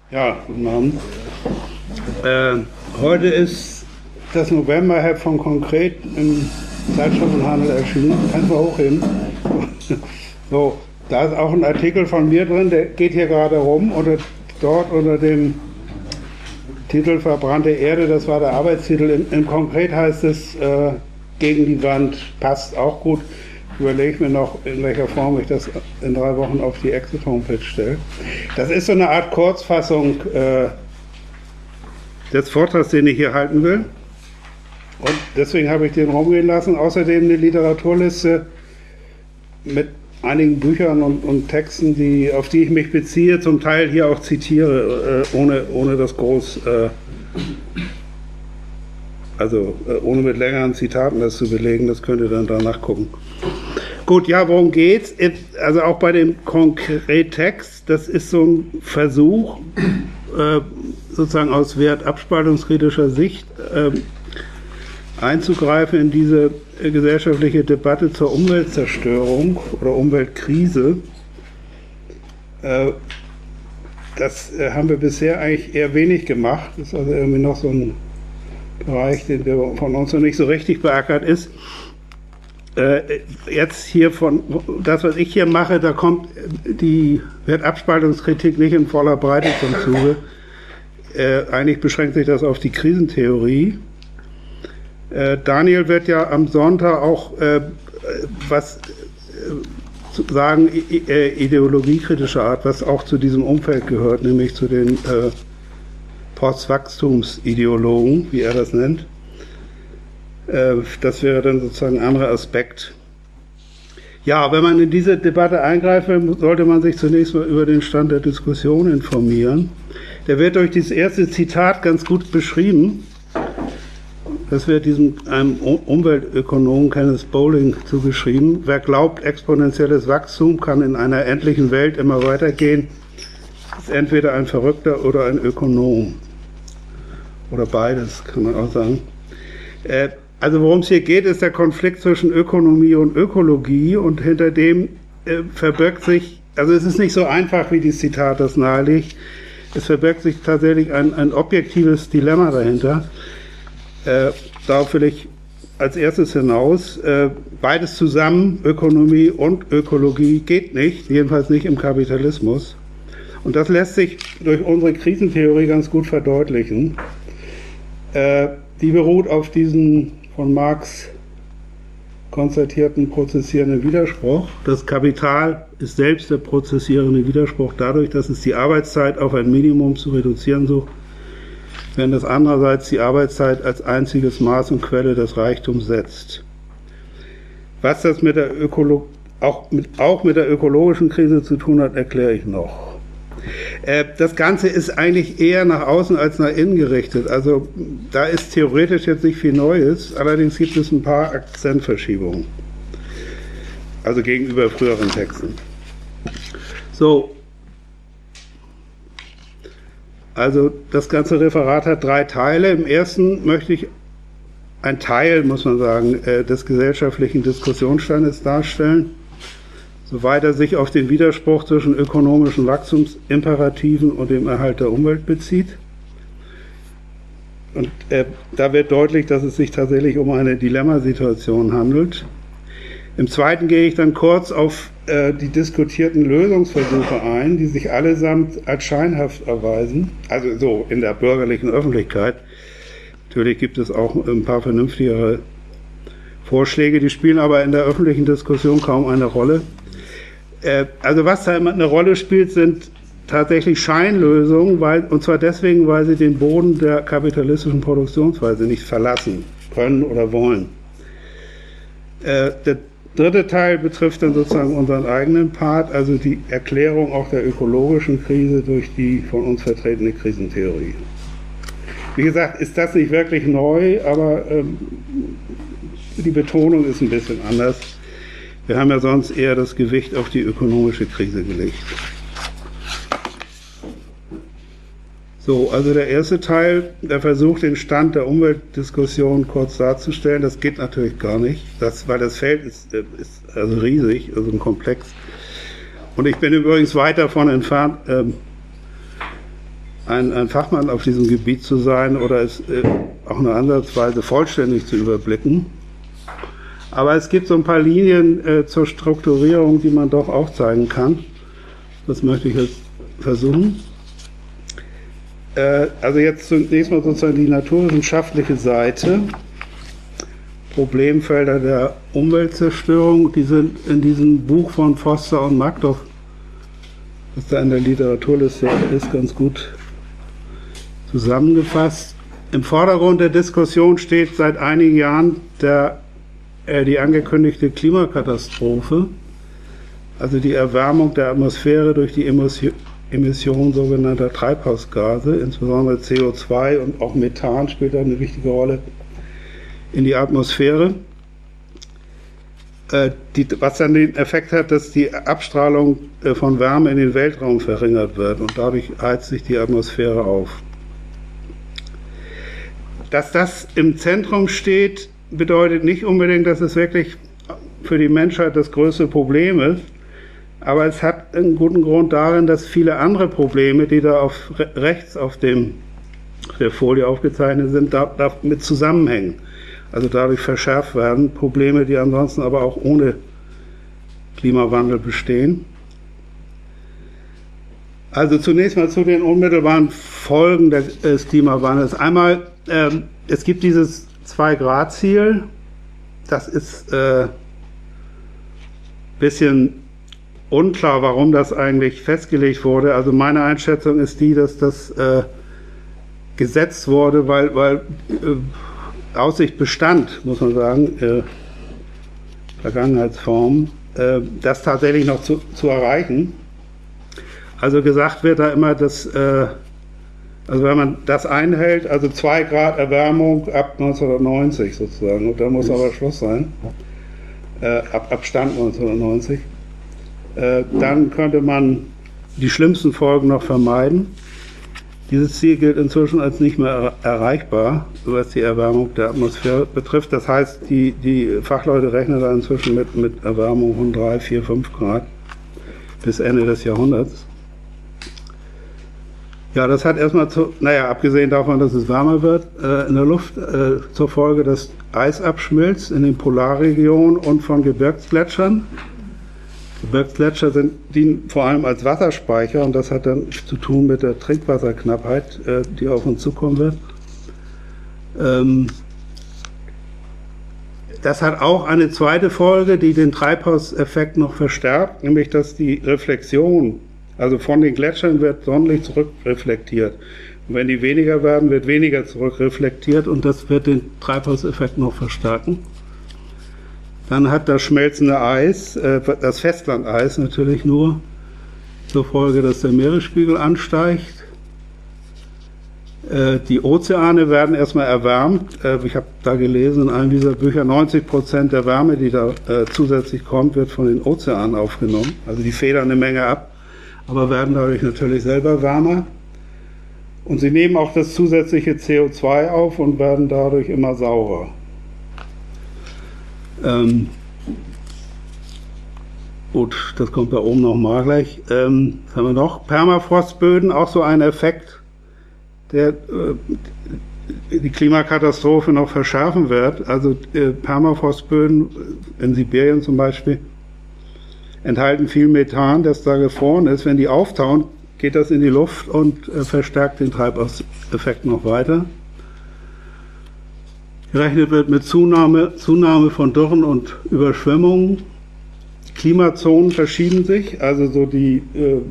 Ja, guten Abend. Heute ist das Novemberheft von Konkret im Zeitschriftenhandel erschienen. Kannst du mal hochheben? So, da ist auch ein Artikel von mir drin, der geht hier gerade rum, dort unter dem Titel Verbrannte Erde, das war der Arbeitstitel. Im Konkret heißt es gegen die Wand, passt auch gut. Überlege mir noch, in welcher Form ich das in 3 Wochen auf die Exit-Homepage stelle. Das ist so eine Art Kurzfassung des Vortrags, den ich hier halten will. Und deswegen habe ich den rumgehen lassen. Außerdem eine Literaturliste mit einigen Büchern und Texten, auf die ich mich beziehe, zum Teil hier auch zitiere, ohne das groß, ohne mit längeren Zitaten das zu belegen. Das könnt ihr dann danach gucken. Gut, ja, worum geht's? Also auch bei dem Konkrettext, das ist so ein Versuch, sozusagen aus wertabspaltungskritischer Sicht einzugreifen in diese gesellschaftliche Debatte zur Umweltzerstörung oder Umweltkrise. Das haben wir bisher eigentlich eher wenig gemacht. Das ist also irgendwie noch so ein Bereich, der von uns noch nicht so richtig beackert ist. Jetzt hier das, was ich hier mache, da kommt die Wertabspaltungskritik nicht in voller Breite zum Zuge. Eigentlich beschränkt sich das auf die Krisentheorie. Daniel wird ja am Sonntag auch was sagen, ideologiekritischer Art, was auch zu diesem Umfeld gehört, nämlich zu den Postwachstumsideologen, wie er das nennt. Das wäre dann sozusagen ein anderer Aspekt. Ja, wenn man in diese Debatte eingreift, sollte man sich zunächst mal über den Stand der Diskussion informieren. Der wird durch dieses erste Zitat ganz gut beschrieben. Das wird einem Umweltökonomen Kenneth Bowling zugeschrieben. Wer glaubt, exponentielles Wachstum kann in einer endlichen Welt immer weitergehen, ist entweder ein Verrückter oder ein Ökonom. Oder beides, kann man auch sagen. Also worum es hier geht, ist der Konflikt zwischen Ökonomie und Ökologie, und hinter dem verbirgt sich, also es ist nicht so einfach, wie dieses Zitat das nahelegt, es verbirgt sich tatsächlich ein objektives Dilemma dahinter. Darauf will ich als erstes hinaus. Beides zusammen, Ökonomie und Ökologie, geht nicht, jedenfalls nicht im Kapitalismus. Und das lässt sich durch unsere Krisentheorie ganz gut verdeutlichen. Die beruht auf diesen von Marx konstatierten prozessierenden Widerspruch. Das Kapital ist selbst der prozessierende Widerspruch dadurch, dass es die Arbeitszeit auf ein Minimum zu reduzieren sucht, während es andererseits die Arbeitszeit als einziges Maß und Quelle des Reichtums setzt. Was das auch mit der ökologischen Krise zu tun hat, erkläre ich noch. Das Ganze ist eigentlich eher nach außen als nach innen gerichtet. Also da ist theoretisch jetzt nicht viel Neues, allerdings gibt es ein paar Akzentverschiebungen. Also gegenüber früheren Texten. So. Also das ganze Referat hat 3 Teile. Im ersten möchte ich ein Teil, muss man sagen, des gesellschaftlichen Diskussionsstandes darstellen, soweit er sich auf den Widerspruch zwischen ökonomischen Wachstumsimperativen und dem Erhalt der Umwelt bezieht. Und da wird deutlich, dass es sich tatsächlich um eine Dilemmasituation handelt. Im zweiten gehe ich dann kurz auf die diskutierten Lösungsversuche ein, die sich allesamt als scheinhaft erweisen, also so in der bürgerlichen Öffentlichkeit. Natürlich gibt es auch ein paar vernünftigere Vorschläge, die spielen aber in der öffentlichen Diskussion kaum eine Rolle. Also was da immer eine Rolle spielt, sind tatsächlich Scheinlösungen, und zwar deswegen, weil sie den Boden der kapitalistischen Produktionsweise nicht verlassen können oder wollen. Der dritte Teil betrifft dann sozusagen unseren eigenen Part, also die Erklärung auch der ökologischen Krise durch die von uns vertretene Krisentheorie. Wie gesagt, ist das nicht wirklich neu, aber die Betonung ist ein bisschen anders. Wir haben ja sonst eher das Gewicht auf die ökonomische Krise gelegt. So, also der erste Teil, der versucht, den Stand der Umweltdiskussion kurz darzustellen. Das geht natürlich gar nicht, weil das Feld ist also riesig, also ein Komplex. Und ich bin übrigens weit davon entfernt, ein Fachmann auf diesem Gebiet zu sein oder es auch nur ansatzweise vollständig zu überblicken. Aber es gibt so ein paar Linien zur Strukturierung, die man doch aufzeigen kann. Das möchte ich jetzt versuchen. Also jetzt zunächst mal sozusagen die naturwissenschaftliche Seite. Problemfelder der Umweltzerstörung, die sind in diesem Buch von Foster und Magdoff, das da in der Literaturliste ist, ganz gut zusammengefasst. Im Vordergrund der Diskussion steht seit einigen Jahren die angekündigte Klimakatastrophe, also die Erwärmung der Atmosphäre durch die Emission sogenannter Treibhausgase, insbesondere CO2 und auch Methan spielt da eine wichtige Rolle in die Atmosphäre, was dann den Effekt hat, dass die Abstrahlung von Wärme in den Weltraum verringert wird und dadurch heizt sich die Atmosphäre auf. Dass das im Zentrum steht, bedeutet nicht unbedingt, dass es wirklich für die Menschheit das größte Problem ist, aber es hat einen guten Grund darin, dass viele andere Probleme, die da rechts auf der Folie aufgezeichnet sind, damit zusammenhängen. Also dadurch verschärft werden Probleme, die ansonsten aber auch ohne Klimawandel bestehen. Also zunächst mal zu den unmittelbaren Folgen des Klimawandels. Einmal, es gibt dieses 2-Grad-Ziel, das ist bisschen unklar, warum das eigentlich festgelegt wurde. Also meine Einschätzung ist die, dass das gesetzt wurde, weil Aussicht bestand, muss man sagen, Vergangenheitsform, das tatsächlich noch zu erreichen. Also gesagt wird da immer, dass, also wenn man das einhält, also 2 Grad Erwärmung ab 1990 sozusagen, und da muss aber Schluss sein, ab Stand 1990, dann könnte man die schlimmsten Folgen noch vermeiden. Dieses Ziel gilt inzwischen als nicht mehr erreichbar, was die Erwärmung der Atmosphäre betrifft. Das heißt, die Fachleute rechnen da inzwischen mit Erwärmung von 3, 4, 5 Grad bis Ende des Jahrhunderts. Ja, das hat erstmal abgesehen davon, dass es wärmer wird in der Luft, zur Folge, dass Eis abschmilzt in den Polarregionen und von Gebirgsgletschern. Gebirgsgletscher dienen vor allem als Wasserspeicher und das hat dann zu tun mit der Trinkwasserknappheit, die auf uns zukommen wird. Das hat auch eine zweite Folge, die den Treibhauseffekt noch verstärkt, nämlich dass die Reflexion, also von den Gletschern wird Sonnenlicht zurückreflektiert. Und wenn die weniger werden, wird weniger zurückreflektiert und das wird den Treibhauseffekt noch verstärken. Dann hat das schmelzende Eis, das Festlandeis natürlich nur, zur Folge, dass der Meeresspiegel ansteigt. Die Ozeane werden erstmal erwärmt. Ich habe da gelesen in einem dieser Bücher, 90% der Wärme, die da zusätzlich kommt, wird von den Ozeanen aufgenommen. Also die federn eine Menge ab, aber werden dadurch natürlich selber wärmer. Und sie nehmen auch das zusätzliche CO2 auf und werden dadurch immer saurer. Gut, das kommt da oben nochmal gleich. Was haben wir noch? Permafrostböden, auch so ein Effekt, der die Klimakatastrophe noch verschärfen wird. Also Permafrostböden in Sibirien zum Beispiel enthalten viel Methan, das da gefroren ist. Wenn die auftauen, geht das in die Luft und verstärkt den Treibhauseffekt noch weiter. Gerechnet wird mit Zunahme von Dürren und Überschwemmungen. Die Klimazonen verschieben sich, also so die,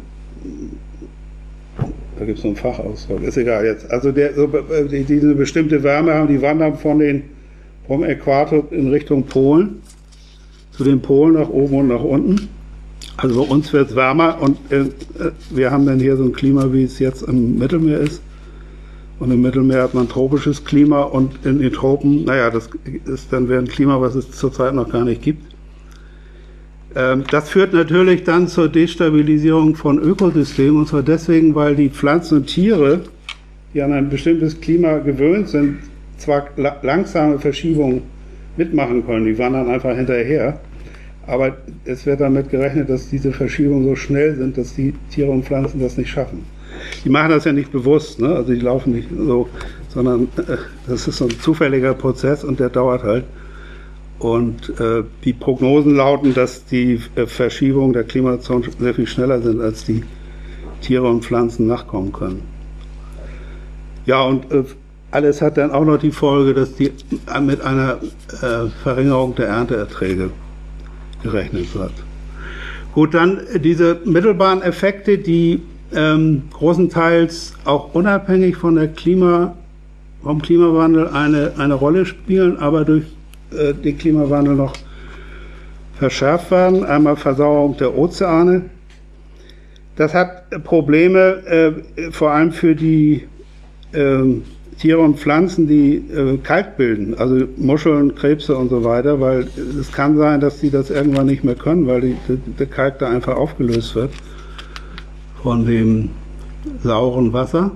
da gibt es so einen Fachausdruck, ist egal jetzt. Also diese bestimmte Wärme haben, die wandern vom Äquator in Richtung Polen, zu den Polen nach oben und nach unten. Also bei uns wird es wärmer und wir haben dann hier so ein Klima, wie es jetzt im Mittelmeer ist. Und im Mittelmeer hat man tropisches Klima und in den Tropen, das ist dann wieder ein Klima, was es zurzeit noch gar nicht gibt. Das führt natürlich dann zur Destabilisierung von Ökosystemen, und zwar deswegen, weil die Pflanzen und Tiere, die an ein bestimmtes Klima gewöhnt sind, zwar langsame Verschiebungen mitmachen können, die wandern einfach hinterher, aber es wird damit gerechnet, dass diese Verschiebungen so schnell sind, dass die Tiere und Pflanzen das nicht schaffen. die machen das ja nicht bewusst, ne? Also die laufen nicht so, sondern das ist so ein zufälliger Prozess und der dauert halt. Und die Prognosen lauten, dass die Verschiebungen der Klimazonen sehr viel schneller sind, als die Tiere und Pflanzen nachkommen können. Ja, und alles hat dann auch noch die Folge, dass die mit einer Verringerung der Ernteerträge gerechnet wird. Gut, dann diese mittelbaren Effekte, die großenteils auch unabhängig von vom Klimawandel eine Rolle spielen, aber durch den Klimawandel noch verschärft werden. Einmal Versauerung der Ozeane. Das hat Probleme vor allem für die Tiere und Pflanzen, die Kalk bilden, also Muscheln, Krebse und so weiter, weil es kann sein, dass die das irgendwann nicht mehr können, weil der Kalk da einfach aufgelöst wird von dem sauren Wasser.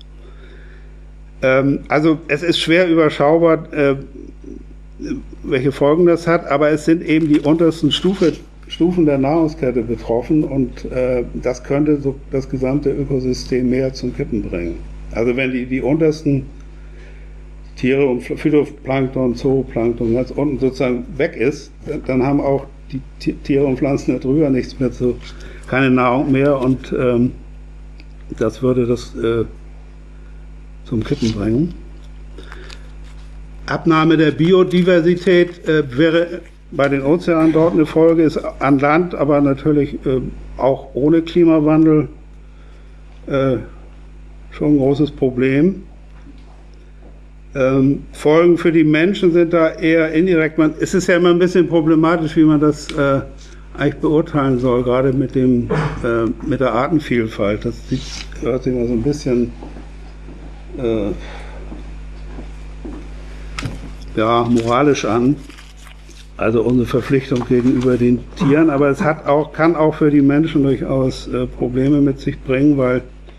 Also es ist schwer überschaubar, welche Folgen das hat, aber es sind eben die untersten Stufen der Nahrungskette betroffen und das könnte so das gesamte Ökosystem mehr zum Kippen bringen. Also wenn die untersten Tiere und Phytoplankton, Zooplankton ganz unten sozusagen weg ist, dann haben auch die Tiere und Pflanzen darüber nichts mehr keine Nahrung mehr und das würde das zum Kippen bringen. Abnahme der Biodiversität wäre bei den Ozeanen dort eine Folge, ist an Land, aber natürlich auch ohne Klimawandel schon ein großes Problem. Folgen für die Menschen sind da eher indirekt. Es ist ja immer ein bisschen problematisch, wie man das eigentlich beurteilen soll, gerade mit der Artenvielfalt. Das hört sich mal so ein bisschen moralisch an. Also unsere Verpflichtung gegenüber den Tieren, aber es kann auch für die Menschen durchaus Probleme mit sich bringen, weil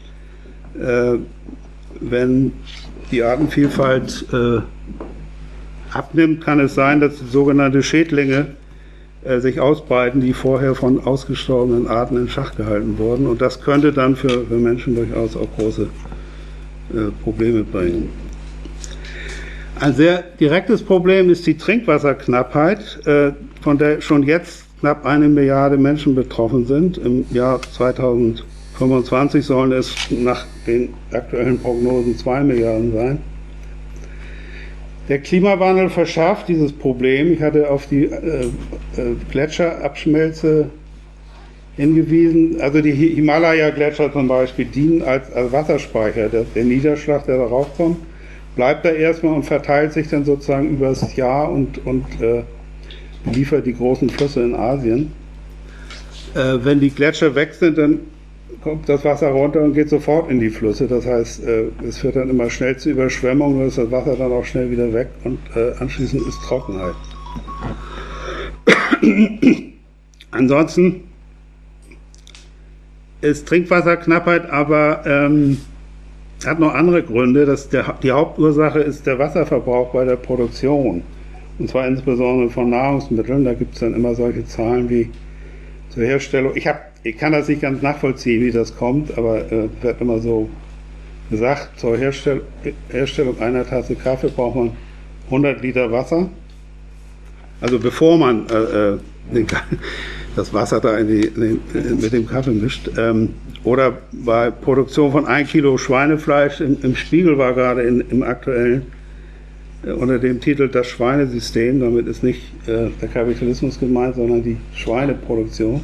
wenn die Artenvielfalt abnimmt, kann es sein, dass sogenannte Schädlinge sich ausbreiten, die vorher von ausgestorbenen Arten in Schach gehalten wurden. Und das könnte dann für Menschen durchaus auch große Probleme bringen. Ein sehr direktes Problem ist die Trinkwasserknappheit, von der schon jetzt knapp 1 Milliarde Menschen betroffen sind. Im Jahr 2025 sollen es nach den aktuellen Prognosen 2 Milliarden sein. Der Klimawandel verschärft dieses Problem. Ich hatte auf die Gletscherabschmelze hingewiesen. Also die Himalaya-Gletscher zum Beispiel dienen als Wasserspeicher. Der Niederschlag, der darauf kommt, bleibt da erstmal und verteilt sich dann sozusagen über das Jahr und beliefert die großen Flüsse in Asien. Wenn die Gletscher weg sind, dann kommt das Wasser runter und geht sofort in die Flüsse. Das heißt, es führt dann immer schnell zu Überschwemmungen, dann ist das Wasser dann auch schnell wieder weg und anschließend ist Trockenheit. Ansonsten ist Trinkwasserknappheit aber hat noch andere Gründe. Die Hauptursache ist der Wasserverbrauch bei der Produktion. Und zwar insbesondere von Nahrungsmitteln. Da gibt es dann immer solche Zahlen wie zur Herstellung. Ich kann das nicht ganz nachvollziehen, wie das kommt, aber wird immer so gesagt, zur Herstellung einer Tasse Kaffee braucht man 100 Liter Wasser. Also bevor man das Wasser da mit dem Kaffee mischt. Oder bei Produktion von 1 Kilo Schweinefleisch, im Spiegel war gerade im aktuellen, unter dem Titel Das Schweinesystem, damit ist nicht der Kapitalismus gemeint, sondern die Schweineproduktion.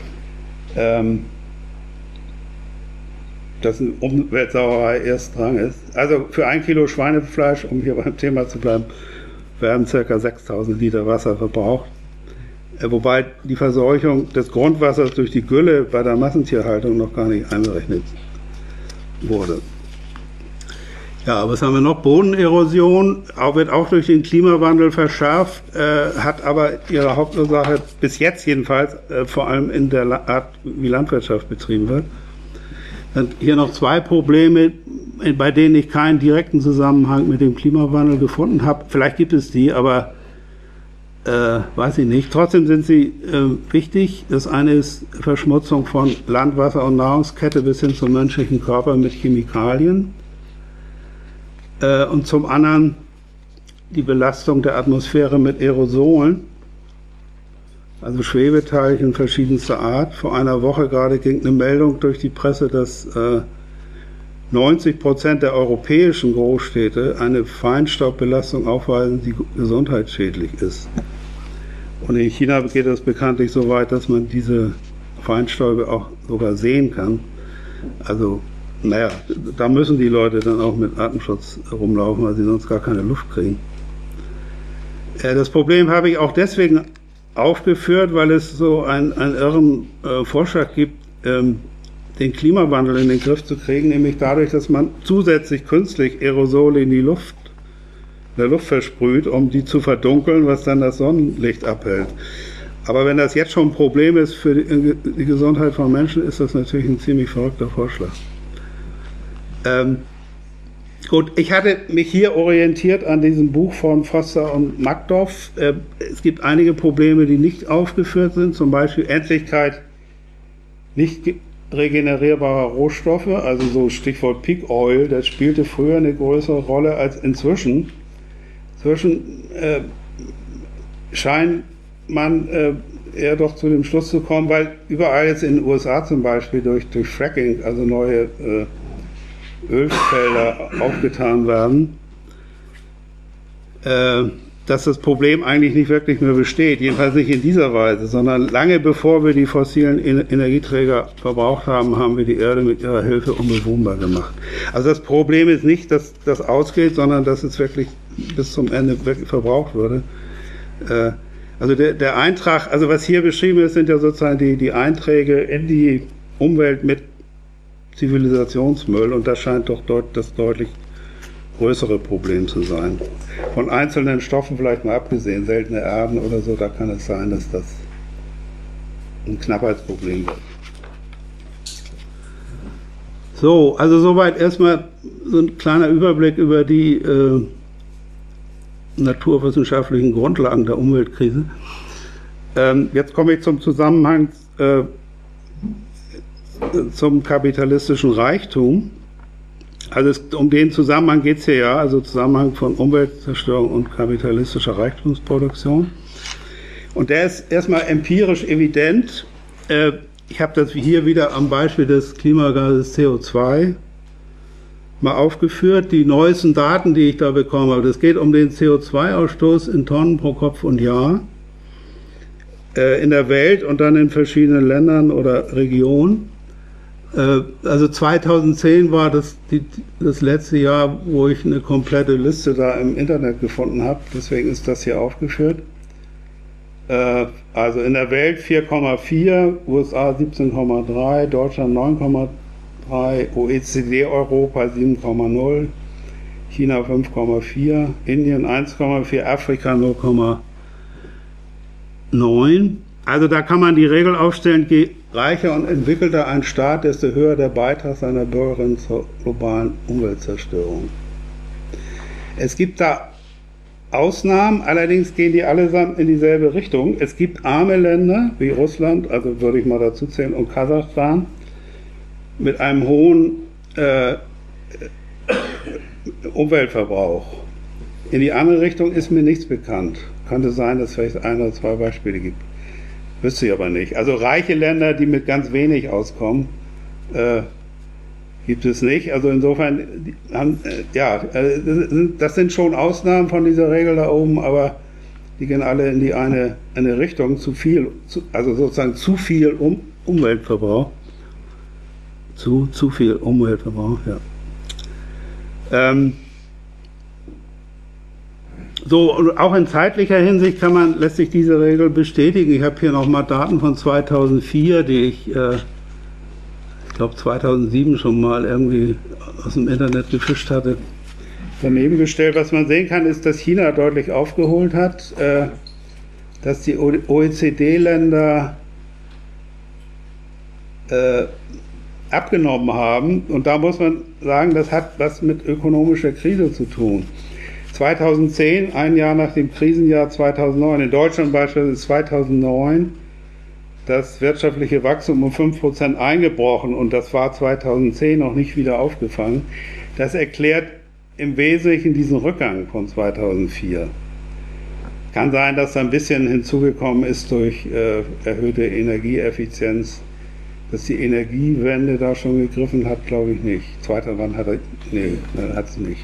Dass eine Umweltsauerei erstrang ist. Also für 1 Kilo Schweinefleisch, um hier beim Thema zu bleiben, werden ca. 6.000 Liter Wasser verbraucht. Wobei die Verseuchung des Grundwassers durch die Gülle bei der Massentierhaltung noch gar nicht einberechnet wurde. Ja, was haben wir noch? Bodenerosion wird auch durch den Klimawandel verschärft, hat aber ihre Hauptursache, bis jetzt jedenfalls, vor allem in der Art, wie Landwirtschaft betrieben wird. Dann hier noch 2 Probleme, bei denen ich keinen direkten Zusammenhang mit dem Klimawandel gefunden habe. Vielleicht gibt es die, aber weiß ich nicht. Trotzdem sind sie wichtig. Das eine ist Verschmutzung von Land, Wasser und Nahrungskette bis hin zum menschlichen Körper mit Chemikalien. Und zum anderen die Belastung der Atmosphäre mit Aerosolen, also Schwebeteilchen verschiedenster Art. Vor einer Woche gerade ging eine Meldung durch die Presse, dass 90% der europäischen Großstädte eine Feinstaubbelastung aufweisen, die gesundheitsschädlich ist. Und in China geht es bekanntlich so weit, dass man diese Feinstäube auch sogar sehen kann. Also, naja, da müssen die Leute dann auch mit Atemschutz rumlaufen, weil sie sonst gar keine Luft kriegen. Das Problem habe ich auch deswegen aufgeführt, weil es so einen irren Vorschlag gibt, den Klimawandel in den Griff zu kriegen, nämlich dadurch, dass man zusätzlich künstlich Aerosole in der Luft versprüht, um die zu verdunkeln, was dann das Sonnenlicht abhält. Aber wenn das jetzt schon ein Problem ist für die Gesundheit von Menschen, ist das natürlich ein ziemlich verrückter Vorschlag. Gut, ich hatte mich hier orientiert an diesem Buch von Foster und Magdoff. Es gibt einige Probleme, die nicht aufgeführt sind, zum Beispiel Endlichkeit nicht regenerierbarer Rohstoffe, also so Stichwort Peak Oil, das spielte früher eine größere Rolle als inzwischen. Inzwischen scheint man eher doch zu dem Schluss zu kommen, weil überall jetzt in den USA zum Beispiel durch Fracking, also neue Ölfelder aufgetan werden, dass das Problem eigentlich nicht wirklich mehr besteht, jedenfalls nicht in dieser Weise, sondern lange bevor wir die fossilen Energieträger verbraucht haben, haben wir die Erde mit ihrer Hilfe unbewohnbar gemacht. Also das Problem ist nicht, dass das ausgeht, sondern dass es wirklich bis zum Ende wirklich verbraucht würde. Also der Eintrag, also was hier beschrieben ist, sind ja sozusagen die Einträge in die Umwelt mit Zivilisationsmüll, und das scheint doch das deutlich größere Problem zu sein. Von einzelnen Stoffen vielleicht mal abgesehen, seltene Erden oder so, da kann es sein, dass das ein Knappheitsproblem wird. So, also soweit erstmal so ein kleiner Überblick über die naturwissenschaftlichen Grundlagen der Umweltkrise. Jetzt komme ich zum Zusammenhang zum kapitalistischen Reichtum. Also um den Zusammenhang geht es hier ja, also Zusammenhang von Umweltzerstörung und kapitalistischer Reichtumsproduktion. Und der ist erstmal empirisch evident. Ich habe das hier wieder am Beispiel des Klimagases CO2 mal aufgeführt. Die neuesten Daten, die ich da bekommen habe, das geht um den CO2-Ausstoß in Tonnen pro Kopf und Jahr in der Welt und dann in verschiedenen Ländern oder Regionen. Also 2010 war das letzte Jahr, wo ich eine komplette Liste da im Internet gefunden habe. Deswegen ist das hier aufgeführt. Also in der Welt 4,4, USA 17,3, Deutschland 9,3, OECD Europa 7,0, China 5,4, Indien 1,4, Afrika 0,9. Also da kann man die Regel aufstellen, je reicher und entwickelter ein Staat, desto höher der Beitrag seiner Bürgerinnen zur globalen Umweltzerstörung. Es gibt da Ausnahmen, allerdings gehen die allesamt in dieselbe Richtung. Es gibt arme Länder wie Russland, also würde ich mal dazu zählen, und Kasachstan mit einem hohen Umweltverbrauch. In die andere Richtung ist mir nichts bekannt. Könnte sein, dass es vielleicht ein oder zwei Beispiele gibt. Wüsste ich aber nicht. Also reiche Länder, die mit ganz wenig auskommen, gibt es nicht. Also insofern, das sind schon Ausnahmen von dieser Regel da oben, aber die gehen alle in die eine Richtung, also sozusagen zu viel Umweltverbrauch. Zu viel Umweltverbrauch, ja. So, und auch in zeitlicher Hinsicht lässt sich diese Regel bestätigen. Ich habe hier nochmal Daten von 2004, die ich glaube 2007 schon mal irgendwie aus dem Internet gefischt hatte, daneben gestellt. Was man sehen kann, ist, dass China deutlich aufgeholt hat, dass die OECD-Länder abgenommen haben. Und da muss man sagen, das hat was mit ökonomischer Krise zu tun. 2010, ein Jahr nach dem Krisenjahr 2009, in Deutschland beispielsweise ist 2009 das wirtschaftliche Wachstum um 5% eingebrochen und das war 2010 noch nicht wieder aufgefangen. Das erklärt im Wesentlichen diesen Rückgang von 2004. Kann sein, dass da ein bisschen hinzugekommen ist durch erhöhte Energieeffizienz. Dass die Energiewende da schon gegriffen hat, glaube ich nicht. Zweiter Wann hat er. Nee, hat es nicht.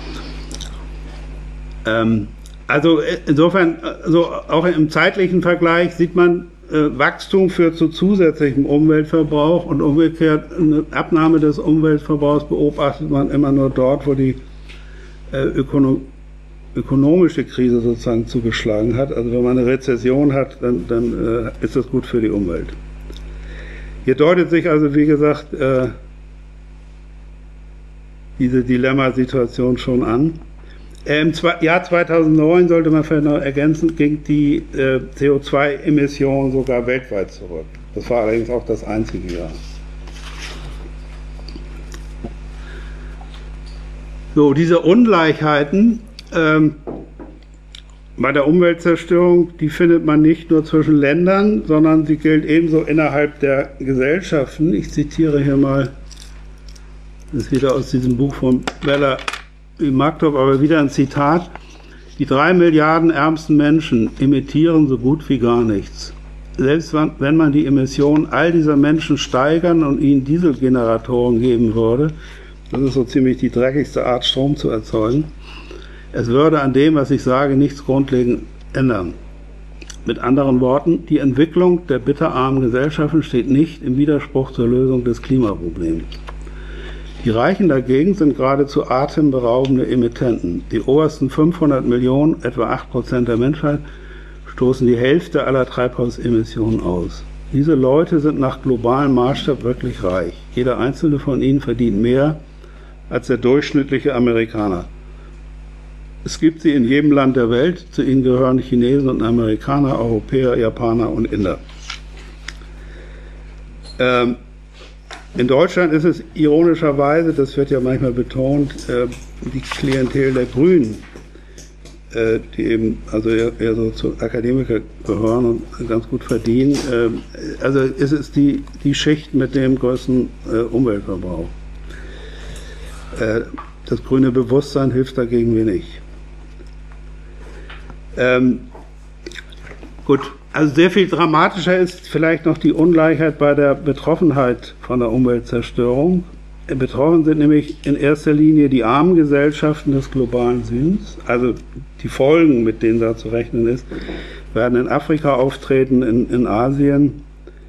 Also insofern, also auch im zeitlichen Vergleich sieht man, Wachstum führt zu zusätzlichem Umweltverbrauch und umgekehrt eine Abnahme des Umweltverbrauchs beobachtet man immer nur dort, wo die ökonomische Krise sozusagen zugeschlagen hat. Also wenn man eine Rezession hat, dann ist das gut für die Umwelt. Hier deutet sich also, wie gesagt, diese Dilemmasituation schon an. Im Jahr 2009, sollte man vielleicht noch ergänzen, ging die CO2-Emission sogar weltweit zurück. Das war allerdings auch das einzige Jahr. So, diese Ungleichheiten bei der Umweltzerstörung, die findet man nicht nur zwischen Ländern, sondern sie gilt ebenso innerhalb der Gesellschaften. Ich zitiere hier mal, das ist wieder aus diesem Buch von Bella Magdorf, aber wieder ein Zitat. Die 3 Milliarden ärmsten Menschen emittieren so gut wie gar nichts. Selbst wenn man die Emissionen all dieser Menschen steigern und ihnen Dieselgeneratoren geben würde, das ist so ziemlich die dreckigste Art, Strom zu erzeugen, es würde an dem, was ich sage, nichts grundlegend ändern. Mit anderen Worten, die Entwicklung der bitterarmen Gesellschaften steht nicht im Widerspruch zur Lösung des Klimaproblems. Die Reichen dagegen sind geradezu atemberaubende Emittenten. Die obersten 500 Millionen, etwa 8% der Menschheit, stoßen die Hälfte aller Treibhausemissionen aus. Diese Leute sind nach globalem Maßstab wirklich reich. Jeder einzelne von ihnen verdient mehr als der durchschnittliche Amerikaner. Es gibt sie in jedem Land der Welt, zu ihnen gehören Chinesen und Amerikaner, Europäer, Japaner und Inder. In Deutschland ist es ironischerweise, das wird ja manchmal betont, die Klientel der Grünen, die eben also eher so zu Akademiker gehören und ganz gut verdienen. Also es ist die Schicht mit dem größten Umweltverbrauch. Das grüne Bewusstsein hilft dagegen wenig. Gut, also sehr viel dramatischer ist vielleicht noch die Ungleichheit bei der Betroffenheit von der Umweltzerstörung. Betroffen sind nämlich in erster Linie die armen Gesellschaften des globalen Südens, also die Folgen, mit denen da zu rechnen ist, werden in Afrika auftreten, in Asien,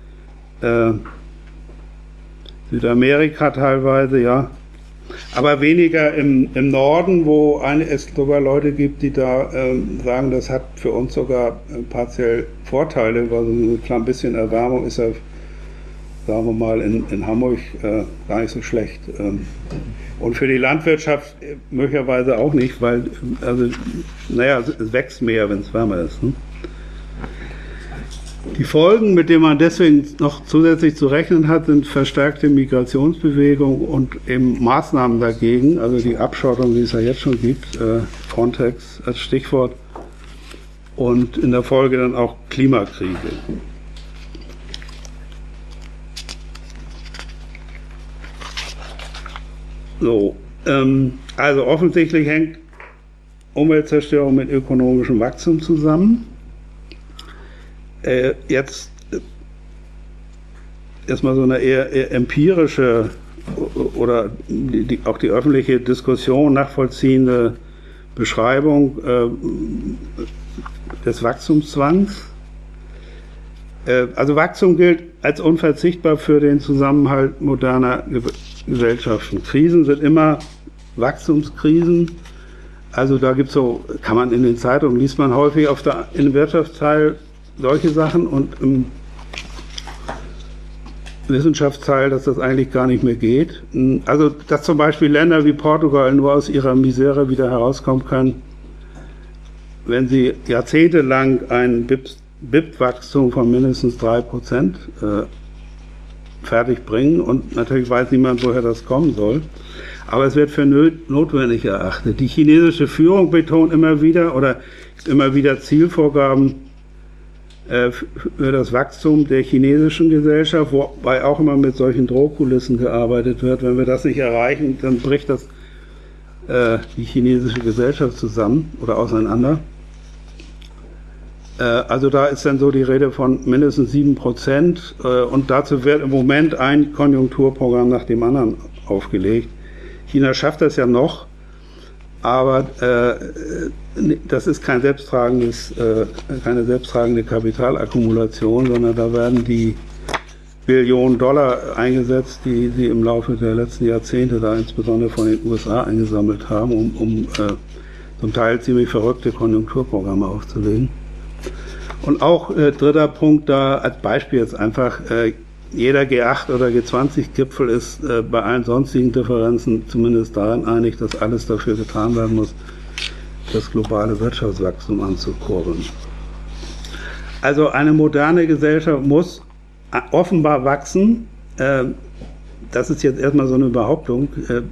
Südamerika teilweise, ja. Aber weniger im Norden, wo es sogar Leute gibt, die da sagen, das hat für uns sogar partiell Vorteile, weil so ein klein bisschen Erwärmung ist ja, sagen wir mal, in Hamburg gar nicht so schlecht. Und für die Landwirtschaft möglicherweise auch nicht, weil, also, naja, es wächst mehr, wenn es wärmer ist. Ne? Die Folgen, mit denen man deswegen noch zusätzlich zu rechnen hat, sind verstärkte Migrationsbewegungen und eben Maßnahmen dagegen, also die Abschottung, die es ja jetzt schon gibt, Frontex als Stichwort, und in der Folge dann auch Klimakriege. So, also offensichtlich hängt Umweltzerstörung mit ökonomischem Wachstum zusammen. Jetzt erstmal so eine eher empirische oder auch die öffentliche Diskussion nachvollziehende Beschreibung des Wachstumszwangs. Also Wachstum gilt als unverzichtbar für den Zusammenhalt moderner Gesellschaften. Krisen sind immer Wachstumskrisen. Also da gibt es so, kann man in den Zeitungen, liest man häufig im Wirtschaftsteil solche Sachen und im Wissenschaftsteil, dass das eigentlich gar nicht mehr geht. Also, dass zum Beispiel Länder wie Portugal nur aus ihrer Misere wieder herauskommen können, wenn sie jahrzehntelang ein BIP-Wachstum von mindestens 3% fertigbringen, und natürlich weiß niemand, woher das kommen soll. aber es wird für notwendig erachtet. Die chinesische Führung betont immer wieder Zielvorgaben für das Wachstum der chinesischen Gesellschaft, wobei auch immer mit solchen Drohkulissen gearbeitet wird. Wenn wir das nicht erreichen, dann bricht die chinesische Gesellschaft zusammen oder auseinander. Also da ist dann so die Rede von mindestens 7%, und dazu wird im Moment ein Konjunkturprogramm nach dem anderen aufgelegt. China schafft das ja noch, aber das ist keine selbsttragende Kapitalakkumulation, sondern da werden die Billionen Dollar eingesetzt, die sie im Laufe der letzten Jahrzehnte da insbesondere von den USA eingesammelt haben, um zum Teil ziemlich verrückte Konjunkturprogramme aufzulegen. Und auch dritter Punkt da als Beispiel jetzt einfach, jeder G8 oder G20-Gipfel ist bei allen sonstigen Differenzen zumindest darin einig, dass alles dafür getan werden muss, das globale Wirtschaftswachstum anzukurbeln. Also eine moderne Gesellschaft muss offenbar wachsen. Das ist jetzt erstmal so eine Behauptung.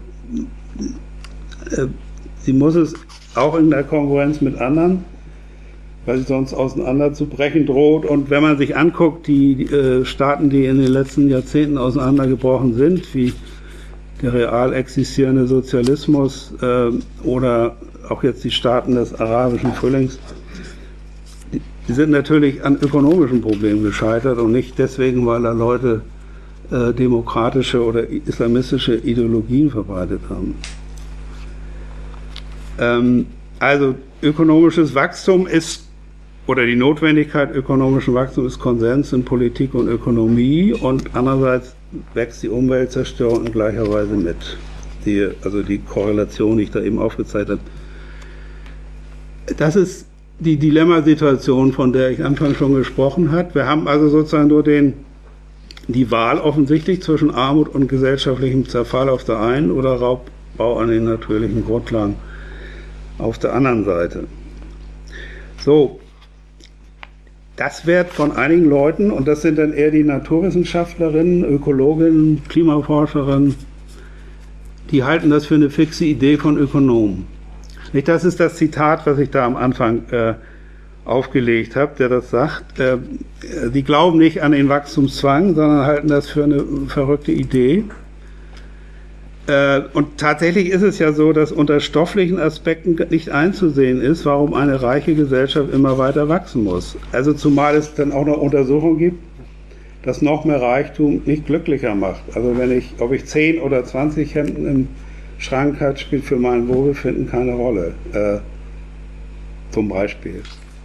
Sie muss es auch in der Konkurrenz mit anderen, weil sie sonst auseinanderzubrechen droht. Und wenn man sich anguckt, die Staaten, die in den letzten Jahrzehnten auseinandergebrochen sind, wie der real existierende Sozialismus oder auch jetzt die Staaten des arabischen Frühlings, die sind natürlich an ökonomischen Problemen gescheitert und nicht deswegen, weil da Leute demokratische oder islamistische Ideologien verbreitet haben. Also ökonomisches Wachstum ist, oder die Notwendigkeit ökonomischen Wachstums ist Konsens in Politik und Ökonomie, und andererseits wächst die Umweltzerstörung in gleicher Weise mit. Also die Korrelation, die ich da eben aufgezeigt habe. Das ist die Dilemmasituation, von der ich anfangs schon gesprochen habe. Wir haben also sozusagen nur die Wahl offensichtlich zwischen Armut und gesellschaftlichem Zerfall auf der einen oder Raubbau an den natürlichen Grundlagen auf der anderen Seite. So, das wird von einigen Leuten, und das sind dann eher die Naturwissenschaftlerinnen, Ökologinnen, Klimaforscherinnen, die halten das für eine fixe Idee von Ökonomen. Das ist das Zitat, was ich da am Anfang aufgelegt habe, der das sagt. Die glauben nicht an den Wachstumszwang, sondern halten das für eine verrückte Idee. Und tatsächlich ist es ja so, dass unter stofflichen Aspekten nicht einzusehen ist, warum eine reiche Gesellschaft immer weiter wachsen muss. Also zumal es dann auch noch Untersuchungen gibt, dass noch mehr Reichtum nicht glücklicher macht. Also ob ich 10 oder 20 Hemden im Schrank hat, spielt für mein Wohlbefinden keine Rolle. Zum Beispiel.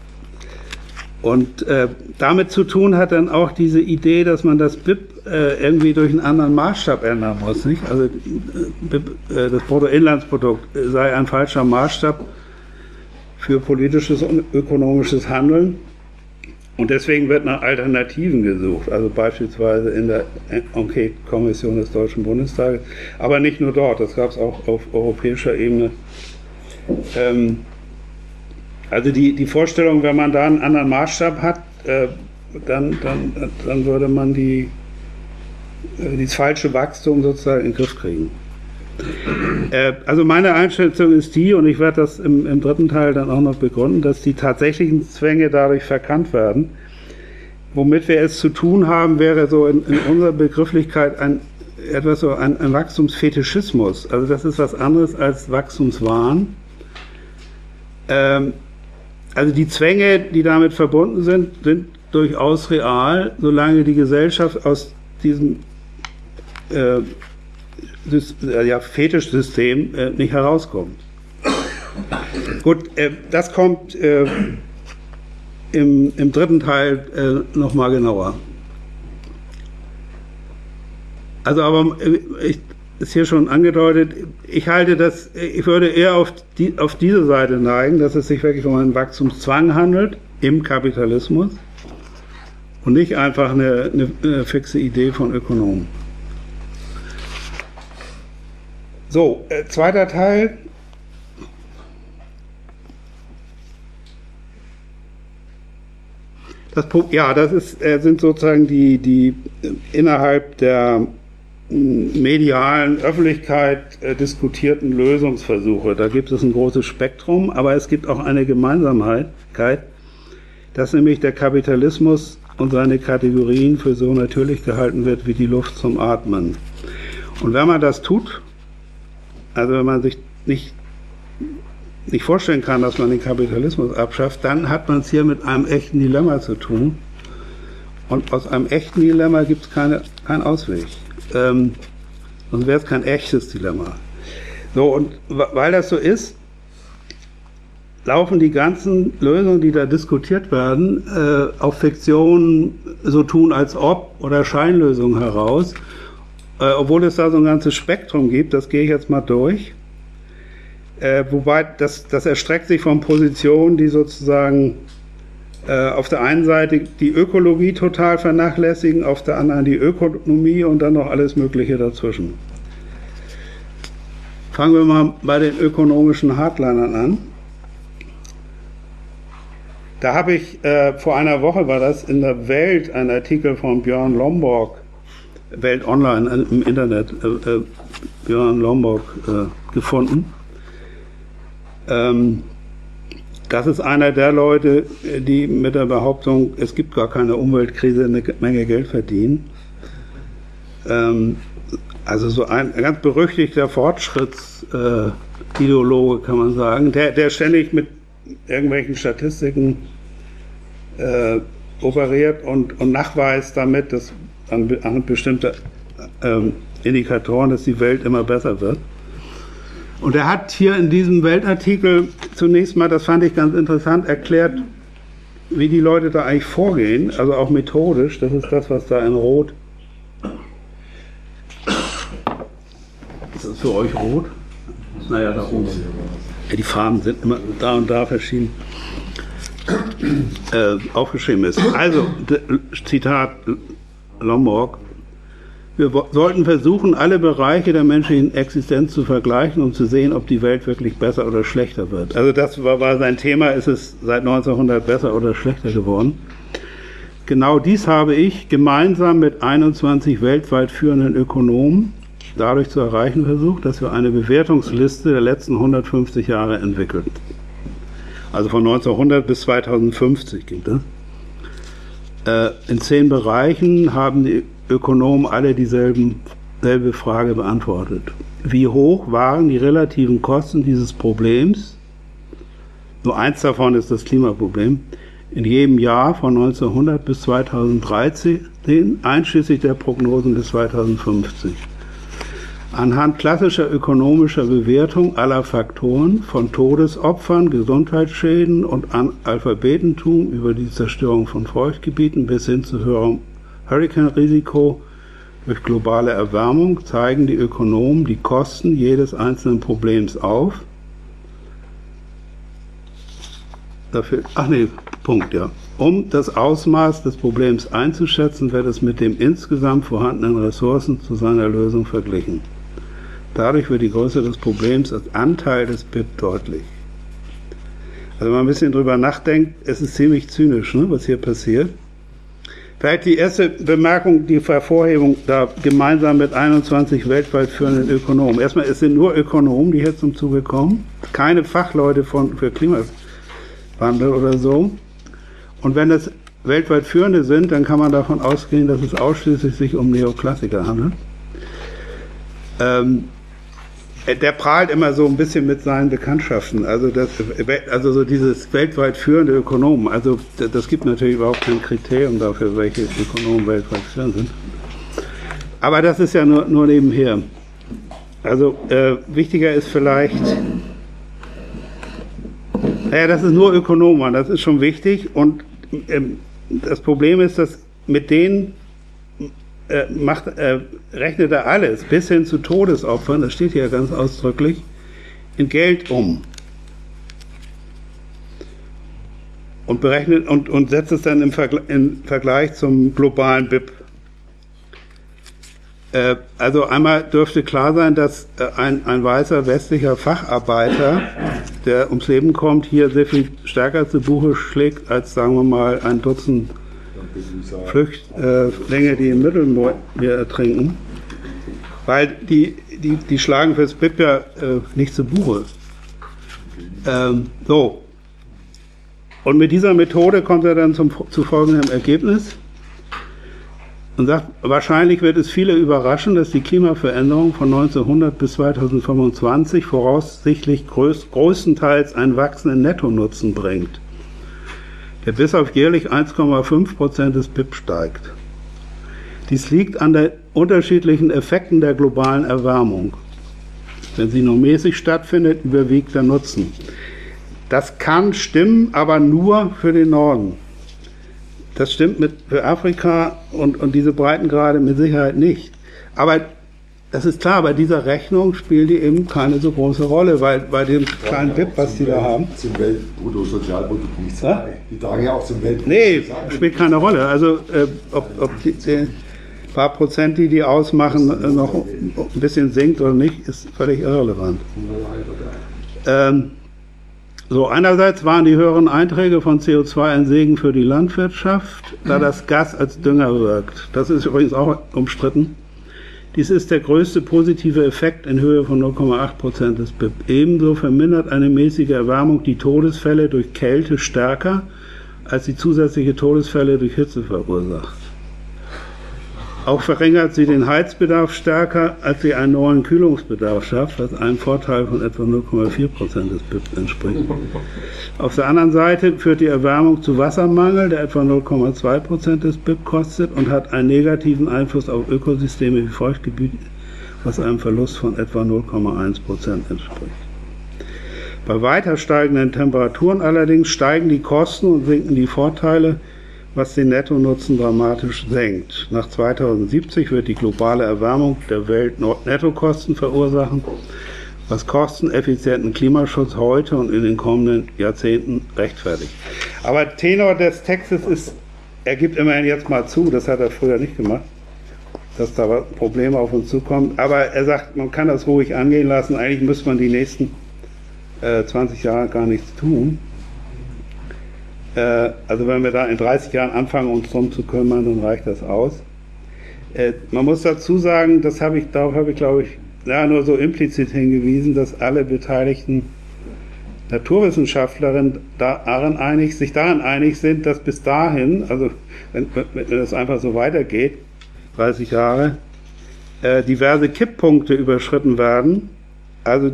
Und damit zu tun hat dann auch diese Idee, dass man das BIP irgendwie durch einen anderen Maßstab ändern muss. Nicht? Also BIP, das Bruttoinlandsprodukt, sei ein falscher Maßstab für politisches und ökonomisches Handeln. Und deswegen wird nach Alternativen gesucht, also beispielsweise in der Enquete-Kommission des Deutschen Bundestages, aber nicht nur dort, das gab es auch auf europäischer Ebene. Also die Vorstellung, wenn man da einen anderen Maßstab hat, dann würde man dieses falsche Wachstum sozusagen in den Griff kriegen. Also meine Einschätzung ist die, und ich werde das im dritten Teil dann auch noch begründen, dass die tatsächlichen Zwänge dadurch verkannt werden. Womit wir es zu tun haben, wäre so in unserer Begrifflichkeit ein Wachstumsfetischismus. Also das ist was anderes als Wachstumswahn. Also die Zwänge, die damit verbunden sind durchaus real, solange die Gesellschaft aus diesem Fetischsystem nicht herauskommt. Gut, das kommt im dritten Teil nochmal genauer. Also aber ist hier schon angedeutet, ich würde eher auf diese Seite neigen, dass es sich wirklich um einen Wachstumszwang handelt im Kapitalismus und nicht einfach eine fixe Idee von Ökonomen. So, zweiter Teil. Das sind sozusagen die innerhalb der medialen Öffentlichkeit diskutierten Lösungsversuche. Da gibt es ein großes Spektrum, aber es gibt auch eine Gemeinsamkeit, dass nämlich der Kapitalismus und seine Kategorien für so natürlich gehalten wird wie die Luft zum Atmen. Und wenn man das tut, also wenn man sich nicht vorstellen kann, dass man den Kapitalismus abschafft, dann hat man es hier mit einem echten Dilemma zu tun. Und aus einem echten Dilemma gibt es keinen Ausweg. Sonst wäre es kein echtes Dilemma. So, und weil das so ist, laufen die ganzen Lösungen, die da diskutiert werden, auf Fiktionen, so tun als ob oder Scheinlösungen heraus, obwohl es da so ein ganzes Spektrum gibt, das gehe ich jetzt mal durch. Wobei das erstreckt sich von Positionen, die sozusagen auf der einen Seite die Ökologie total vernachlässigen, auf der anderen die Ökonomie und dann noch alles Mögliche dazwischen. Fangen wir mal bei den ökonomischen Hardlinern an. Da habe ich vor einer Woche, war das, in der Welt einen Artikel von Björn Lomborg, Welt Online im Internet, Björn Lomborg gefunden. Das ist einer der Leute, die mit der Behauptung, es gibt gar keine Umweltkrise, eine Menge Geld verdienen. Also so ein ganz berüchtigter Fortschrittsideologe, kann man sagen, der ständig mit irgendwelchen Statistiken operiert und nachweist damit, dass an bestimmte Indikatoren, dass die Welt immer besser wird. Und er hat hier in diesem Weltartikel zunächst mal, das fand ich ganz interessant, erklärt, wie die Leute da eigentlich vorgehen, also auch methodisch. Das ist das, was da in Rot. Ist das für euch rot? Naja, da oben. Ja, die Farben sind immer da und da verschieden aufgeschrieben ist. Also, Zitat Lomborg. Wir sollten versuchen, alle Bereiche der menschlichen Existenz zu vergleichen, um zu sehen, ob die Welt wirklich besser oder schlechter wird. Also das war sein Thema, ist es seit 1900 besser oder schlechter geworden. Genau dies habe ich gemeinsam mit 21 weltweit führenden Ökonomen dadurch zu erreichen versucht, dass wir eine Bewertungsliste der letzten 150 Jahre entwickeln. Also von 1900 bis 2050 ging das. In 10 Bereichen haben die Ökonomen alle dieselbe Frage beantwortet. Wie hoch waren die relativen Kosten dieses Problems? Nur eins davon ist das Klimaproblem. In jedem Jahr von 1900 bis 2013, einschließlich der Prognosen bis 2050. Anhand klassischer ökonomischer Bewertung aller Faktoren, von Todesopfern, Gesundheitsschäden und Analphabetentum über die Zerstörung von Feuchtgebieten bis hin zu höherem Hurrikanrisiko durch globale Erwärmung, zeigen die Ökonomen die Kosten jedes einzelnen Problems auf. Um das Ausmaß des Problems einzuschätzen, wird es mit den insgesamt vorhandenen Ressourcen zu seiner Lösung verglichen. Dadurch wird die Größe des Problems als Anteil des BIP deutlich. Also wenn man ein bisschen drüber nachdenkt, es ist ziemlich zynisch, ne, was hier passiert. Vielleicht die erste Bemerkung, die Hervorhebung da gemeinsam mit 21 weltweit führenden Ökonomen. Erstmal, es sind nur Ökonomen, die hier zum Zuge kommen, keine Fachleute für Klimawandel oder so. Und wenn es weltweit führende sind, dann kann man davon ausgehen, dass es ausschließlich sich um Neoklassiker handelt. Der prahlt immer so ein bisschen mit seinen Bekanntschaften, also so dieses weltweit führende Ökonomen, also das gibt natürlich überhaupt kein Kriterium dafür, welche Ökonomen weltweit führend sind. Aber das ist ja nur nebenher. Also wichtiger ist vielleicht, das ist nur Ökonomen, das ist schon wichtig und das Problem ist, dass mit denen rechnet er alles, bis hin zu Todesopfern, das steht hier ganz ausdrücklich, in Geld um. Und berechnet und setzt es dann im Vergleich zum globalen BIP. Also einmal dürfte klar sein, dass ein weißer westlicher Facharbeiter, der ums Leben kommt, hier sehr viel stärker zu Buche schlägt, als sagen wir mal ein Dutzend Flüchtlinge, die im Mittelmeer ertrinken. Weil die schlagen fürs BIP ja nicht zu Buche. So. Und mit dieser Methode kommt er dann zu folgendem Ergebnis und sagt, wahrscheinlich wird es viele überraschen, dass die Klimaveränderung von 1900 bis 2025 voraussichtlich größtenteils einen wachsenden Nettonutzen bringt, der bis auf jährlich 1,5% des BIP steigt. Dies liegt an den unterschiedlichen Effekten der globalen Erwärmung. Wenn sie nur mäßig stattfindet, überwiegt der Nutzen. Das kann stimmen, aber nur für den Norden. Das stimmt für Afrika und diese Breitengrade mit Sicherheit nicht. Aber das ist klar, bei dieser Rechnung spielen die eben keine so große Rolle, weil bei dem kleinen BIP, was die da haben. Zum Weltbruttosozialprodukt nichts bei. Die tragen ja auch zum Weltbruttosozialprodukt. Nee, spielt keine Rolle. Also ob die paar Prozent, die ausmachen, noch ein bisschen sinkt oder nicht, ist völlig irrelevant. So, einerseits waren die höheren Einträge von CO2 ein Segen für die Landwirtschaft, da das Gas als Dünger wirkt. Das ist übrigens auch umstritten. Dies ist der größte positive Effekt in Höhe von 0,8% des BIP. Ebenso vermindert eine mäßige Erwärmung die Todesfälle durch Kälte stärker, als sie zusätzliche Todesfälle durch Hitze verursacht. Auch verringert sie den Heizbedarf stärker, als sie einen neuen Kühlungsbedarf schafft, was einem Vorteil von etwa 0,4% des BIP entspricht. Auf der anderen Seite führt die Erwärmung zu Wassermangel, der etwa 0,2% des BIP kostet und hat einen negativen Einfluss auf Ökosysteme wie Feuchtgebiete, was einem Verlust von etwa 0,1% entspricht. Bei weiter steigenden Temperaturen allerdings steigen die Kosten und sinken die Vorteile, was den Nettonutzen dramatisch senkt. Nach 2070 wird die globale Erwärmung der Welt Nettokosten verursachen, was kosteneffizienten Klimaschutz heute und in den kommenden Jahrzehnten rechtfertigt. Aber Tenor des Textes ist, er gibt immerhin jetzt mal zu, das hat er früher nicht gemacht, dass da Probleme auf uns zukommen, aber er sagt, man kann das ruhig angehen lassen, eigentlich müsste man die nächsten 20 Jahre gar nichts tun. Also wenn wir da in 30 Jahren anfangen, uns drum zu kümmern, dann reicht das aus. Man muss dazu sagen, darauf habe ich glaube ich nur so implizit hingewiesen, dass alle beteiligten Naturwissenschaftlerinnen sich daran einig sind, dass bis dahin, also wenn das einfach so weitergeht, 30 Jahre, diverse Kipppunkte überschritten werden, also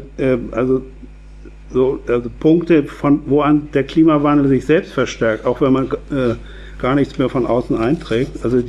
Punkte, wo der Klimawandel sich selbst verstärkt, auch wenn man gar nichts mehr von außen einträgt. Also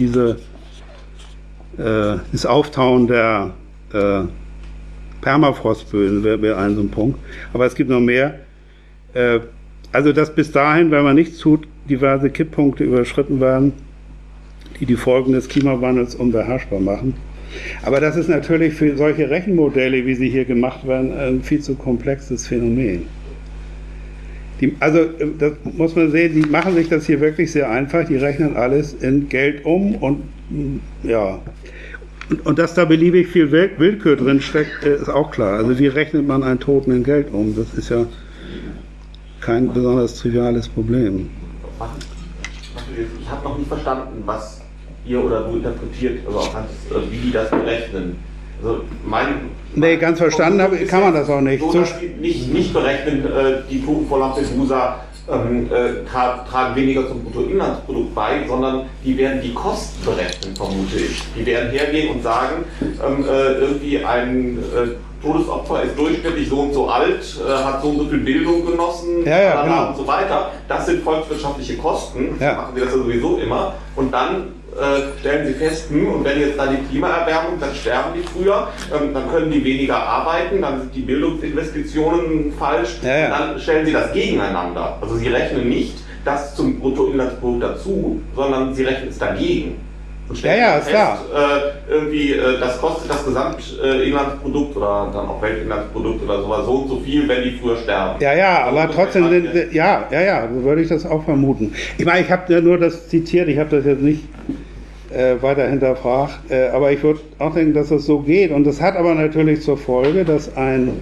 das Auftauen der Permafrostböden wäre ein so ein Punkt. Aber es gibt noch mehr. Also dass bis dahin, wenn man nichts tut, diverse Kipppunkte überschritten werden, die Folgen des Klimawandels unbeherrschbar machen. Aber das ist natürlich für solche Rechenmodelle, wie sie hier gemacht werden, ein viel zu komplexes Phänomen. Also das muss man sehen, die machen sich das hier wirklich sehr einfach, die rechnen alles in Geld um und ja. Und dass da beliebig viel Willkür drin steckt, ist auch klar. Also wie rechnet man einen Toten in Geld um? Das ist ja kein besonders triviales Problem. Ich habe noch nicht verstanden, was ihr oder du interpretiert, also wie die das berechnen. Also nee, ganz verstanden kann man das auch nicht. So, dass die nicht berechnen, die Toten vor Lampedusa tragen weniger zum Bruttoinlandsprodukt bei, sondern die werden die Kosten berechnen, vermute ich. Die werden hergehen und sagen, irgendwie ein Todesopfer ist durchschnittlich so und so alt, hat so und so viel Bildung genossen, genau. Und so weiter. Das sind volkswirtschaftliche Kosten, machen sie das ja sowieso immer. Und dann stellen sie fest, und wenn jetzt da die Klimaerwärmung, dann sterben die früher, dann können die weniger arbeiten, dann sind die Bildungsinvestitionen falsch, und dann stellen sie das gegeneinander. Also sie rechnen nicht das zum Bruttoinlandsprodukt dazu, sondern sie rechnen es dagegen. Und stellen ist klar. Irgendwie, das kostet das Gesamtinlandsprodukt oder dann auch Weltinlandsprodukt oder sowas so und so viel, wenn die früher sterben. Aber trotzdem, so würde ich das auch vermuten. Ich meine, ich habe ja nur das zitiert, ich habe das jetzt nicht weiter hinterfragt, aber ich würde auch denken, dass das so geht. Und das hat aber natürlich zur Folge, dass ein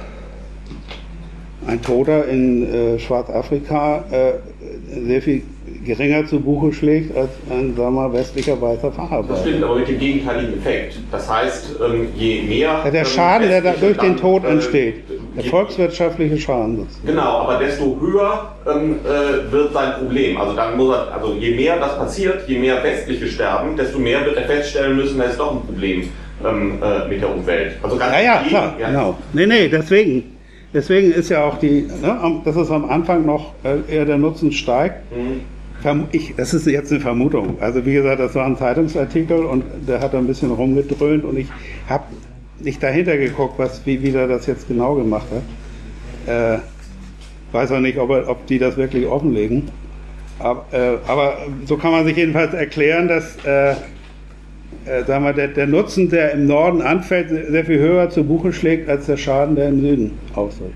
Toter in Schwarzafrika sehr viel geringer zu Buche schlägt als ein, sagen wir mal, westlicher weißer Facharbeiter. Das stimmt, aber mit dem gegenteiligen Effekt. Das heißt, je mehr... Ja, der Schaden, der da durch den Tod entsteht, der volkswirtschaftliche Schaden. Genau, aber desto höher wird sein Problem. Also dann muss er, also je mehr das passiert, je mehr Westliche sterben, desto mehr wird er feststellen müssen, da ist doch ein Problem mit der Umwelt. Also ganz klar, genau. Nee, deswegen ist ja auch dass es am Anfang noch eher der Nutzen steigt. Das ist jetzt eine Vermutung. Also wie gesagt, das war ein Zeitungsartikel und der hat da ein bisschen rumgedröhnt und ich habe nicht dahinter geguckt, wie der das jetzt genau gemacht hat. Weiß auch nicht, ob die das wirklich offenlegen. Aber so kann man sich jedenfalls erklären, dass sagen wir, der Nutzen, der im Norden anfällt, sehr viel höher zu Buche schlägt, als der Schaden, der im Süden ausfällt.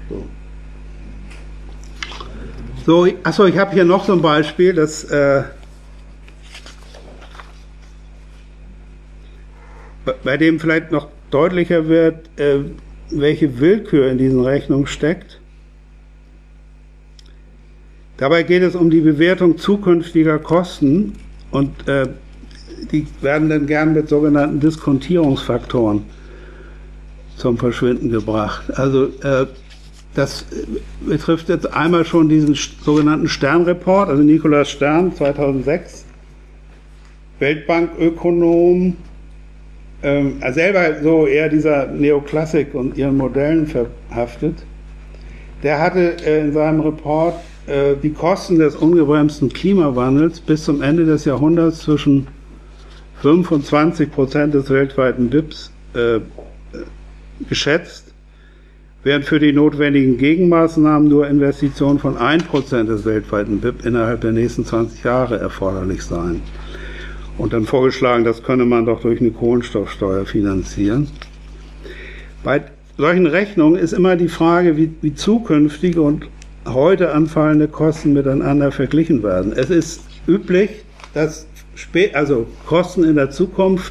So, achso, ich habe hier noch so ein Beispiel, das bei dem vielleicht noch deutlicher wird, welche Willkür in diesen Rechnungen steckt. Dabei geht es um die Bewertung zukünftiger Kosten und die werden dann gern mit sogenannten Diskontierungsfaktoren zum Verschwinden gebracht. Also das betrifft jetzt einmal schon diesen sogenannten Stern-Report, also Nikolaus Stern 2006, Weltbankökonom, selber so eher dieser Neoklassik und ihren Modellen verhaftet. Der hatte in seinem Report die Kosten des ungebremsten Klimawandels bis zum Ende des Jahrhunderts zwischen 25% des weltweiten BIPs geschätzt, während für die notwendigen Gegenmaßnahmen nur Investitionen von 1% des weltweiten BIP innerhalb der nächsten 20 Jahre erforderlich seien. Und dann vorgeschlagen, das könne man doch durch eine Kohlenstoffsteuer finanzieren. Bei solchen Rechnungen ist immer die Frage, wie zukünftige und heute anfallende Kosten miteinander verglichen werden. Es ist üblich, dass Kosten in der Zukunft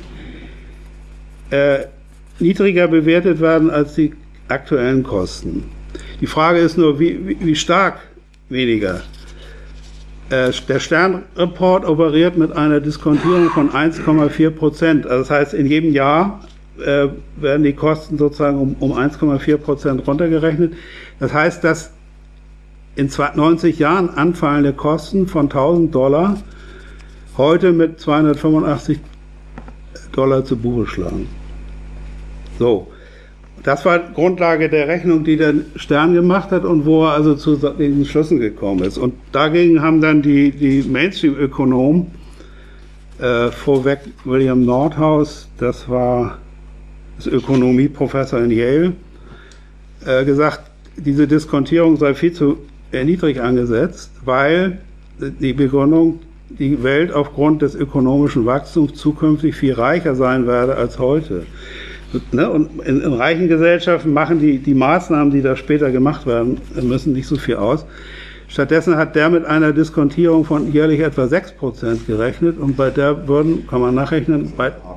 niedriger bewertet werden als die aktuellen Kosten. Die Frage ist nur, wie stark weniger. Der Stern-Report operiert mit einer Diskontierung von 1,4%. Also das heißt, in jedem Jahr werden die Kosten sozusagen um 1,4% runtergerechnet. Das heißt, dass in 90 Jahren anfallende Kosten von $1.000 heute mit $285 zu Buche schlagen. So, das war Grundlage der Rechnung, die der Stern gemacht hat und wo er also zu diesen Schlüssen gekommen ist. Und dagegen haben dann die Mainstream-Ökonomen, vorweg William Nordhaus, das war das Ökonomieprofessor in Yale, gesagt, diese Diskontierung sei viel zu niedrig angesetzt, weil die Begründung, die Welt aufgrund des ökonomischen Wachstums zukünftig viel reicher sein werde als heute. Und in reichen Gesellschaften machen die Maßnahmen, die da später gemacht werden, müssen nicht so viel aus. Stattdessen hat der mit einer Diskontierung von jährlich etwa 6% gerechnet und bei der kann man nachrechnen,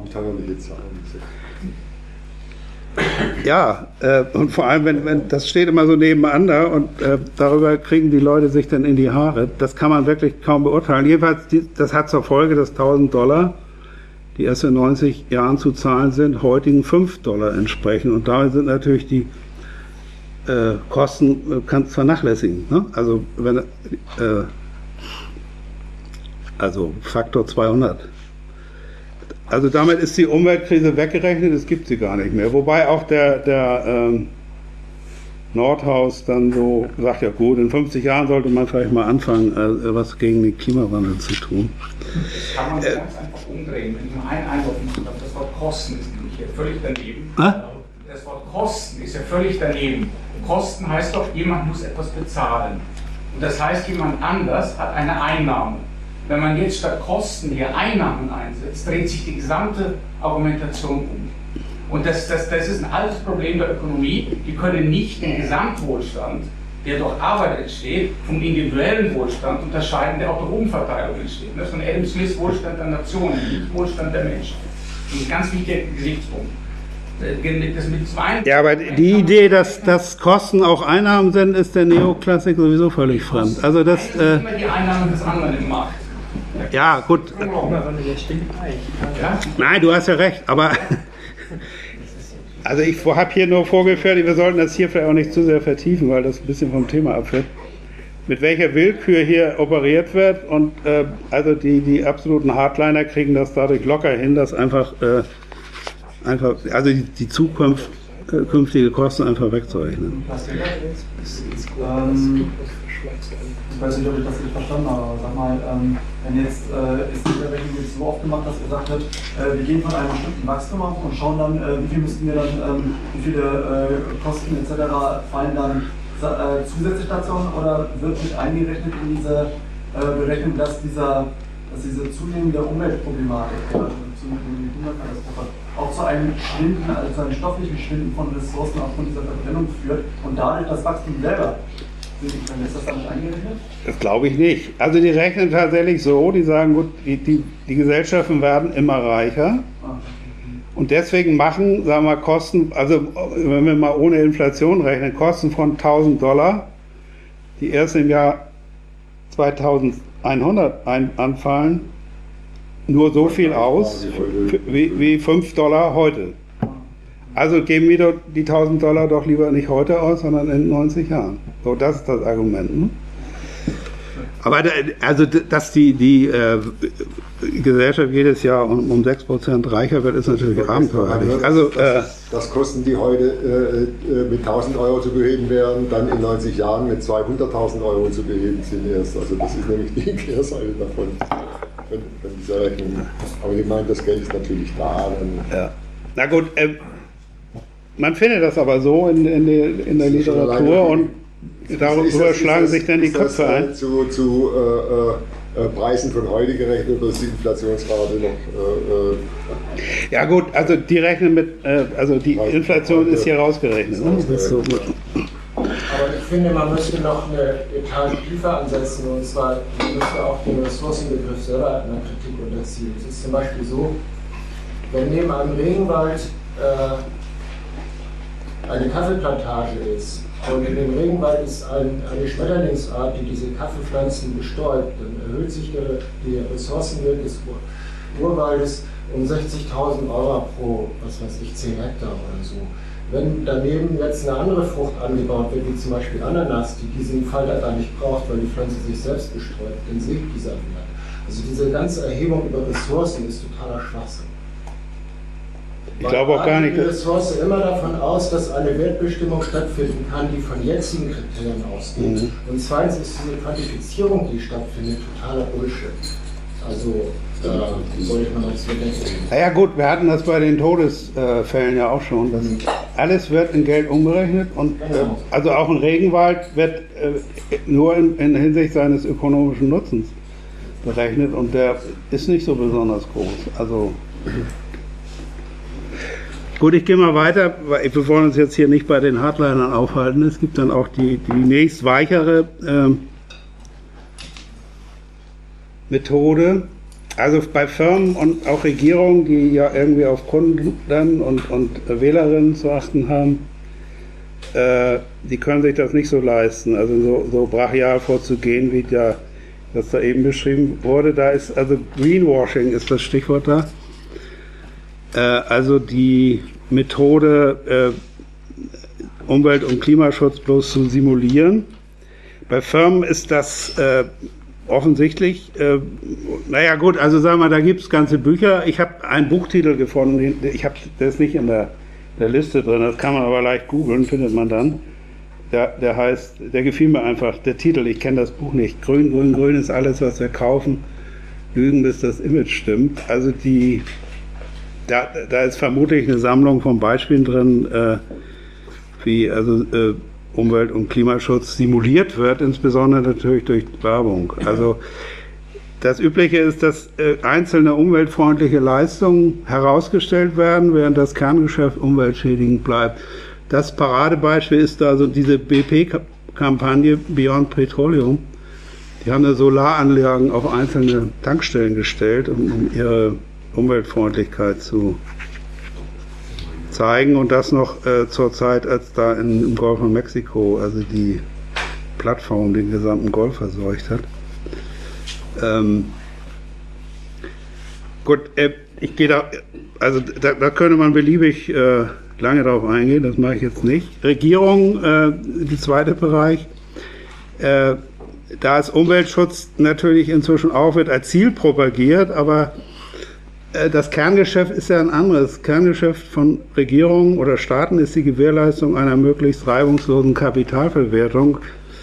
ja, und vor allem, wenn das steht immer so nebeneinander und darüber kriegen die Leute sich dann in die Haare. Das kann man wirklich kaum beurteilen. Jedenfalls, das hat zur Folge, dass $1.000, die erst in 90 Jahren zu zahlen sind, heutigen $5 entsprechen. Und damit sind natürlich die Kosten, kannst vernachlässigen. Ne? Also Faktor 200. Also damit ist die Umweltkrise weggerechnet, es gibt sie gar nicht mehr. Wobei auch der Nordhaus dann so sagt, ja gut, in 50 Jahren sollte man vielleicht mal anfangen, was gegen den Klimawandel zu tun. Kann man das ganz einfach umdrehen, wenn ich mal einen Einwurf mache. Das Wort Kosten ist nämlich hier völlig daneben. Das Wort Kosten ist ja völlig daneben. Kosten heißt doch, jemand muss etwas bezahlen. Und das heißt, jemand anders hat eine Einnahme. Wenn man jetzt statt Kosten hier Einnahmen einsetzt, dreht sich die gesamte Argumentation um. Und das ist ein altes Problem der Ökonomie. Die können nicht den Gesamtwohlstand, der durch Arbeit entsteht, vom individuellen Wohlstand unterscheiden, der auch durch Umverteilung entsteht. Das ist von Adam Smith Wohlstand der Nationen, nicht Wohlstand der Menschen. Das ist ein ganz wichtiger Gesichtspunkt. Ja, aber die Idee, dass Kosten auch Einnahmen sind, ist der Neoklassik sowieso völlig fremd. Also das immer die Einnahmen des anderen im Markt. Ja, gut. Nein, du hast ja recht, aber also ich habe hier nur vorgeführt, wir sollten das hier vielleicht auch nicht zu sehr vertiefen, weil das ein bisschen vom Thema abfällt. Mit welcher Willkür hier operiert wird und also die absoluten Hardliner kriegen das dadurch locker hin, dass einfach also die künftige Kosten einfach wegzurechnen. Ich weiß nicht, ob ich das nicht verstanden habe, aber sag mal, wenn jetzt ist die Rechnung so oft gemacht, dass gesagt wird, wir gehen von einem bestimmten Wachstum auf und schauen dann, wie viel müssten wir dann, wie viele Kosten etc. fallen dann zusätzlich dazu, oder wird mit eingerechnet in diese Berechnung, dass diese zunehmende Umweltproblematik, zunehmende Klimakatastrophe, auch zu einem Schwinden, also zu einem stofflichen Schwinden von Ressourcen aufgrund dieser Verbrennung führt und dadurch das Wachstum selber. Ist das damit eingerechnet? Das glaube ich nicht. Also die rechnen tatsächlich so, die sagen, gut, die Gesellschaften werden immer reicher und deswegen machen, sagen wir mal, Kosten, also wenn wir mal ohne Inflation rechnen, Kosten von $1.000, die erst im Jahr 2100 anfallen, nur so viel aus wie $5 heute. Also geben wir die $1.000 doch lieber nicht heute aus, sondern in 90 Jahren. So, das ist das Argument. Ne? Aber also, dass die Gesellschaft jedes Jahr um 6% reicher wird, ist natürlich abenteuerlich. Also, dass Kosten, die heute mit 1.000 Euro zu beheben wären, dann in 90 Jahren mit 200.000 Euro zu beheben sind erst. Also das ist nämlich die Kehrseite davon, von dieser Rechnung. Aber ich meine, das Geld ist natürlich da. Ja. Na gut, man findet das aber so in der Literatur und darüber schlagen sich dann die Köpfe ein. Zu Preisen von heute gerechnet oder ist die Inflationsrate noch? Ja gut, also die rechnen mit, also die Inflation ist hier rausgerechnet. Ne? So. Aber ich finde, man müsste noch eine Etage tiefer ansetzen, und zwar müsste auch den Ressourcenbegriff selber einer Kritik unterziehen. Es ist zum Beispiel so, wenn neben einem Regenwald eine Kaffeeplantage ist und in dem Regenwald ist eine Schmetterlingsart, die diese Kaffeepflanzen bestäubt, dann erhöht sich der Ressourcenwert des Urwaldes um 60.000 Euro pro, was weiß ich, 10 Hektar oder so. Wenn daneben jetzt eine andere Frucht angebaut wird, wie zum Beispiel Ananas, die diesen Falter gar nicht braucht, weil die Pflanze sich selbst bestäubt, dann sinkt dieser Wert. Also diese ganze Erhebung über Ressourcen ist totaler Schwachsinn. Ich glaube auch gar nicht. Die Ressource immer davon aus, dass eine Wertbestimmung stattfinden kann, die von jetzigen Kriterien ausgeht. Und zweitens ist diese Quantifizierung, die stattfindet, totaler Bullshit. Also da sollte man uns bedenken. Ja gut, wir hatten das bei den Todesfällen ja auch schon. Dass alles wird in Geld umgerechnet und also auch ein Regenwald wird nur in Hinsicht seines ökonomischen Nutzens berechnet und der ist nicht so besonders groß. Also gut, ich gehe mal weiter, weil wir wollen uns jetzt hier nicht bei den Hardlinern aufhalten. Es gibt dann auch die nächst weichere Methode. Also bei Firmen und auch Regierungen, die ja irgendwie auf Kunden und Wählerinnen zu achten haben, die können sich das nicht so leisten, also so brachial vorzugehen, wie das da eben beschrieben wurde. Da ist also Greenwashing ist das Stichwort da. Also die Methode, Umwelt- und Klimaschutz bloß zu simulieren. Bei Firmen ist das offensichtlich, naja gut, also sagen wir, da gibt es ganze Bücher. Ich habe einen Buchtitel gefunden, der ist nicht in der Liste drin, das kann man aber leicht googeln, findet man dann. Der heißt, der gefiel mir einfach, der Titel, ich kenne das Buch nicht. Grün, grün, grün ist alles, was wir kaufen. Lügen, bis das Image stimmt. Also da ist vermutlich eine Sammlung von Beispielen drin, wie Umwelt- und Klimaschutz simuliert wird, insbesondere natürlich durch Werbung. Also das Übliche ist, dass einzelne umweltfreundliche Leistungen herausgestellt werden, während das Kerngeschäft umweltschädigend bleibt. Das Paradebeispiel ist also diese BP-Kampagne Beyond Petroleum. Die haben eine Solaranlagen auf einzelne Tankstellen gestellt, um ihre Umweltfreundlichkeit zu zeigen, und das noch zur Zeit, als da im Golf von Mexiko, also die Plattform den gesamten Golf verseucht hat. Gut, ich gehe da könnte man beliebig lange darauf eingehen, das mache ich jetzt nicht. Regierung, der zweite Bereich, da ist Umweltschutz natürlich inzwischen auch wird als Ziel propagiert, aber das Kerngeschäft ist ja ein anderes. Das Kerngeschäft von Regierungen oder Staaten ist die Gewährleistung einer möglichst reibungslosen Kapitalverwertung,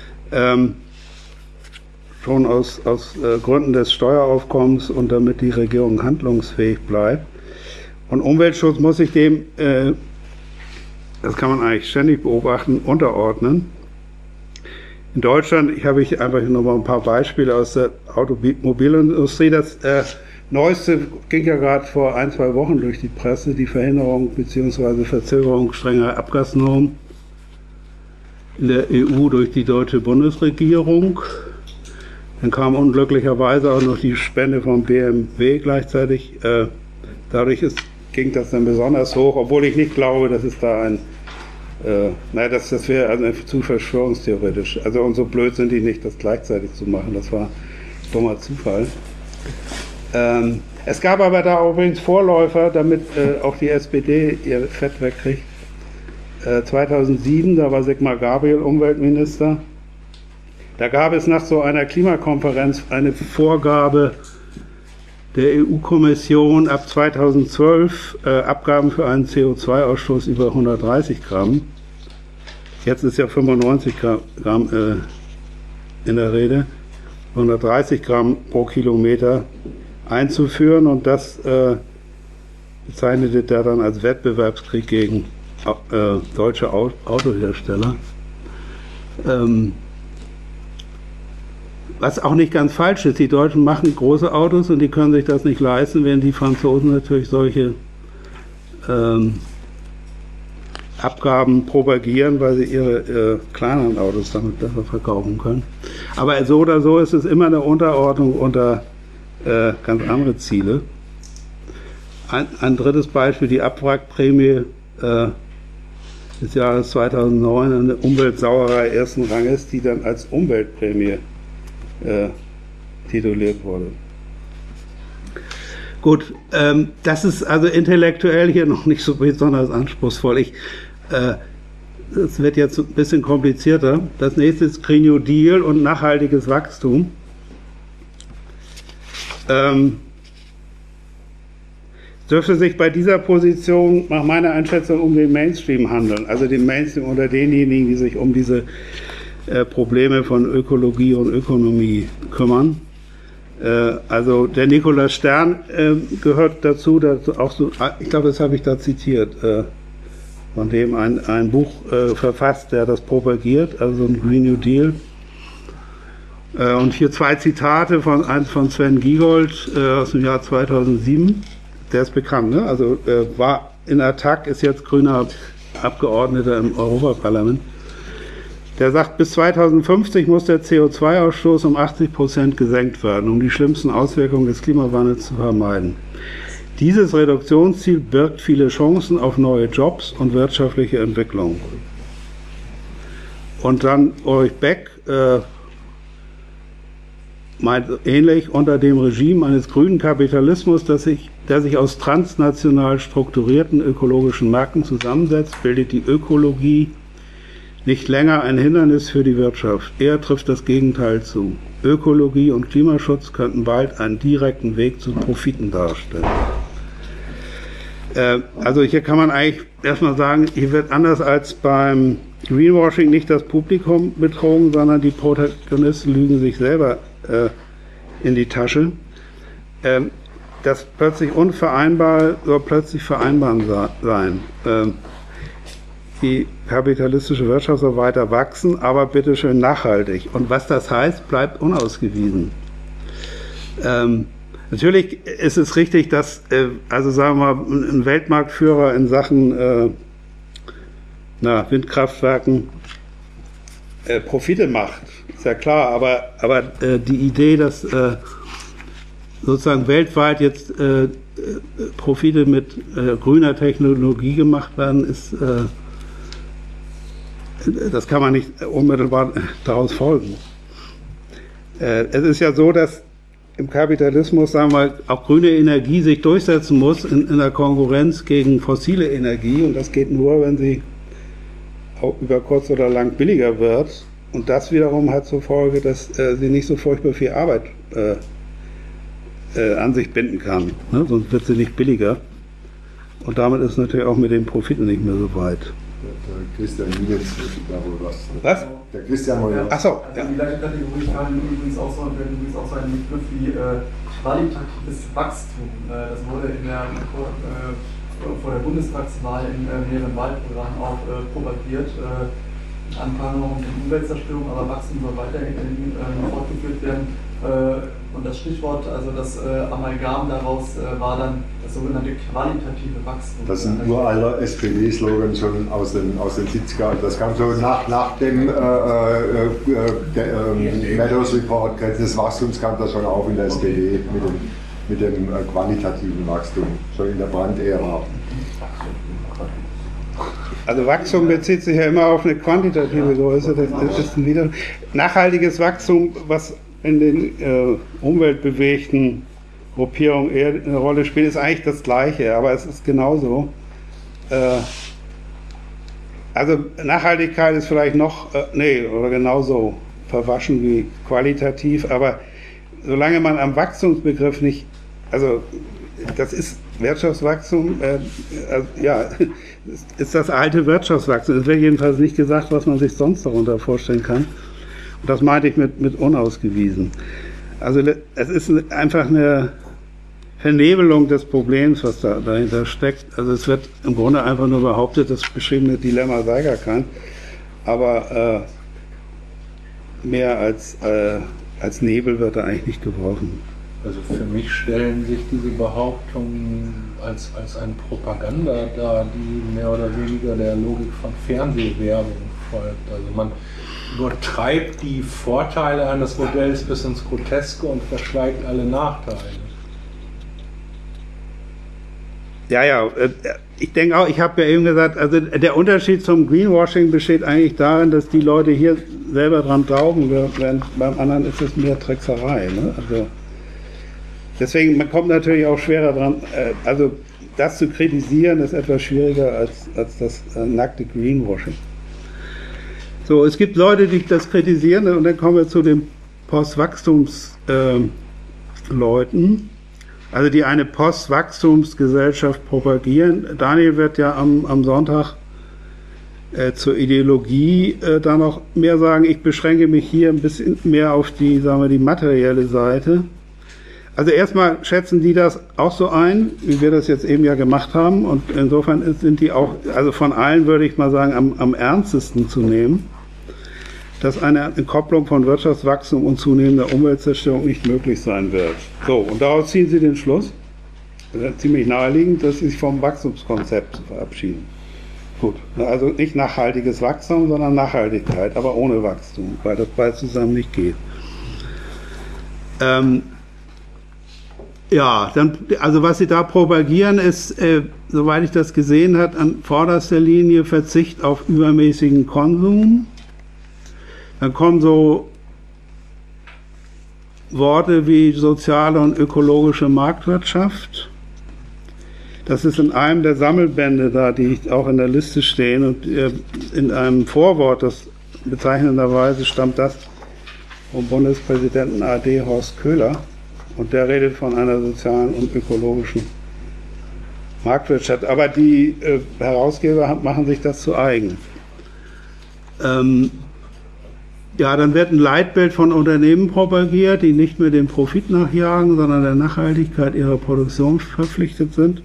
schon aus Gründen des Steueraufkommens und damit die Regierung handlungsfähig bleibt. Und Umweltschutz muss sich dem, das kann man eigentlich ständig beobachten, unterordnen. In Deutschland habe ich einfach nur mal ein paar Beispiele aus der Automobilindustrie. Das Neueste ging ja gerade vor 1-2 Wochen durch die Presse, die Verhinderung bzw. Verzögerung strenger Abgasnormen in der EU durch die deutsche Bundesregierung. Dann kam unglücklicherweise auch noch die Spende von BMW gleichzeitig. Dadurch ging das dann besonders hoch, obwohl ich nicht glaube, dass es da das wäre also zu verschwörungstheoretisch. Also und so blöd sind die nicht, das gleichzeitig zu machen. Das war dummer Zufall. Es gab aber da übrigens Vorläufer, damit auch die SPD ihr Fett wegkriegt. 2007, da war Sigmar Gabriel Umweltminister. Da gab es nach so einer Klimakonferenz eine Vorgabe der EU-Kommission ab 2012 Abgaben für einen CO2-Ausstoß über 130 Gramm. Jetzt ist ja 95 Gramm in der Rede, 130 Gramm pro Kilometer einzuführen, und das bezeichnete er dann als Wettbewerbskrieg gegen deutsche Autohersteller. Was auch nicht ganz falsch ist, die Deutschen machen große Autos und die können sich das nicht leisten, während die Franzosen natürlich solche Abgaben propagieren, weil sie ihre kleineren Autos damit besser verkaufen können. Aber so oder so ist es immer eine Unterordnung unter ganz andere Ziele. Ein drittes Beispiel, die Abwrackprämie des Jahres 2009, eine Umweltsauerei ersten Ranges, die dann als Umweltprämie tituliert wurde. Gut, das ist also intellektuell hier noch nicht so besonders anspruchsvoll. Es wird jetzt ein bisschen komplizierter. Das nächste ist Green New Deal und nachhaltiges Wachstum. Dürfte sich bei dieser Position nach meiner Einschätzung um den Mainstream handeln, also den Mainstream unter denjenigen, die sich um diese Probleme von Ökologie und Ökonomie kümmern. Also der Nikolaus Stern gehört dazu auch so, ich glaube, das habe ich da zitiert, von dem ein Buch verfasst, der das propagiert, also ein Green New Deal. Und hier 2 Zitate, eins von Sven Giegold aus dem Jahr 2007, der ist bekannt, ne? Also war in Attac, ist jetzt grüner Abgeordneter im Europaparlament. Der sagt, bis 2050 muss der CO2-Ausstoß um 80% gesenkt werden, um die schlimmsten Auswirkungen des Klimawandels zu vermeiden. Dieses Reduktionsziel birgt viele Chancen auf neue Jobs und wirtschaftliche Entwicklung. Und dann Ulrich Beck meint ähnlich, unter dem Regime eines grünen Kapitalismus, der sich aus transnational strukturierten ökologischen Märkten zusammensetzt, bildet die Ökologie nicht länger ein Hindernis für die Wirtschaft. Eher trifft das Gegenteil zu. Ökologie und Klimaschutz könnten bald einen direkten Weg zu Profiten darstellen. Also hier kann man eigentlich erstmal sagen, hier wird anders als beim Greenwashing nicht das Publikum betrogen, sondern die Protagonisten lügen sich selber in die Tasche. Das plötzlich unvereinbar soll plötzlich vereinbar sein. Die kapitalistische Wirtschaft soll weiter wachsen, aber bitteschön nachhaltig. Und was das heißt, bleibt unausgewiesen. Natürlich ist es richtig, dass, also sagen wir mal, ein Weltmarktführer in Sachen Windkraftwerken Profite macht, ist ja klar. Aber die Idee, dass sozusagen weltweit jetzt Profite mit grüner Technologie gemacht werden, ist das kann man nicht unmittelbar daraus folgen. Es ist ja so, dass im Kapitalismus, sagen wir mal, auch grüne Energie sich durchsetzen muss in der Konkurrenz gegen fossile Energie. Und das geht nur, wenn sie auch über kurz oder lang billiger wird. Und das wiederum hat zur Folge, dass sie nicht so furchtbar viel Arbeit an sich binden kann. Ne? Sonst wird sie nicht billiger. Und damit ist es natürlich auch mit den Profiten nicht mehr so weit. Der Christian Wienitz da wohl was. Was? Der Christian wollte was. Achso. Also die gleiche Kategorie kann übrigens auch so ein Begriff wie qualitatives Wachstum. Das wurde vor der Bundestagswahl in mehreren Wahlprogrammen auch propagiert. Anprangung und Umweltzerstörung, aber Wachstum soll weiterhin fortgeführt werden. Und das Stichwort, also das Amalgam daraus war dann das sogenannte qualitative Wachstum. Das ist ein uralter SPD-Slogan schon aus den 70er. Das kam so nach dem Meadows Report, Grenzen des Wachstums, kam das schon auf in der SPD mit dem qualitativen Wachstum, schon in der Brandt-Ära. Also Wachstum bezieht sich ja immer auf eine quantitative Größe. Das ist wieder nachhaltiges Wachstum, was in den umweltbewegten Gruppierungen eher eine Rolle spielt, ist eigentlich das Gleiche, aber es ist genauso. Also Nachhaltigkeit ist vielleicht noch, oder genauso verwaschen wie qualitativ, aber solange man am Wachstumsbegriff nicht, also das ist Wirtschaftswachstum, ist das alte Wirtschaftswachstum. Es wird jedenfalls nicht gesagt, was man sich sonst darunter vorstellen kann. Und das meinte ich mit unausgewiesen. Also es ist einfach eine Vernebelung des Problems, was dahinter steckt. Also es wird im Grunde einfach nur behauptet, das beschriebene Dilemma sei gar kein. Aber mehr als Nebel wird da eigentlich nicht geworfen. Also für mich stellen sich diese Behauptungen als eine Propaganda dar, die mehr oder weniger der Logik von Fernsehwerbung folgt. Also man übertreibt die Vorteile eines Modells bis ins Groteske und verschweigt alle Nachteile. Ja, ich denke auch, ich habe ja eben gesagt, also der Unterschied zum Greenwashing besteht eigentlich darin, dass die Leute hier selber dran glauben, während beim anderen ist es mehr Trickserei. Ne? Also deswegen, man kommt natürlich auch schwerer dran, also das zu kritisieren ist etwas schwieriger als das nackte Greenwashing. So, es gibt Leute, die das kritisieren und dann kommen wir zu den Postwachstumsleuten, also die eine Postwachstumsgesellschaft propagieren. Daniel wird ja am Sonntag zur Ideologie da noch mehr sagen. Ich beschränke mich hier ein bisschen mehr auf die, sagen wir, die materielle Seite. Also erstmal schätzen die das auch so ein, wie wir das jetzt eben ja gemacht haben. Und insofern sind die auch, also von allen würde ich mal sagen, am ernstesten zu nehmen, dass eine Entkopplung von Wirtschaftswachstum und zunehmender Umweltzerstörung nicht möglich sein wird. So, und daraus ziehen sie den Schluss, ziemlich naheliegend, dass sie sich vom Wachstumskonzept verabschieden. Gut, also nicht nachhaltiges Wachstum, sondern Nachhaltigkeit, aber ohne Wachstum, weil das beides zusammen nicht geht. Ja, dann, also was sie da propagieren ist, soweit ich das gesehen habe, an vorderster Linie Verzicht auf übermäßigen Konsum. Dann kommen so Worte wie soziale und ökologische Marktwirtschaft. Das ist in einem der Sammelbände da, die auch in der Liste stehen, und in einem Vorwort, das bezeichnenderweise stammt das vom Bundespräsidenten AD Horst Köhler. Und der redet von einer sozialen und ökologischen Marktwirtschaft. Aber die Herausgeber machen sich das zu eigen. Ja, dann wird ein Leitbild von Unternehmen propagiert, die nicht mehr dem Profit nachjagen, sondern der Nachhaltigkeit ihrer Produktion verpflichtet sind.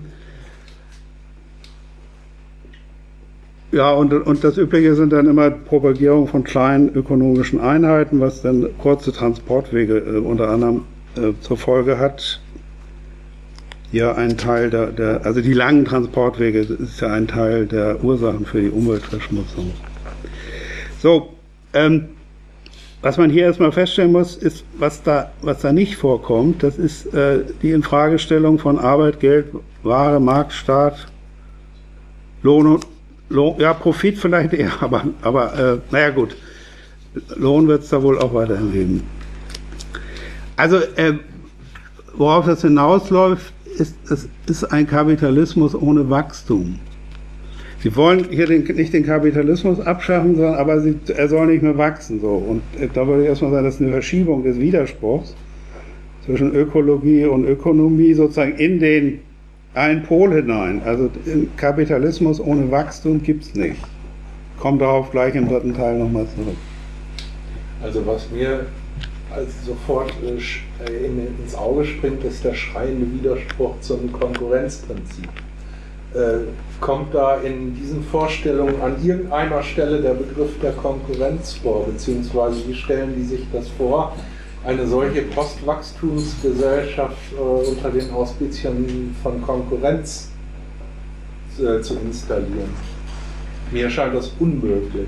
Ja, und das Übliche sind dann immer Propagierung von kleinen ökonomischen Einheiten, was dann kurze Transportwege unter anderem zur Folge hat. Ja, ein Teil also die langen Transportwege ist ja ein Teil der Ursachen für die Umweltverschmutzung. So, was man hier erstmal feststellen muss, ist, was da nicht vorkommt, das ist die Infragestellung von Arbeit, Geld, Ware, Markt, Staat, Lohn, ja, Profit vielleicht eher, aber naja gut, Lohn wird es da wohl auch weiterhin geben. Also, worauf das hinausläuft, es ist ein Kapitalismus ohne Wachstum. Sie wollen hier nicht den Kapitalismus abschaffen, sondern aber er soll nicht mehr wachsen. So. Und da würde ich erstmal sagen, das ist eine Verschiebung des Widerspruchs zwischen Ökologie und Ökonomie sozusagen in den einen Pol hinein. Also Kapitalismus ohne Wachstum gibt es nicht. Kommt darauf gleich im dritten Teil nochmal zurück. Also was mir sofort ins Auge springt, ist der schreiende Widerspruch zum Konkurrenzprinzip. Kommt da in diesen Vorstellungen an irgendeiner Stelle der Begriff der Konkurrenz vor, beziehungsweise wie stellen die sich das vor, eine solche Postwachstumsgesellschaft unter den Auspizien von Konkurrenz zu installieren? Mir scheint das unmöglich.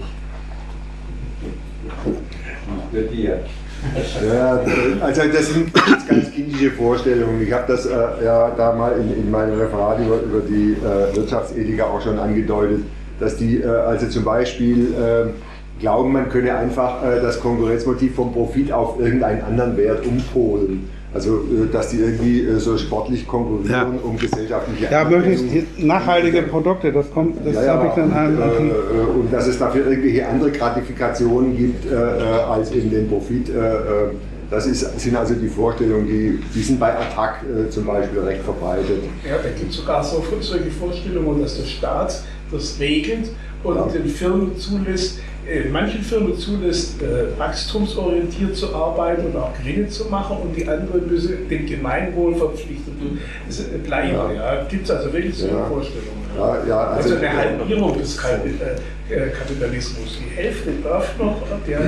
Ja, also das sind ganz kindische Vorstellungen. Ich habe das da mal in meinem Referat über die Wirtschaftsethiker auch schon angedeutet, dass die also zum Beispiel glauben, man könne einfach das Konkurrenzmotiv vom Profit auf irgendeinen anderen Wert umpolen. Also, dass die irgendwie so sportlich konkurrieren um gesellschaftliche möglichst nachhaltige Produkte, das habe ich dann und dass es dafür irgendwelche andere Gratifikationen gibt als in den Profit. Das sind also die Vorstellungen, die sind bei Attac zum Beispiel recht verbreitet. Ja, da gibt es sogar solche Vorstellungen, dass der Staat das regelt und den Firmen zulässt, manchen Firmen zulässt, wachstumsorientiert zu arbeiten und auch Gewinne zu machen, und die anderen müssen dem Gemeinwohl verpflichtet bleiben. Ja. Gibt es also wirklich so eine Vorstellung. Also eine Halbierung des Kapitalismus. Die Hälfte darf noch,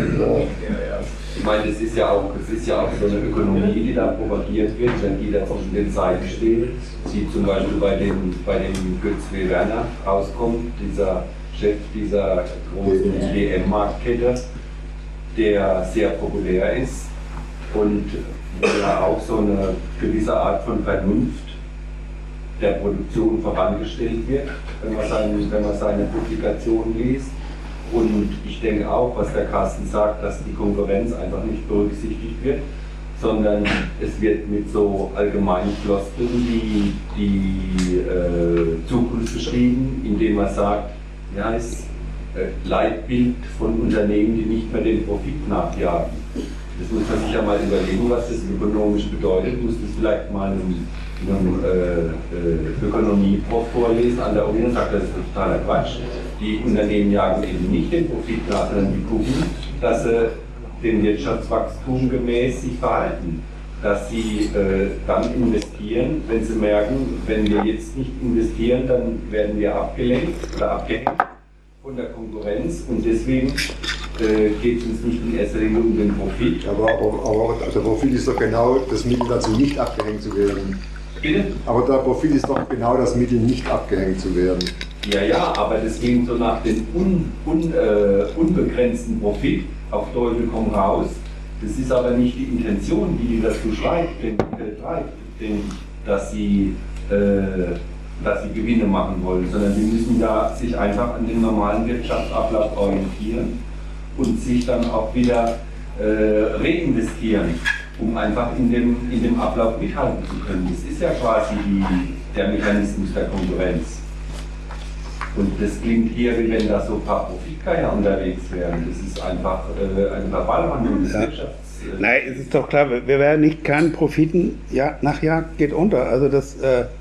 Ich meine, das ist ja auch so eine Ökonomie, die da propagiert wird, wenn die da zwischen den Seiten steht. Sie zum Beispiel bei dem Götz W. Werner rauskommt, dieser Chef dieser großen DM-Marktkette, der sehr populär ist und ja auch so eine gewisse Art von Vernunft der Produktion vorangestellt wird, wenn man seine Publikation liest. Und ich denke auch, was der Carsten sagt, dass die Konkurrenz einfach nicht berücksichtigt wird, sondern es wird mit so allgemeinen Floskeln die Zukunft beschrieben, indem man sagt, ja, es Leitbild von Unternehmen, die nicht mehr den Profit nachjagen. Das muss man sich ja mal überlegen, was das ökonomisch bedeutet. Muss das vielleicht mal einem Ökonomie-Prof vorlesen an der Uni und sagt, das ist totaler Quatsch. Die Unternehmen jagen eben nicht den Profit nach, sondern die gucken, dass sie dem Wirtschaftswachstum gemäß sich verhalten. Dass sie dann investieren, wenn sie merken, wenn wir jetzt nicht investieren, dann werden wir abgelenkt oder abgehängt von der Konkurrenz, und deswegen geht es uns nicht in erster Linie um den Profit. Aber der Profit ist doch genau das Mittel dazu, nicht abgehängt zu werden. Bitte? Aber der Profit ist doch genau das Mittel, nicht abgehängt zu werden. Ja, aber deswegen so nach dem unbegrenzten Profit auf Teufel komm raus. Das ist aber nicht die Intention, die dazu treibt, dass sie Gewinne machen wollen, sondern sie müssen da sich einfach an den normalen Wirtschaftsablauf orientieren und sich dann auch wieder reinvestieren, um einfach in dem Ablauf mithalten zu können. Das ist ja quasi der Mechanismus der Konkurrenz. Und das klingt hier, wie wenn da so ein paar Profitgeier unterwegs wären. Das ist einfach eine Verballerung des Wirtschafts. Nein, es ist doch klar, wir werden nicht keinen Profiten, nach Jagd geht unter. Also das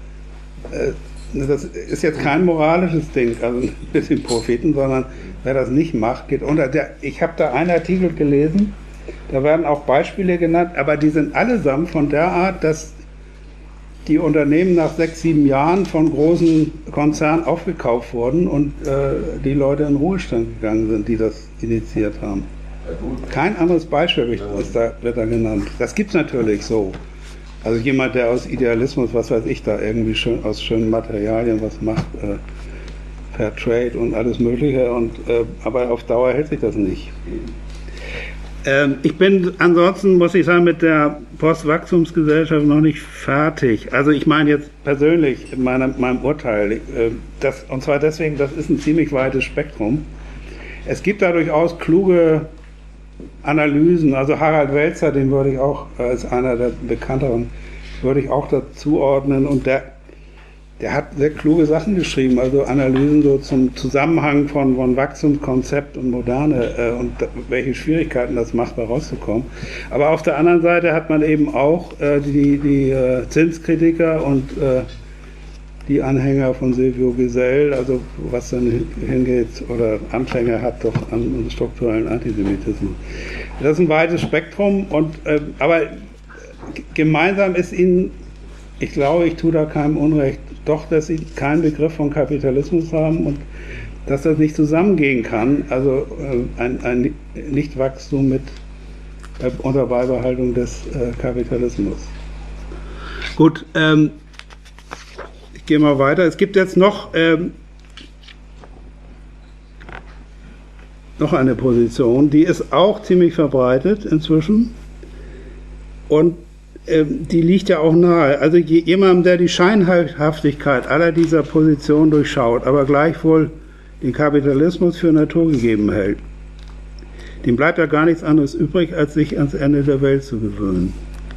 ist jetzt kein moralisches Ding, also mit den Profiten, sondern wer das nicht macht, geht unter. Ich habe da einen Artikel gelesen, da werden auch Beispiele genannt, aber die sind allesamt von der Art, dass die Unternehmen nach 6, 7 Jahren von großen Konzernen aufgekauft wurden und die Leute in den Ruhestand gegangen sind, die das initiiert haben. Kein anderes Beispiel wird da genannt. Das gibt es natürlich so. Also jemand, der aus Idealismus, was weiß ich, da irgendwie aus schönen Materialien was macht, Fair Trade und alles Mögliche, aber auf Dauer hält sich das nicht. Ich bin ansonsten, muss ich sagen, mit der Postwachstumsgesellschaft noch nicht fertig. Also ich meine jetzt persönlich in meinem Urteil, und zwar deswegen, das ist ein ziemlich weites Spektrum. Es gibt da durchaus kluge Analysen, also Harald Welzer, den würde ich auch als einer der bekannteren, würde ich auch dazu ordnen, und der hat sehr kluge Sachen geschrieben, also Analysen so zum Zusammenhang von Wachstumskonzept und Moderne und welche Schwierigkeiten das macht, da rauszukommen. Aber auf der anderen Seite hat man eben auch die Zinskritiker und die Anhänger von Silvio Gesell, also was dann hingeht oder Anklänge hat doch an strukturellen Antisemitismus. Das ist ein weites Spektrum, aber gemeinsam ist ihnen, ich glaube, ich tue da keinem Unrecht, doch, dass sie keinen Begriff von Kapitalismus haben und dass das nicht zusammengehen kann, also ein Nichtwachstum mit unter Beibehaltung des Kapitalismus. Gut, ich gehe mal weiter. Es gibt jetzt noch eine Position, die ist auch ziemlich verbreitet inzwischen und die liegt ja auch nahe. Also jemandem, der die Scheinhaftigkeit aller dieser Positionen durchschaut, aber gleichwohl den Kapitalismus für naturgegeben hält, dem bleibt ja gar nichts anderes übrig, als sich ans Ende der Welt zu gewöhnen.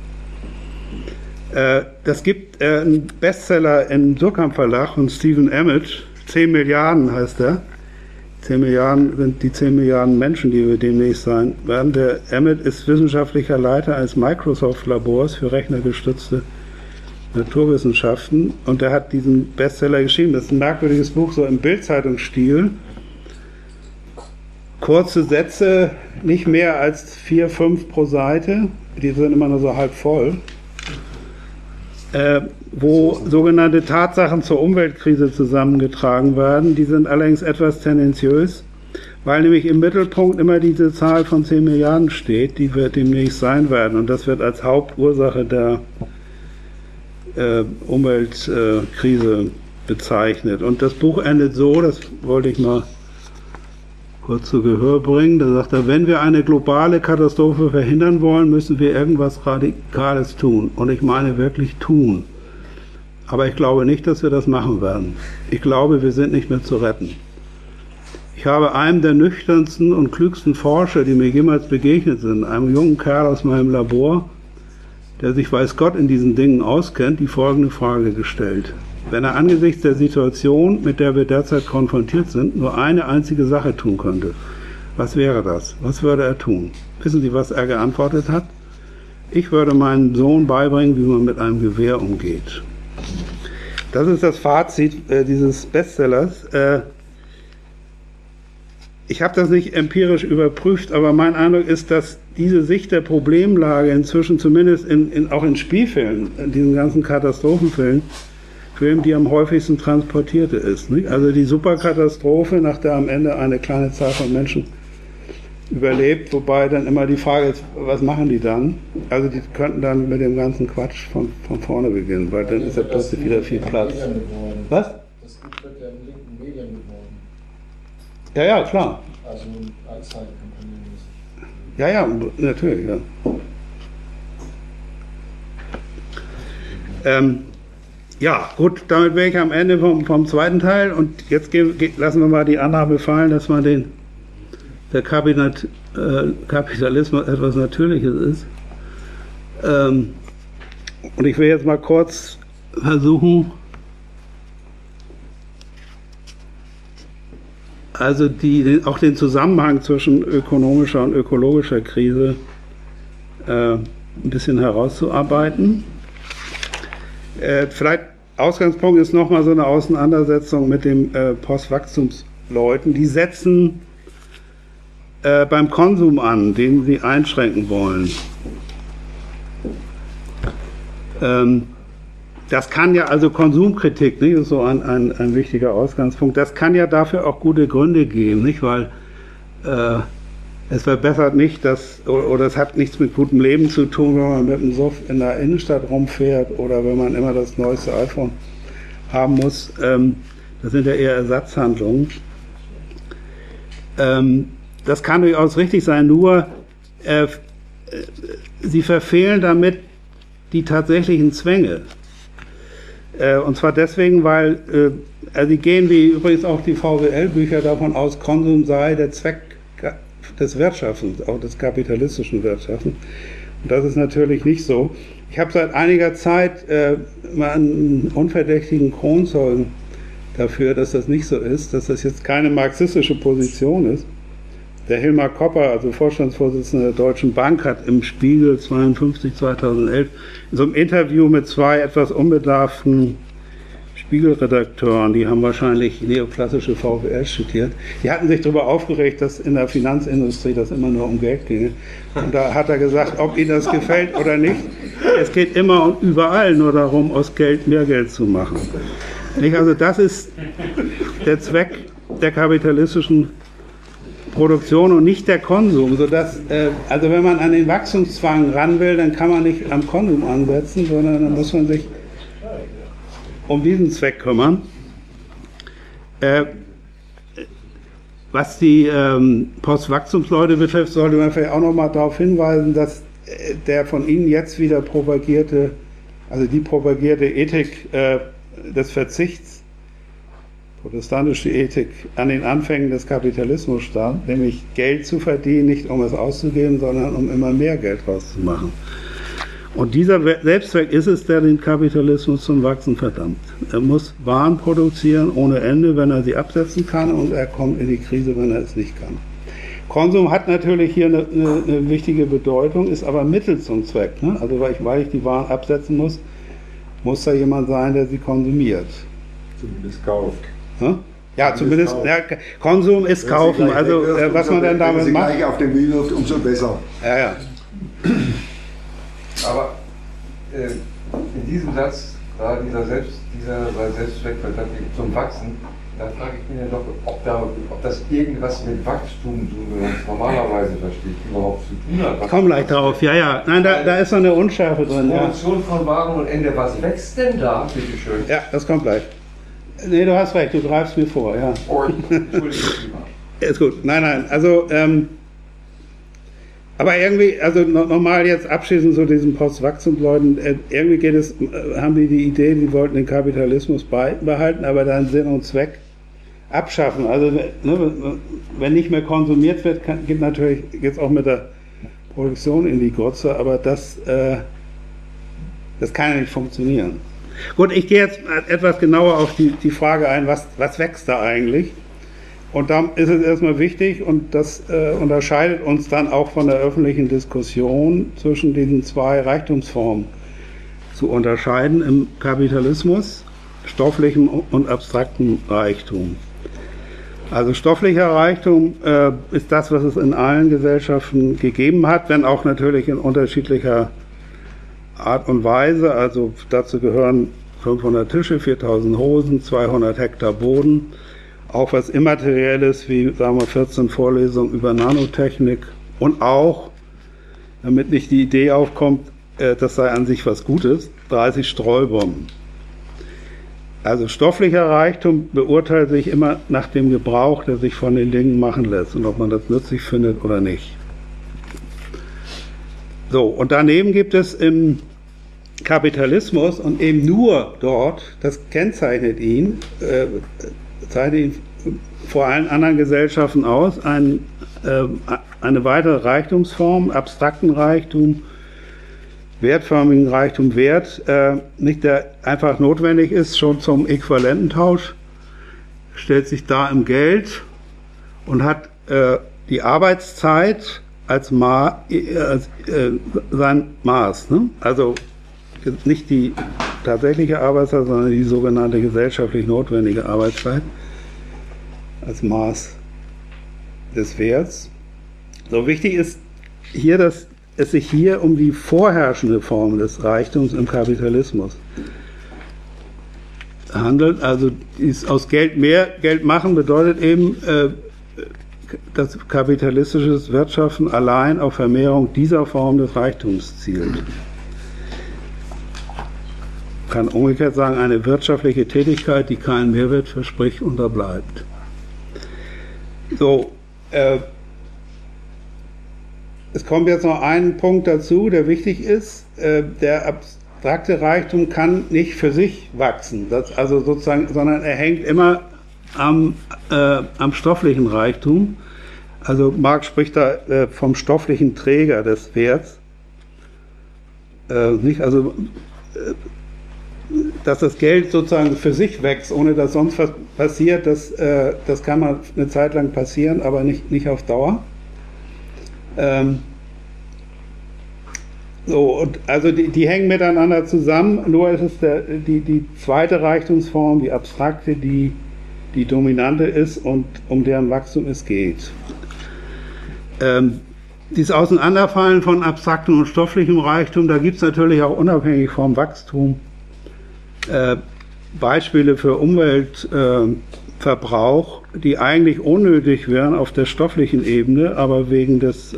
Das gibt einen Bestseller im Surkamp Verlag von Stephen Emmett, 10 Milliarden heißt er. 10 Milliarden sind die 10 Milliarden Menschen, die wir demnächst sein werden. Der Emmett ist wissenschaftlicher Leiter eines Microsoft-Labors für rechnergestützte Naturwissenschaften und der hat diesen Bestseller geschrieben. Das ist ein merkwürdiges Buch, so im Bild-Zeitungsstil. Kurze Sätze, nicht mehr als 4, 5 pro Seite, die sind immer nur so halb voll. Wo sogenannte Tatsachen zur Umweltkrise zusammengetragen werden. Die sind allerdings etwas tendenziös, weil nämlich im Mittelpunkt immer diese Zahl von 10 Milliarden steht, die wir demnächst sein werden. Und das wird als Hauptursache der Umweltkrise bezeichnet. Und das Buch endet so, das wollte ich mal kurz zu Gehör bringen. Da sagt er, wenn wir eine globale Katastrophe verhindern wollen, müssen wir irgendwas Radikales tun. Und ich meine wirklich tun. Aber ich glaube nicht, dass wir das machen werden. Ich glaube, wir sind nicht mehr zu retten. Ich habe einem der nüchternsten und klügsten Forscher, die mir jemals begegnet sind, einem jungen Kerl aus meinem Labor, der sich weiß Gott in diesen Dingen auskennt, die folgende Frage gestellt. Wenn er angesichts der Situation, mit der wir derzeit konfrontiert sind, nur eine einzige Sache tun könnte, was wäre das? Was würde er tun? Wissen Sie, was er geantwortet hat? Ich würde meinem Sohn beibringen, wie man mit einem Gewehr umgeht. Das ist das Fazit dieses Bestsellers. Ich habe das nicht empirisch überprüft, aber mein Eindruck ist, dass diese Sicht der Problemlage inzwischen zumindest auch in Spielfilmen, in diesen ganzen Katastrophenfilmen, die am häufigsten transportierte ist. Nicht? Also die Superkatastrophe, nach der am Ende eine kleine Zahl von Menschen überlebt, wobei dann immer die Frage ist, was machen die dann? Also die könnten dann mit dem ganzen Quatsch von vorne beginnen, weil dann ist ja plötzlich wieder viel Platz. Was? Das Buch wird ja in linken Medien geworden. Ja, ja, klar. Also Anzeigenkampagnenmäßig. Ja, ja, natürlich, ja. Ja, gut, damit wäre ich am Ende vom zweiten Teil und jetzt lassen wir mal die Annahme fallen, dass man der Kapitalismus etwas Natürliches ist. Und ich will jetzt mal kurz versuchen, also auch den Zusammenhang zwischen ökonomischer und ökologischer Krise ein bisschen herauszuarbeiten. Vielleicht Ausgangspunkt ist nochmal so eine Auseinandersetzung mit den Postwachstumsleuten. Die setzen beim Konsum an, den sie einschränken wollen. Das kann ja, also Konsumkritik, nicht, ist so ein wichtiger Ausgangspunkt, das kann ja dafür auch gute Gründe geben, nicht, weil es verbessert nicht oder es hat nichts mit gutem Leben zu tun, wenn man mit dem Suff in der Innenstadt rumfährt oder wenn man immer das neueste iPhone haben muss. Das sind ja eher Ersatzhandlungen. Das kann durchaus richtig sein, nur sie verfehlen damit die tatsächlichen Zwänge. Und zwar deswegen, weil sie gehen, wie übrigens auch die VWL-Bücher, davon aus, Konsum sei der Zweck des Wirtschaftens, auch des kapitalistischen Wirtschaftens. Und das ist natürlich nicht so. Ich habe seit einiger Zeit mal einen unverdächtigen Kronzeugen dafür, dass das nicht so ist, dass das jetzt keine marxistische Position ist. Der Hilmar Kopper, also Vorstandsvorsitzender der Deutschen Bank, hat im Spiegel 2011 in so einem Interview mit zwei etwas unbedarften Spiegelredakteuren, die haben wahrscheinlich neoklassische VWL studiert, die hatten sich darüber aufgeregt, dass in der Finanzindustrie das immer nur um Geld ginge. Und da hat er gesagt, ob Ihnen das gefällt oder nicht, es geht immer und überall nur darum, aus Geld mehr Geld zu machen. Also das ist der Zweck der kapitalistischen Produktion und nicht der Konsum, sodass, also wenn man an den Wachstumszwang ran will, dann kann man nicht am Konsum ansetzen, sondern dann muss man sich um diesen Zweck kümmern. Was die Postwachstumsleute betrifft, sollte man vielleicht auch noch mal darauf hinweisen, dass der von Ihnen jetzt wieder propagierte, also die propagierte Ethik des Verzichts, protestantische Ethik an den Anfängen des Kapitalismus stand, nämlich Geld zu verdienen, nicht um es auszugeben, sondern um immer mehr Geld rauszumachen. Und dieser Selbstzweck ist es, der den Kapitalismus zum Wachsen verdammt. Er muss Waren produzieren ohne Ende, wenn er sie absetzen kann, und er kommt in die Krise, wenn er es nicht kann. Konsum hat natürlich hier eine wichtige Bedeutung, ist aber Mittel zum Zweck. Ne? Also weil ich die Waren absetzen muss da jemand sein, der sie konsumiert. Zumindest kauft. Hm? Ja, zumindest ja, Konsum ist kaufen. Also was man dann damit macht. Wenn sie gleich auf den Müll wirft, umso besser. Ja, ja. Aber in diesem Satz, da dieser Selbstzweck zum Wachsen, da frage ich mich ja doch, ob das irgendwas mit Wachstum, so wie man es normalerweise versteht, überhaupt zu tun hat. Ich komme gleich drauf, ja, ja. Nein, da ist noch eine Unschärfe drin. Produktion von Waren und Ende, was wächst denn da, bitteschön? Ja, das kommt gleich. Nee, du hast recht, du greifst mir vor, ja. Oh, Entschuldigung. Ist gut, nein, also, aber irgendwie, also nochmal jetzt abschließend zu diesen Postwachstumsleuten, irgendwie haben die Idee, die wollten den Kapitalismus beibehalten, aber dann Sinn und Zweck abschaffen. Also, ne, wenn nicht mehr konsumiert wird, geht natürlich jetzt auch mit der Produktion in die Grütze, aber das kann ja nicht funktionieren. Gut, ich gehe jetzt etwas genauer auf die Frage ein, was wächst da eigentlich? Und da ist es erstmal wichtig, und das unterscheidet uns dann auch von der öffentlichen Diskussion zwischen diesen zwei Reichtumsformen zu unterscheiden im Kapitalismus, stofflichem und abstraktem Reichtum. Also stofflicher Reichtum ist das, was es in allen Gesellschaften gegeben hat, wenn auch natürlich in unterschiedlicher Art und Weise. Also dazu gehören 500 Tische, 4000 Hosen, 200 Hektar Boden, auch was Immaterielles wie, sagen wir, 14 Vorlesungen über Nanotechnik und auch, damit nicht die Idee aufkommt, das sei an sich was Gutes, 30 Streubomben. Also stofflicher Reichtum beurteilt sich immer nach dem Gebrauch, der sich von den Dingen machen lässt und ob man das nützlich findet oder nicht. So, und daneben gibt es im Kapitalismus und eben nur dort, das kennzeichnet ihn, zeichnet ihn vor allen anderen Gesellschaften aus, eine weitere Reichtumsform, abstrakten Reichtum, wertförmigen Reichtum, Wert, nicht der einfach notwendig ist, schon zum Äquivalententausch, stellt sich da im Geld und hat die Arbeitszeit als sein Maß. Ne? Also nicht die tatsächliche Arbeitszeit, sondern die sogenannte gesellschaftlich notwendige Arbeitszeit als Maß des Werts. So wichtig ist hier, dass es sich hier um die vorherrschende Form des Reichtums im Kapitalismus handelt. Also aus Geld mehr Geld machen bedeutet eben, dass kapitalistisches Wirtschaften allein auf Vermehrung dieser Form des Reichtums zielt. Man kann umgekehrt sagen, eine wirtschaftliche Tätigkeit, die keinen Mehrwert verspricht, unterbleibt. So, es kommt jetzt noch ein Punkt dazu, der wichtig ist. Der abstrakte Reichtum kann nicht für sich wachsen, also sozusagen, sondern er hängt immer am stofflichen Reichtum. Also Marx spricht da vom stofflichen Träger des Werts. Nicht, also dass das Geld sozusagen für sich wächst, ohne dass sonst was passiert, das kann mal eine Zeit lang passieren, aber nicht auf Dauer. So, und also die hängen miteinander zusammen, nur ist es die zweite Reichtumsform, die abstrakte, die dominante ist und um deren Wachstum es geht. Dieses Auseinanderfallen von abstraktem und stofflichem Reichtum, da gibt es natürlich auch unabhängig vom Wachstum Beispiele für Umweltverbrauch, die eigentlich unnötig wären auf der stofflichen Ebene, aber wegen des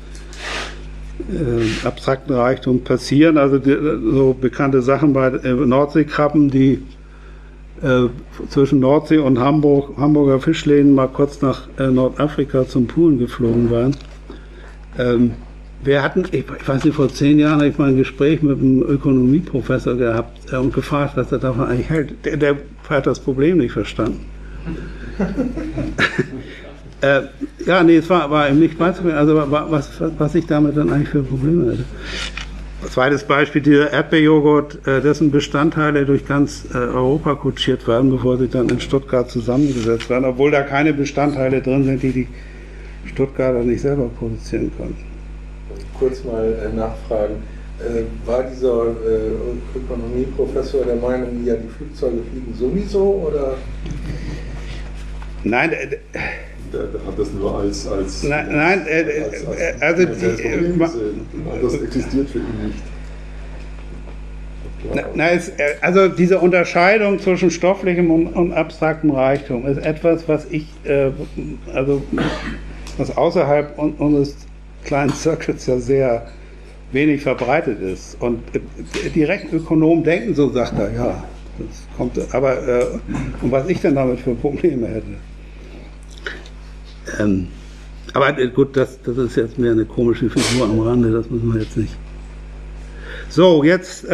abstrakten Reichtums passieren. Also so bekannte Sachen bei Nordseekrabben, die zwischen Nordsee und Hamburger Fischläden mal kurz nach Nordafrika zum Poolen geflogen waren. Wir hatten, ich weiß nicht, vor 10 Jahren habe ich mal ein Gespräch mit einem Ökonomieprofessor gehabt und gefragt, was er davon eigentlich hält. Der hat das Problem nicht verstanden. Ja, nee, es war ihm nicht beizubringen, also was ich damit dann eigentlich für Probleme hätte. Zweites Beispiel, dieser Erdbeerjoghurt, dessen Bestandteile durch ganz Europa kutschiert werden, bevor sie dann in Stuttgart zusammengesetzt werden, obwohl da keine Bestandteile drin sind, die Stuttgarter nicht selber produzieren können. Kurz mal nachfragen, war dieser Ökonomieprofessor der Meinung, ja, die Flugzeuge fliegen sowieso, oder? Nein, der hat das nur als nein, also das existiert für ihn nicht. Also diese Unterscheidung zwischen stofflichem und abstraktem Reichtum ist etwas, was was außerhalb unseres kleinen Circuits ja sehr wenig verbreitet ist. Und die Rechenökonomen denken so, sagt er, ja, das kommt, aber und was ich denn damit für Probleme hätte. Aber gut, das ist jetzt mehr eine komische Figur am Rande, das müssen wir jetzt nicht. So, jetzt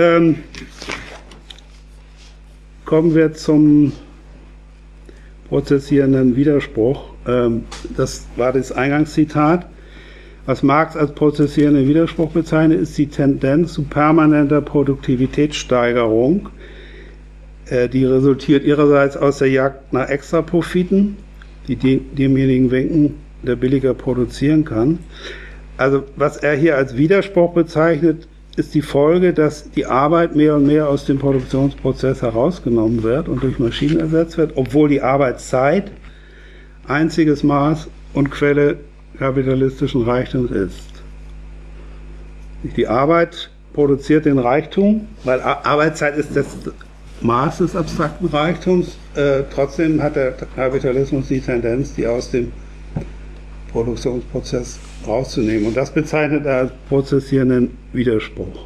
kommen wir zum prozessierenden Widerspruch. Das war das Eingangszitat. Was Marx als prozessierenden Widerspruch bezeichnet, ist die Tendenz zu permanenter Produktivitätssteigerung, die resultiert ihrerseits aus der Jagd nach Extraprofiten, die demjenigen winken, der billiger produzieren kann. Also was er hier als Widerspruch bezeichnet, ist die Folge, dass die Arbeit mehr und mehr aus dem Produktionsprozess herausgenommen wird und durch Maschinen ersetzt wird, obwohl die Arbeitszeit einziges Maß und Quelle kapitalistischen Reichtums ist. Die Arbeit produziert den Reichtum, weil Arbeitszeit ist das Maß des abstrakten Reichtums. Trotzdem hat der Kapitalismus die Tendenz, die aus dem Produktionsprozess rauszunehmen. Und das bezeichnet er als prozessierenden Widerspruch.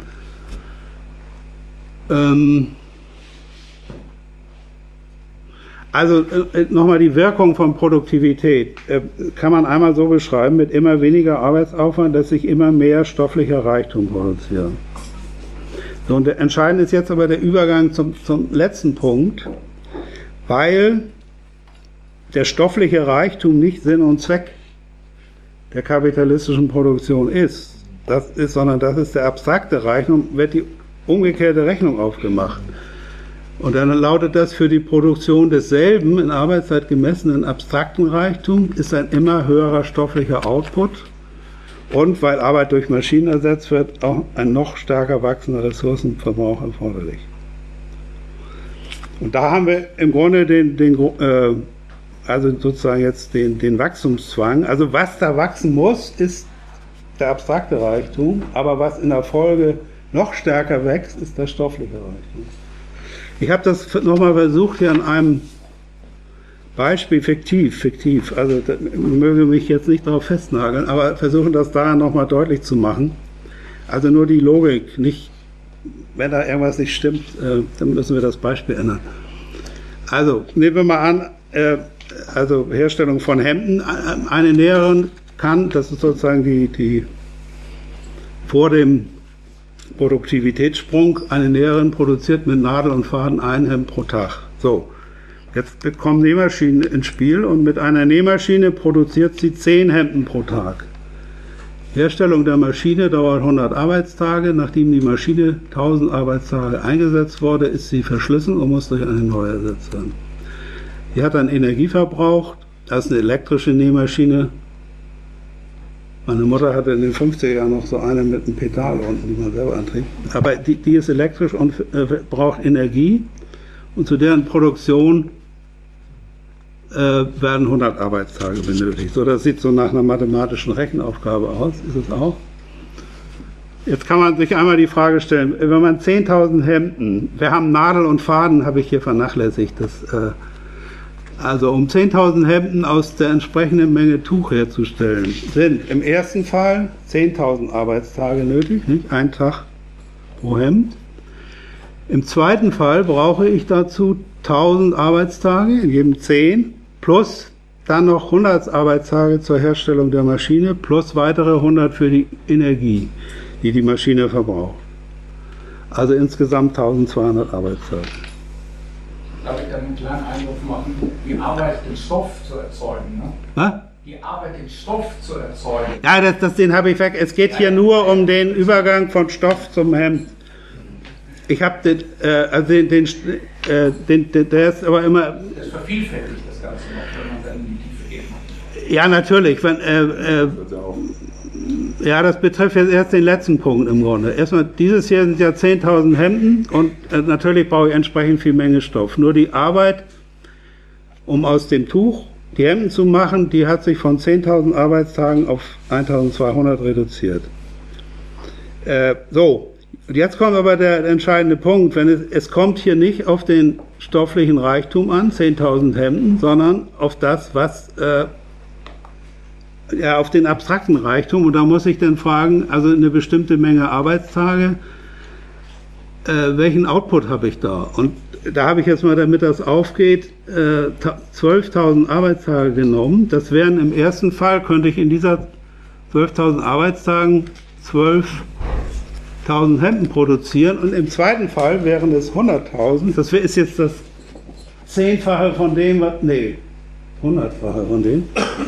Also nochmal die Wirkung von Produktivität kann man einmal so beschreiben, mit immer weniger Arbeitsaufwand, dass sich immer mehr stofflicher Reichtum produziert. So, und entscheidend ist jetzt aber der Übergang zum letzten Punkt, weil der stoffliche Reichtum nicht Sinn und Zweck der kapitalistischen Produktion ist, sondern das ist der abstrakte Reichtum, wird die umgekehrte Rechnung aufgemacht. Und dann lautet das, für die Produktion desselben in Arbeitszeit gemessenen abstrakten Reichtum ist ein immer höherer stofflicher Output und, weil Arbeit durch Maschinen ersetzt wird, auch ein noch stärker wachsender Ressourcenverbrauch erforderlich. Und da haben wir im Grunde also sozusagen jetzt den Wachstumszwang. Also was da wachsen muss, ist der abstrakte Reichtum, aber was in der Folge noch stärker wächst, ist der stoffliche Reichtum. Ich habe das nochmal versucht, hier an einem Beispiel fiktiv, also ich möge mich jetzt nicht darauf festnageln, aber versuchen das da nochmal deutlich zu machen. Also nur die Logik, nicht, wenn da irgendwas nicht stimmt, dann müssen wir das Beispiel ändern. Also nehmen wir mal an, also Herstellung von Hemden, eine Näherin kann, das ist sozusagen die vor dem Produktivitätssprung, eine Näherin produziert mit Nadel und Faden ein Hemd pro Tag. So, Jetzt kommen Nähmaschinen ins Spiel und mit einer Nähmaschine produziert sie 10 Hemden pro Tag. Herstellung der Maschine dauert 100 Arbeitstage. Nachdem die Maschine 1000 Arbeitstage eingesetzt wurde, ist sie verschlissen und muss durch eine neue ersetzt werden. Die hat dann Energie verbraucht. Das ist eine elektrische Nähmaschine. Meine Mutter hatte in den 50er Jahren noch so eine mit einem Pedal unten, die man selber antrieb. Aber die ist elektrisch und braucht Energie. Und zu deren Produktion werden 100 Arbeitstage benötigt. So, das sieht so nach einer mathematischen Rechenaufgabe aus, ist es auch. Jetzt kann man sich einmal die Frage stellen, wenn man 10.000 Hemden, wir haben Nadel und Faden, habe ich hier vernachlässigt, also um 10.000 Hemden aus der entsprechenden Menge Tuch herzustellen, sind im ersten Fall 10.000 Arbeitstage nötig, nicht? Ein Tag pro Hemd. Im zweiten Fall brauche ich dazu 1.000 Arbeitstage, in jedem 10, plus dann noch 100 Arbeitstage zur Herstellung der Maschine, plus weitere 100 für die Energie, die die Maschine verbraucht. Also insgesamt 1.200 Arbeitstage. Darf ich da einen kleinen Einwurf machen? Die Arbeit, den Stoff zu erzeugen. Ne? Was? Die Arbeit, den Stoff zu erzeugen. Ja, den habe ich weg. Es geht hier nur um den Übergang von Stoff zum Hemd. Ich habe der ist aber immer. Das vervielfältigt das Ganze noch, wenn man dann in die Tiefe geht. Ja, natürlich. Ja, das betrifft jetzt erst den letzten Punkt im Grunde. Erstmal, dieses hier sind ja 10.000 Hemden und natürlich brauche ich entsprechend viel Menge Stoff. Nur die Arbeit, um aus dem Tuch die Hemden zu machen, die hat sich von 10.000 Arbeitstagen auf 1.200 reduziert. So. Und jetzt kommt aber der entscheidende Punkt, es kommt hier nicht auf den stofflichen Reichtum an, 10.000 Hemden, sondern auf das, auf den abstrakten Reichtum. Und da muss ich dann fragen, also eine bestimmte Menge Arbeitstage, welchen Output habe ich da? Und da habe ich jetzt mal, damit das aufgeht, 12.000 Arbeitstage genommen. Das wären im ersten Fall, könnte ich in dieser 12.000 Arbeitstagen 12.000 Hemden produzieren und im zweiten Fall wären es 100.000. Das ist jetzt das 10-fache von dem, 100-fache von dem.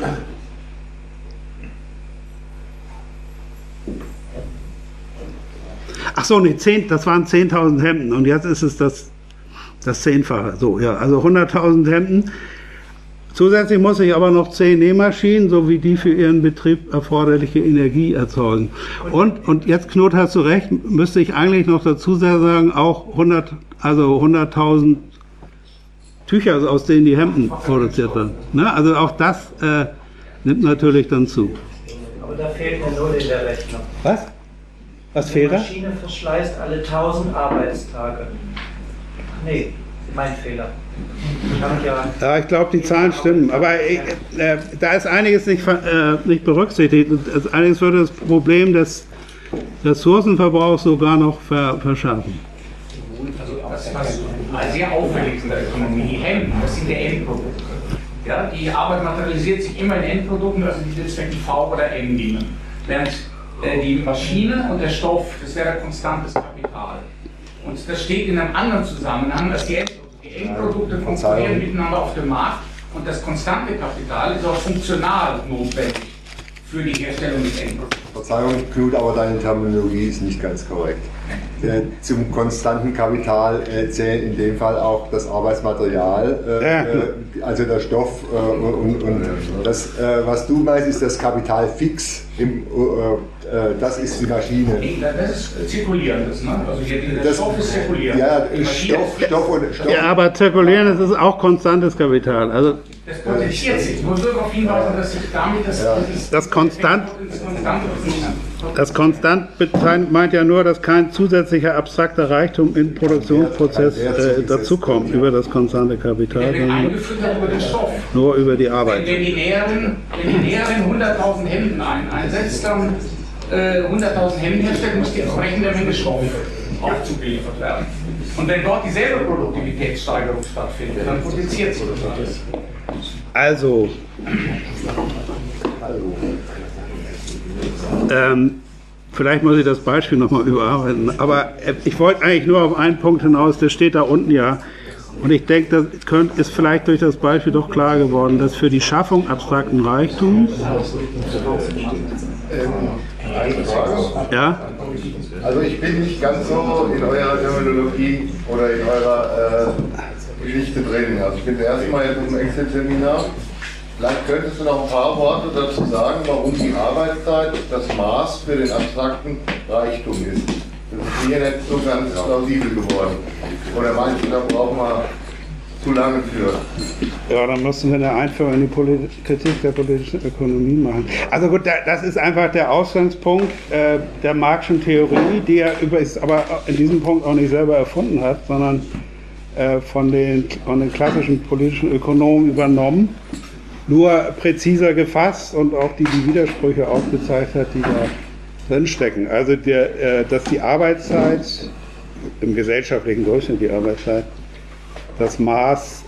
Ach so, das waren 10.000 Hemden und jetzt ist es das 10-fache. So, ja, also 100.000 Hemden. Zusätzlich muss ich aber noch 10 Nähmaschinen sowie die für ihren Betrieb erforderliche Energie erzeugen. Und jetzt, Knut, hast du recht, müsste ich eigentlich noch dazu sagen, auch 100.000 Tücher, aus denen die Hemden produziert werden. Ne? Also auch das nimmt natürlich dann zu. Aber da fehlt eine Null in der Rechnung. Was? Was fehlt da? Die Maschine verschleißt alle 1.000 Arbeitstage. Nee, mein Fehler. Ja, ich glaube, die Zahlen stimmen. Aber da ist einiges nicht berücksichtigt. Allerdings würde das Problem des Ressourcenverbrauchs sogar noch verschärfen. Also das, was sehr auffällig ist in der Ökonomie, die Hemden, das sind die Endprodukte. Ja, die Arbeit materialisiert sich immer in Endprodukten, also die deswegen V oder M dienen. Während die Maschine und der Stoff, das wäre konstantes Kapital. Und das steht in einem anderen Zusammenhang als die Endprodukte. Die Endprodukte konkurrieren miteinander auf dem Markt und das konstante Kapital ist auch funktional notwendig für die Herstellung des Endprodukts. Verzeihung, Knut, aber deine Terminologie ist nicht ganz korrekt. Zum konstanten Kapital zählt in dem Fall auch das Arbeitsmaterial, also der Stoff und das, was du meinst, ist das Kapital fix. Das ist die Maschine. Das ist zirkulierendes, ne? Also der Stoff ist zirkulierend. Ja, Stoff. Ja, aber zirkulieren, das ist auch konstantes Kapital. Also das potenziert sich. Nur darauf hinweisen, dass sich damit das konstant meint ja nur, dass kein zusätzlicher abstrakter Reichtum im Produktionsprozess dazukommt über das konstante Kapital, sondern nur über die Arbeit. Wenn die Näherin 100.000 Hemden einsetzt, dann 100.000 Hemden herstellt, muss die entsprechende Menge Stoff auch zugeliefert werden. Und wenn dort dieselbe Produktivitätssteigerung stattfindet, dann potenziert sich das alles. Also, vielleicht muss ich das Beispiel nochmal überarbeiten, aber ich wollte eigentlich nur auf einen Punkt hinaus, der steht da unten ja, Und ich denke, das ist vielleicht durch das Beispiel doch klar geworden, dass für die Schaffung abstrakten Reichtums. Ja? Also ich bin nicht ganz so in eurer Terminologie oder in eurer Geschichte drin. Also ich bin das erste Mal jetzt im Excel-Seminar. Vielleicht könntest du noch ein paar Worte dazu sagen, warum die Arbeitszeit das Maß für den abstrakten Reichtum ist. Das ist mir nicht so ganz plausibel geworden. Oder meinst du, da brauchen wir zu lange für? Ja, dann müssen wir eine Einführung in die Kritik der politischen Ökonomie machen. Also gut, das ist einfach der Ausgangspunkt der Marxischen Theorie, die er übrigens aber in diesem Punkt auch nicht selber erfunden hat, sondern von den klassischen politischen Ökonomen übernommen, nur präziser gefasst und auch die Widersprüche aufgezeigt hat, die da drinstecken. Also, dass die Arbeitszeit, im gesellschaftlichen Durchschnitt die Arbeitszeit, das Maß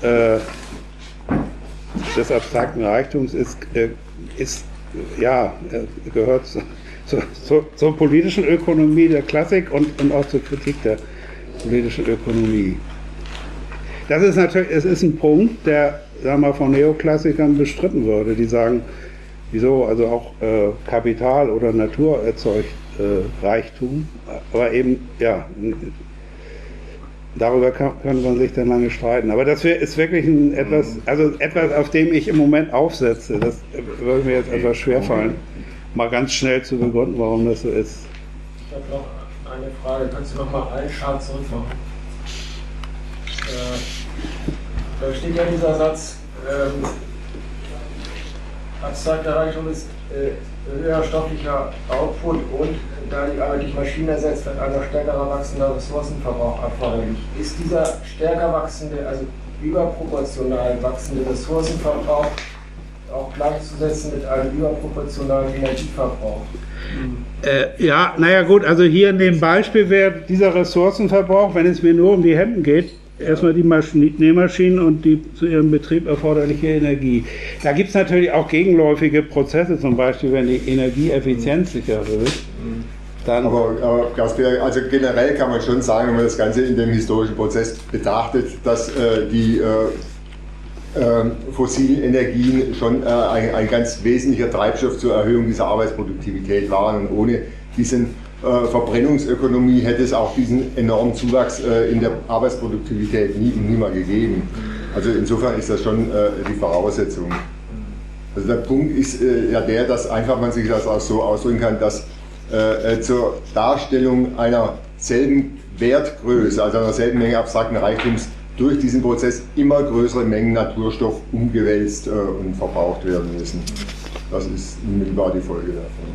des abstrakten Reichtums gehört zur politischen Ökonomie der Klassik und auch zur Kritik der politischen Ökonomie. Das ist natürlich, es ist ein Punkt, der, sagen wir mal, von Neoklassikern bestritten wurde, die sagen, wieso, also auch Kapital oder Natur erzeugt Reichtum, aber eben, ja, darüber kann man sich dann lange streiten. Aber das ist wirklich etwas, auf dem ich im Moment aufsetze. Das würde mir jetzt etwas schwerfallen, mal ganz schnell zu begründen, warum das so ist. Ich habe noch eine Frage. Kannst du noch mal einen Schritt zurück machen? Da steht ja dieser Satz, abstrakter Reichtum ist höher stofflicher Output und da die Arbeit durch Maschinen ersetzt wird, ein noch stärker wachsender Ressourcenverbrauch erforderlich. Ist dieser stärker wachsende, also überproportional wachsende Ressourcenverbrauch auch gleichzusetzen mit einem überproportionalen Energieverbrauch? Ja, naja gut, also hier in dem Beispiel wäre dieser Ressourcenverbrauch, wenn es mir nur um die Hemden geht, erstmal die Nähmaschinen und die zu ihrem Betrieb erforderliche Energie. Da gibt es natürlich auch gegenläufige Prozesse, zum Beispiel wenn die Energieeffizienz sich erhöht. Dann aber also generell kann man schon sagen, wenn man das Ganze in dem historischen Prozess betrachtet, dass die fossilen Energien schon ein ganz wesentlicher Treibstoff zur Erhöhung dieser Arbeitsproduktivität waren. Und ohne diesen Verbrennungsökonomie hätte es auch diesen enormen Zuwachs in der Arbeitsproduktivität nie mal gegeben. Also insofern ist das schon die Voraussetzung. Also der Punkt ist ja der, dass einfach man sich das auch so ausdrücken kann, dass zur Darstellung einer selben Wertgröße, also einer selben Menge abstrakten Reichtums, durch diesen Prozess immer größere Mengen Naturstoff umgewälzt und verbraucht werden müssen. Das ist unmittelbar die Folge davon.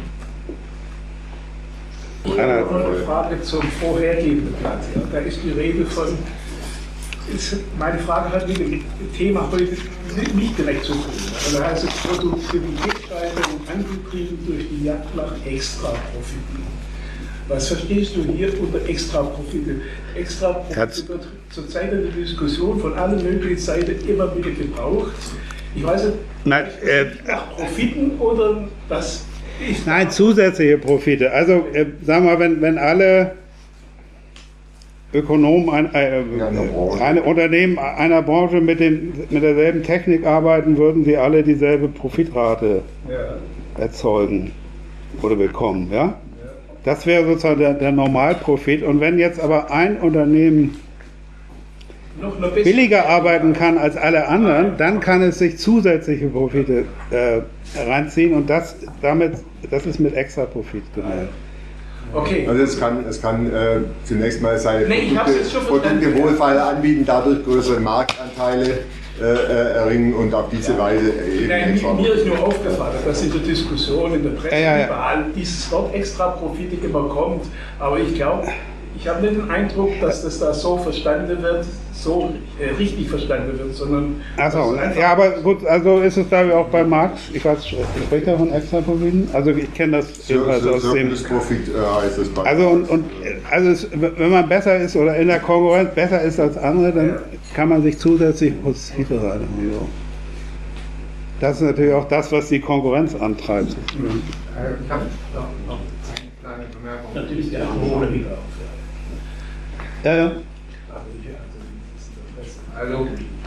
Eine Frage zum vorhergehenden Blatt. Ja. Da ist die Rede von, meine Frage hat mit dem Thema heute nicht direkt zu tun. Also da heißt es Produktivitätssteigerung angetrieben durch die Jagd nach Extraprofiten. Was verstehst du hier unter Extraprofite? Extraprofite wird zurzeit in der Diskussion von allen möglichen Seiten immer wieder gebraucht. Ich weiß nicht, nach Profiten oder was? Nein, zusätzliche Profite. Also, sagen wir mal, wenn alle Ökonomen Unternehmen einer Branche mit derselben Technik arbeiten, würden sie alle dieselbe Profitrate erzeugen oder bekommen. Ja? Das wäre sozusagen der Normalprofit. Und wenn jetzt aber ein Unternehmen billiger arbeiten kann als alle anderen, dann kann es sich zusätzliche Profite reinziehen und das ist mit Extraprofit gemeint. Okay. Also es kann zunächst mal seine Produkte wohlfeil anbieten, dadurch größere Marktanteile erringen und auf diese Weise eben mir ist nur aufgefallen, dass in der Diskussion, in der Presse, überall dieses Wort Extraprofite immer kommt, aber ich glaube, ich habe nicht den Eindruck, dass das da so verstanden wird, so richtig verstanden wird, sondern... Achso, ja, aber gut, also ist es da auch bei Marx, ich weiß, spricht er von Extraprofiten? Also ich kenne das jedenfalls aus dem... Profit heißt es bei also wenn man besser ist oder in der Konkurrenz besser ist als andere, dann kann man sich zusätzlich Profite rein. Das ist natürlich auch das, was die Konkurrenz antreibt. Ich habe noch eine kleine Bemerkung. Natürlich der Alkohol wieder auf. Ja. Also,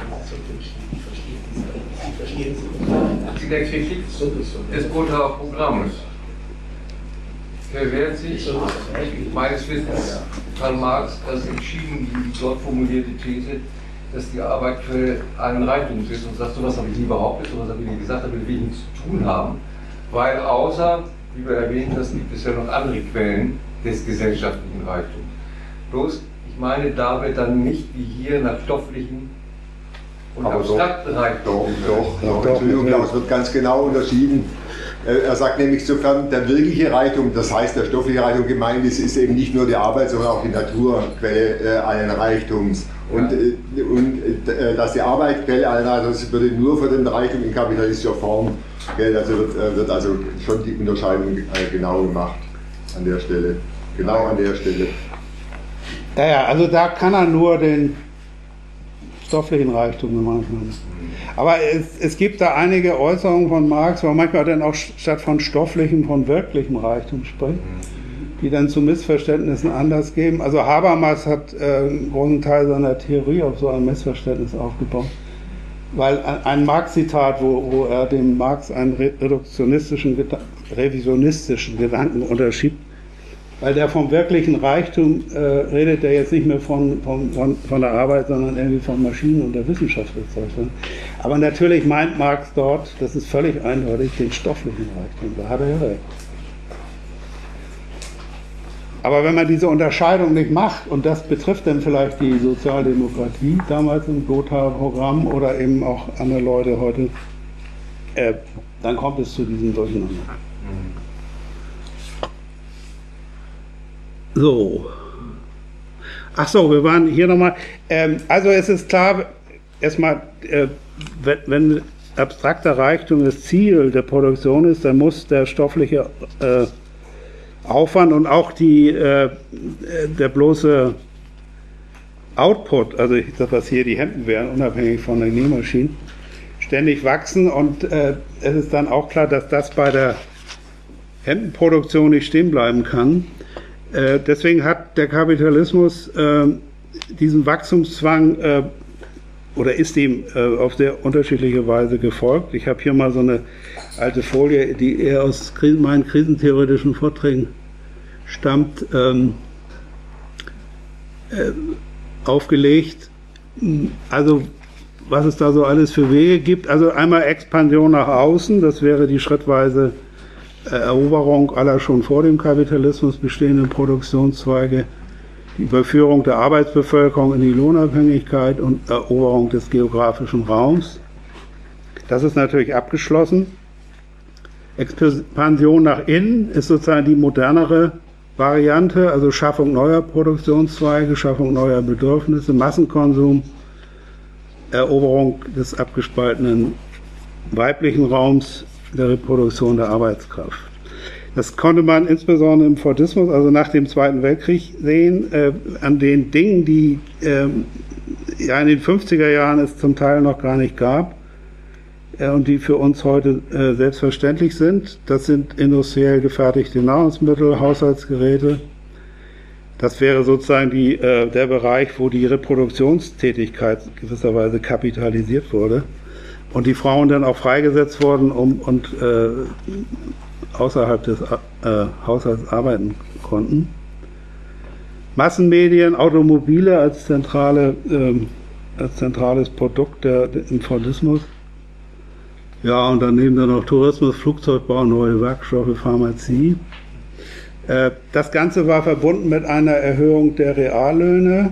die der Kritik des Gothaer Programmes verwehrt sich meines Wissens Karl Marx das entschieden die dort formulierte These, dass die Arbeit Quelle allen Reichtums ist, und sagt, sowas habe ich nie behauptet, sowas habe ich nie gesagt, damit will ich nichts zu tun haben, weil außer, wie wir erwähnt haben, gibt es ja noch andere Quellen des gesellschaftlichen Reichtums. Bloß, ich meine damit dann nicht wie hier nach stofflichen und abstrakten Reichtum. Doch, Entschuldigung, aber es wird ganz genau unterschieden. Er sagt nämlich, sofern der wirkliche Reichtum, das heißt der stoffliche Reichtum gemeint ist, ist eben nicht nur die Arbeit, sondern auch die Naturquelle allen Reichtums. Und dass die Arbeit Quelle allen Reichtums würde nur für den Reichtum in kapitalistischer Form, also wird also schon die Unterscheidung genau gemacht an der Stelle. Genau an der Stelle. Ja, also da kann er nur den stofflichen Reichtum gemeint haben. Aber es gibt da einige Äußerungen von Marx, wo manchmal dann auch statt von stofflichem, von wirklichem Reichtum spricht, die dann zu Missverständnissen Anlass geben. Also Habermas hat einen großen Teil seiner Theorie auf so ein Missverständnis aufgebaut. Weil ein Marx-Zitat, wo er dem Marx einen revisionistischen Gedanken unterschiebt, weil der vom wirklichen Reichtum redet der jetzt nicht mehr von der Arbeit, sondern irgendwie von Maschinen und der Wissenschaft. Aber natürlich meint Marx dort, das ist völlig eindeutig, den stofflichen Reichtum. Da hat er ja recht. Aber wenn man diese Unterscheidung nicht macht, und das betrifft dann vielleicht die Sozialdemokratie damals im Gothaer Programm oder eben auch andere Leute heute, dann kommt es zu diesem Durcheinander. So. Ach so, wir waren hier nochmal. Also es ist klar, erstmal, wenn abstrakter Reichtum das Ziel der Produktion ist, dann muss der stoffliche Aufwand und auch der bloße Output, also ich sag, was hier die Hemden wären, unabhängig von den Nähmaschinen, ständig wachsen, und es ist dann auch klar, dass das bei der Hemdenproduktion nicht stehen bleiben kann. Deswegen hat der Kapitalismus diesen Wachstumszwang oder ist ihm auf sehr unterschiedliche Weise gefolgt. Ich habe hier mal so eine alte Folie, die eher aus meinen krisentheoretischen Vorträgen stammt, aufgelegt. Also was es da so alles für Wege gibt. Also einmal Expansion nach außen, das wäre die schrittweise Eroberung aller schon vor dem Kapitalismus bestehenden Produktionszweige, die Überführung der Arbeitsbevölkerung in die Lohnabhängigkeit und Eroberung des geografischen Raums. Das ist natürlich abgeschlossen. Expansion nach innen ist sozusagen die modernere Variante, also Schaffung neuer Produktionszweige, Schaffung neuer Bedürfnisse, Massenkonsum, Eroberung des abgespaltenen weiblichen Raums, der Reproduktion der Arbeitskraft. Das konnte man insbesondere im Fordismus, also nach dem Zweiten Weltkrieg, sehen, an den Dingen, die ja in den 50er Jahren es zum Teil noch gar nicht gab und die für uns heute selbstverständlich sind. Das sind industriell gefertigte Nahrungsmittel, Haushaltsgeräte. Das wäre sozusagen der Bereich, wo die Reproduktionstätigkeit gewisserweise kapitalisiert wurde und die Frauen dann auch freigesetzt wurden und außerhalb des Haushalts arbeiten konnten. Massenmedien, Automobile als zentrales Produkt im Fordismus. Ja, und daneben dann noch Tourismus, Flugzeugbau, neue Werkstoffe, Pharmazie. Das Ganze war verbunden mit einer Erhöhung der Reallöhne.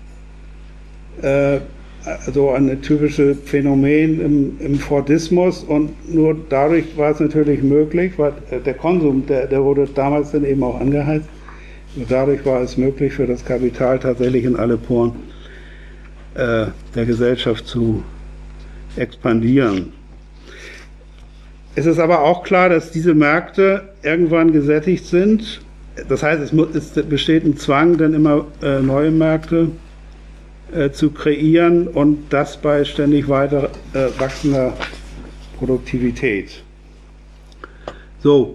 Also ein typisches Phänomen im Fordismus, und nur dadurch war es natürlich möglich, weil der Konsum, der wurde damals dann eben auch angeheizt, und dadurch war es möglich für das Kapital tatsächlich in alle Poren der Gesellschaft zu expandieren. Es ist aber auch klar, dass diese Märkte irgendwann gesättigt sind. Das heißt, es besteht ein Zwang, dann immer neue Märkte zu kreieren, und das bei ständig weiter wachsender Produktivität. So,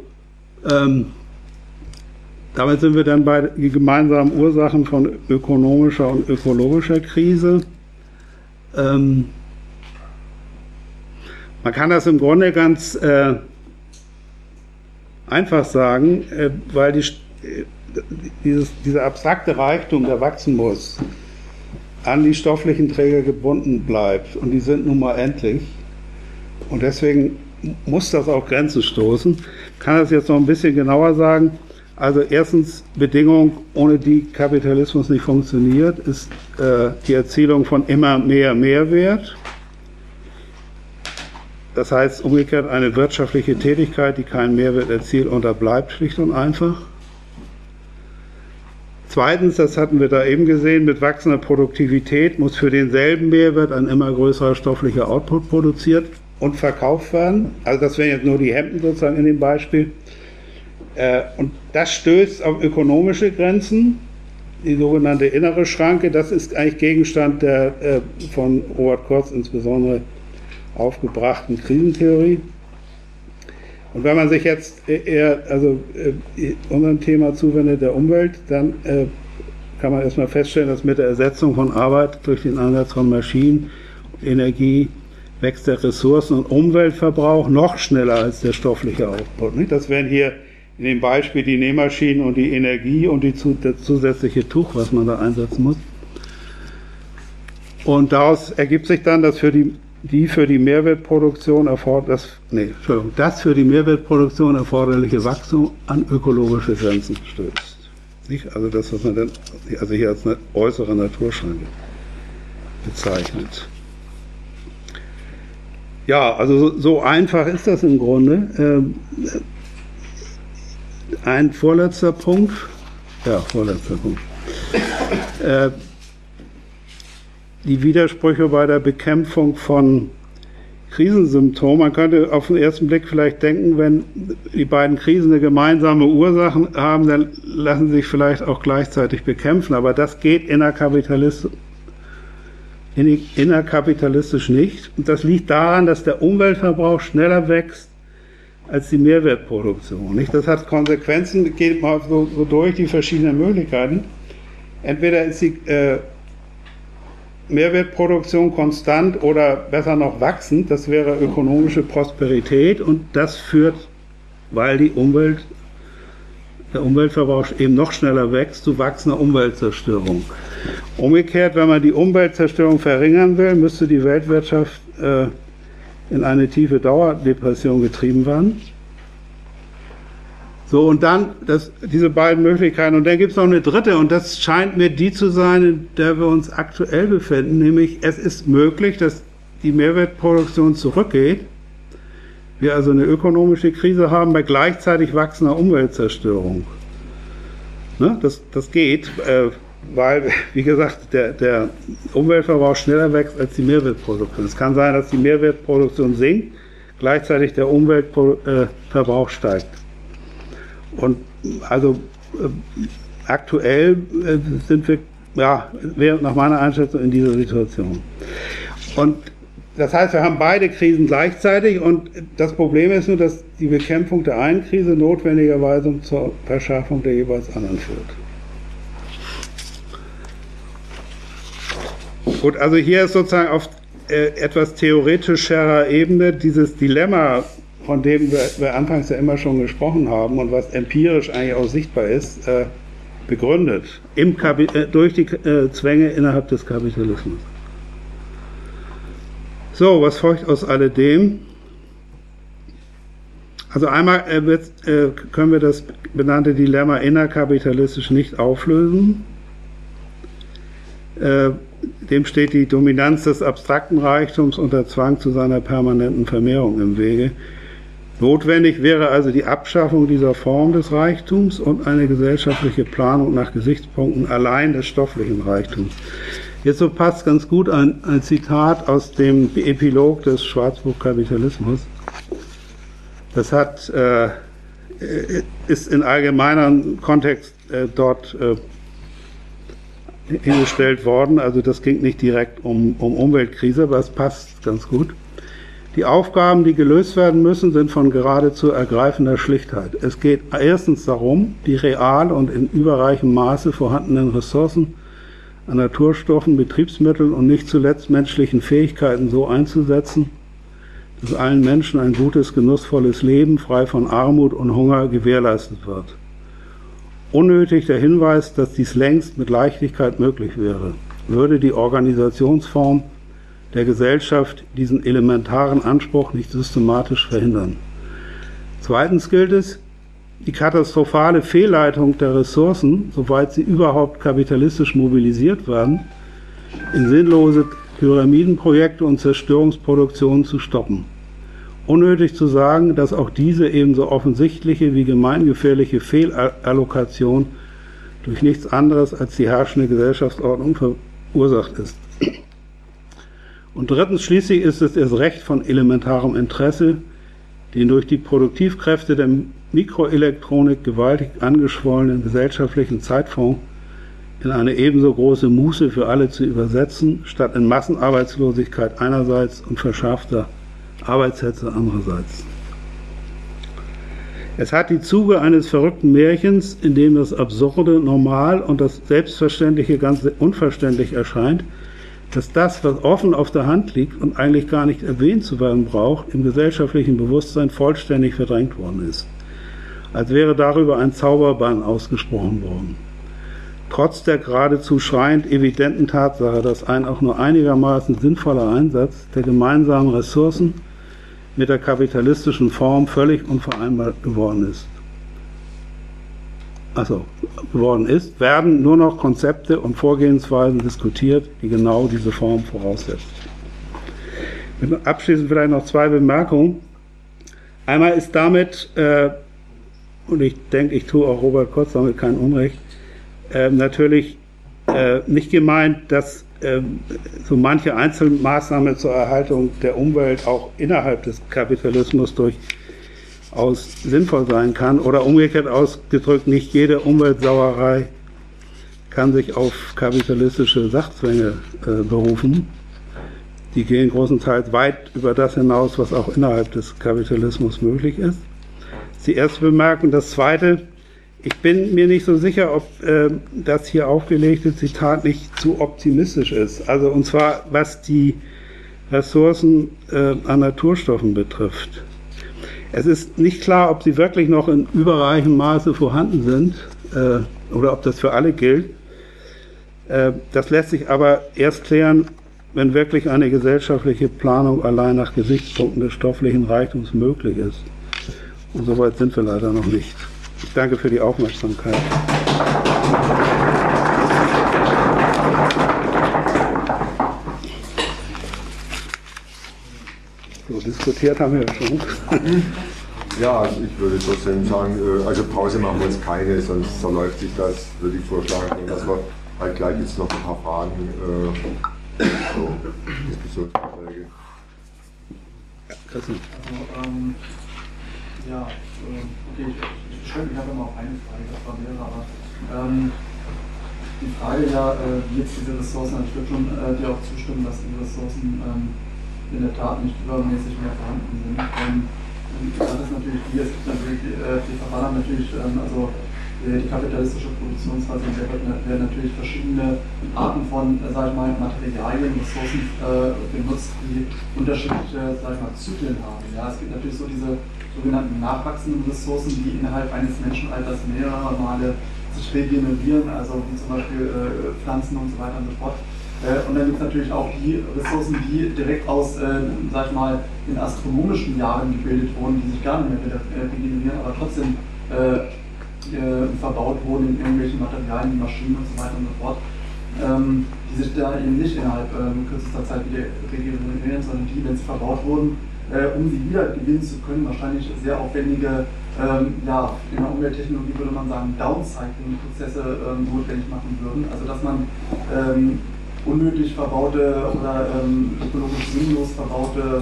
damit sind wir dann bei den gemeinsamen Ursachen von ökonomischer und ökologischer Krise. man kann das im Grunde ganz einfach sagen, weil dieser abstrakte Reichtum, der wachsen muss, an die stofflichen Träger gebunden bleibt. Und die sind nun mal endlich. Und deswegen muss das auf Grenzen stoßen. Ich kann das jetzt noch ein bisschen genauer sagen. Also erstens, Bedingung, ohne die Kapitalismus nicht funktioniert, ist die Erzielung von immer mehr Mehrwert. Das heißt umgekehrt, eine wirtschaftliche Tätigkeit, die keinen Mehrwert erzielt, unterbleibt schlicht und einfach. Zweitens, das hatten wir da eben gesehen, mit wachsender Produktivität muss für denselben Mehrwert ein immer größerer stofflicher Output produziert und verkauft werden. Also das wären jetzt nur die Hemden sozusagen in dem Beispiel. Und das stößt auf ökonomische Grenzen, die sogenannte innere Schranke. Das ist eigentlich Gegenstand der von Robert Kurz insbesondere aufgebrachten Krisentheorie. Und wenn man sich jetzt eher unserem Thema zuwendet, der Umwelt, dann kann man erstmal feststellen, dass mit der Ersetzung von Arbeit durch den Einsatz von Maschinen, Energie, wächst der Ressourcen- und Umweltverbrauch noch schneller als der stoffliche Output. Nicht? Das wären hier in dem Beispiel die Nähmaschinen und die Energie und das zusätzliche Tuch, was man da einsetzen muss. Und daraus ergibt sich dann, dass für die Mehrwertproduktion das für die Mehrwertproduktion erforderliche Wachstum an ökologische Grenzen stößt. Nicht? Also das, was man dann hier als eine äußere Naturschranke bezeichnet. Ja, also so einfach ist das im Grunde. Ein vorletzter Punkt. Die Widersprüche bei der Bekämpfung von Krisensymptomen. Man könnte auf den ersten Blick vielleicht denken, wenn die beiden Krisen eine gemeinsame Ursache haben, dann lassen sie sich vielleicht auch gleichzeitig bekämpfen. Aber das geht innerkapitalistisch nicht. Und das liegt daran, dass der Umweltverbrauch schneller wächst als die Mehrwertproduktion. Nicht? Das hat Konsequenzen, geht mal so durch die verschiedenen Möglichkeiten. Entweder ist die Mehrwertproduktion konstant oder besser noch wachsend, das wäre ökonomische Prosperität und das führt, weil der Umweltverbrauch eben noch schneller wächst, zu wachsender Umweltzerstörung. Umgekehrt, wenn man die Umweltzerstörung verringern will, müsste die Weltwirtschaft in eine tiefe Dauerdepression getrieben werden. So, und dann diese beiden Möglichkeiten. Und dann gibt es noch eine dritte, und das scheint mir die zu sein, in der wir uns aktuell befinden, nämlich es ist möglich, dass die Mehrwertproduktion zurückgeht, wir also eine ökonomische Krise haben bei gleichzeitig wachsender Umweltzerstörung. Ne? Das geht, weil, wie gesagt, der Umweltverbrauch schneller wächst als die Mehrwertproduktion. Es kann sein, dass die Mehrwertproduktion sinkt, gleichzeitig der Umweltverbrauch steigt. Und also aktuell sind wir, wäre nach meiner Einschätzung in dieser Situation. Und das heißt, wir haben beide Krisen gleichzeitig und das Problem ist nur, dass die Bekämpfung der einen Krise notwendigerweise zur Verschärfung der jeweils anderen führt. Gut, also hier ist sozusagen auf etwas theoretischerer Ebene dieses Dilemma, von dem wir anfangs ja immer schon gesprochen haben und was empirisch eigentlich auch sichtbar ist, begründet durch die Zwänge innerhalb des Kapitalismus. So, was folgt aus alledem? Also einmal können wir das benannte Dilemma innerkapitalistisch nicht auflösen. Dem steht die Dominanz des abstrakten Reichtums und der Zwang zu seiner permanenten Vermehrung im Wege. Notwendig wäre also die Abschaffung dieser Form des Reichtums und eine gesellschaftliche Planung nach Gesichtspunkten allein des stofflichen Reichtums. Jetzt so passt ganz gut ein Zitat aus dem Epilog des Schwarzbuch Kapitalismus. Das ist in allgemeineren Kontext dort hingestellt worden. Also das ging nicht direkt um Umweltkrise, aber es passt ganz gut. Die Aufgaben, die gelöst werden müssen, sind von geradezu ergreifender Schlichtheit. Es geht erstens darum, die real und in überreichem Maße vorhandenen Ressourcen an Naturstoffen, Betriebsmitteln und nicht zuletzt menschlichen Fähigkeiten so einzusetzen, dass allen Menschen ein gutes, genussvolles Leben, frei von Armut und Hunger, gewährleistet wird. Unnötig der Hinweis, dass dies längst mit Leichtigkeit möglich wäre, würde die Organisationsform der Gesellschaft diesen elementaren Anspruch nicht systematisch verhindern. Zweitens gilt es, die katastrophale Fehlleitung der Ressourcen, soweit sie überhaupt kapitalistisch mobilisiert werden, in sinnlose Pyramidenprojekte und Zerstörungsproduktionen zu stoppen. Unnötig zu sagen, dass auch diese ebenso offensichtliche wie gemeingefährliche Fehlallokation durch nichts anderes als die herrschende Gesellschaftsordnung verursacht ist. Und drittens schließlich ist es erst recht von elementarem Interesse, den durch die Produktivkräfte der Mikroelektronik gewaltig angeschwollenen gesellschaftlichen Zeitfonds in eine ebenso große Muße für alle zu übersetzen, statt in Massenarbeitslosigkeit einerseits und verschärfter Arbeitshetze andererseits. Es hat die Züge eines verrückten Märchens, in dem das Absurde normal und das Selbstverständliche ganz unverständlich erscheint, dass das, was offen auf der Hand liegt und eigentlich gar nicht erwähnt zu werden braucht, im gesellschaftlichen Bewusstsein vollständig verdrängt worden ist, als wäre darüber ein Zauberbann ausgesprochen worden. Trotz der geradezu schreiend evidenten Tatsache, dass ein auch nur einigermaßen sinnvoller Einsatz der gemeinsamen Ressourcen mit der kapitalistischen Form völlig unvereinbar geworden ist, werden nur noch Konzepte und Vorgehensweisen diskutiert, die genau diese Form voraussetzen. Abschließend vielleicht noch zwei Bemerkungen. Einmal ist damit, und ich denke, ich tue auch Robert Kotz damit kein Unrecht, natürlich nicht gemeint, dass so manche Einzelmaßnahme zur Erhaltung der Umwelt auch innerhalb des Kapitalismus durchaus sinnvoll sein kann, oder umgekehrt ausgedrückt, nicht jede Umweltsauerei kann sich auf kapitalistische Sachzwänge berufen. Die gehen großenteils weit über das hinaus, was auch innerhalb des Kapitalismus möglich ist. Das ist die erste Bemerkung. Das zweite: Ich bin mir nicht so sicher, ob das hier aufgelegte Zitat nicht zu optimistisch ist. Also, und zwar, was die Ressourcen an Naturstoffen betrifft. Es ist nicht klar, ob sie wirklich noch in überreichem Maße vorhanden sind oder ob das für alle gilt. Das lässt sich aber erst klären, wenn wirklich eine gesellschaftliche Planung allein nach Gesichtspunkten des stofflichen Reichtums möglich ist. Und soweit sind wir leider noch nicht. Ich danke für die Aufmerksamkeit. So, diskutiert haben wir ja schon. Ja, also ich würde trotzdem sagen, also Pause machen wir jetzt keine, sonst verläuft sich das, würde ich vorschlagen, dass wir halt gleich jetzt noch ein paar Fragen, Diskussionsvorträge. Okay, ich habe immer auf eine Frage, das war mehrere, aber die Frage ja, wie jetzt diese Ressourcen, ich würde schon dir auch zustimmen, dass die Ressourcen in der Tat nicht übermäßig mehr vorhanden sind. Dann ist natürlich es gibt natürlich, die verballern natürlich, die kapitalistische Produktionsweise, in der werden natürlich verschiedene Arten von, Materialien, Ressourcen benutzt, die unterschiedliche, Zyklen haben. Ja, es gibt natürlich so diese sogenannten nachwachsenden Ressourcen, die innerhalb eines Menschenalters mehrere Male sich regenerieren, also wie zum Beispiel Pflanzen und so weiter und so fort. Und dann gibt es natürlich auch die Ressourcen, die direkt aus, in astronomischen Jahren gebildet wurden, die sich gar nicht mehr regenerieren, aber trotzdem verbaut wurden in irgendwelchen Materialien, Maschinen und so weiter und so fort, die sich da eben nicht innerhalb kürzester Zeit wieder regenerieren, sondern die, wenn sie verbaut wurden, um sie wieder gewinnen zu können, wahrscheinlich sehr aufwendige, in der Umwelttechnologie würde man sagen, Downcycling-Prozesse notwendig machen würden. Also dass man unnötig verbaute oder ökologisch sinnlos verbaute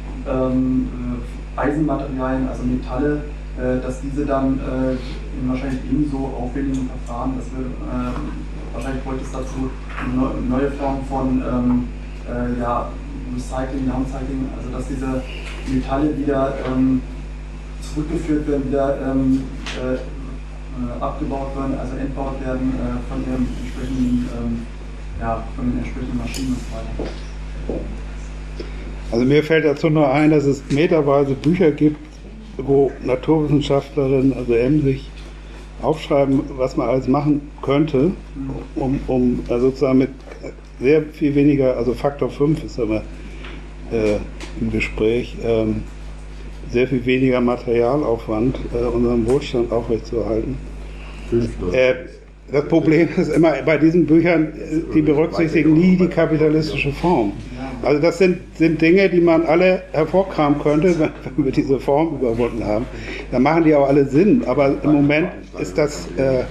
Eisenmaterialien, also Metalle, dass diese dann in wahrscheinlich ebenso aufwendigen Verfahren, das wird, wahrscheinlich bräuchte es dazu eine neue Form von Recycling, Downcycling, also dass diese Metalle wieder zurückgeführt werden, wieder abgebaut werden, also entbaut werden von ihrem entsprechenden von den entsprechenden Maschinen und so weiter. Also mir fällt dazu nur ein, dass es meterweise Bücher gibt, wo Naturwissenschaftlerinnen, also sich aufschreiben, was man alles machen könnte, um sozusagen mit sehr viel weniger, also Faktor 5 ist immer im Gespräch, sehr viel weniger Materialaufwand, unseren Wohlstand aufrechtzuerhalten. Das Problem ist immer bei diesen Büchern, die berücksichtigen nie die kapitalistische Form. Also das sind Dinge, die man alle hervorkramen könnte, wenn wir diese Form überwunden haben. Dann machen die auch alle Sinn, aber im Moment ist das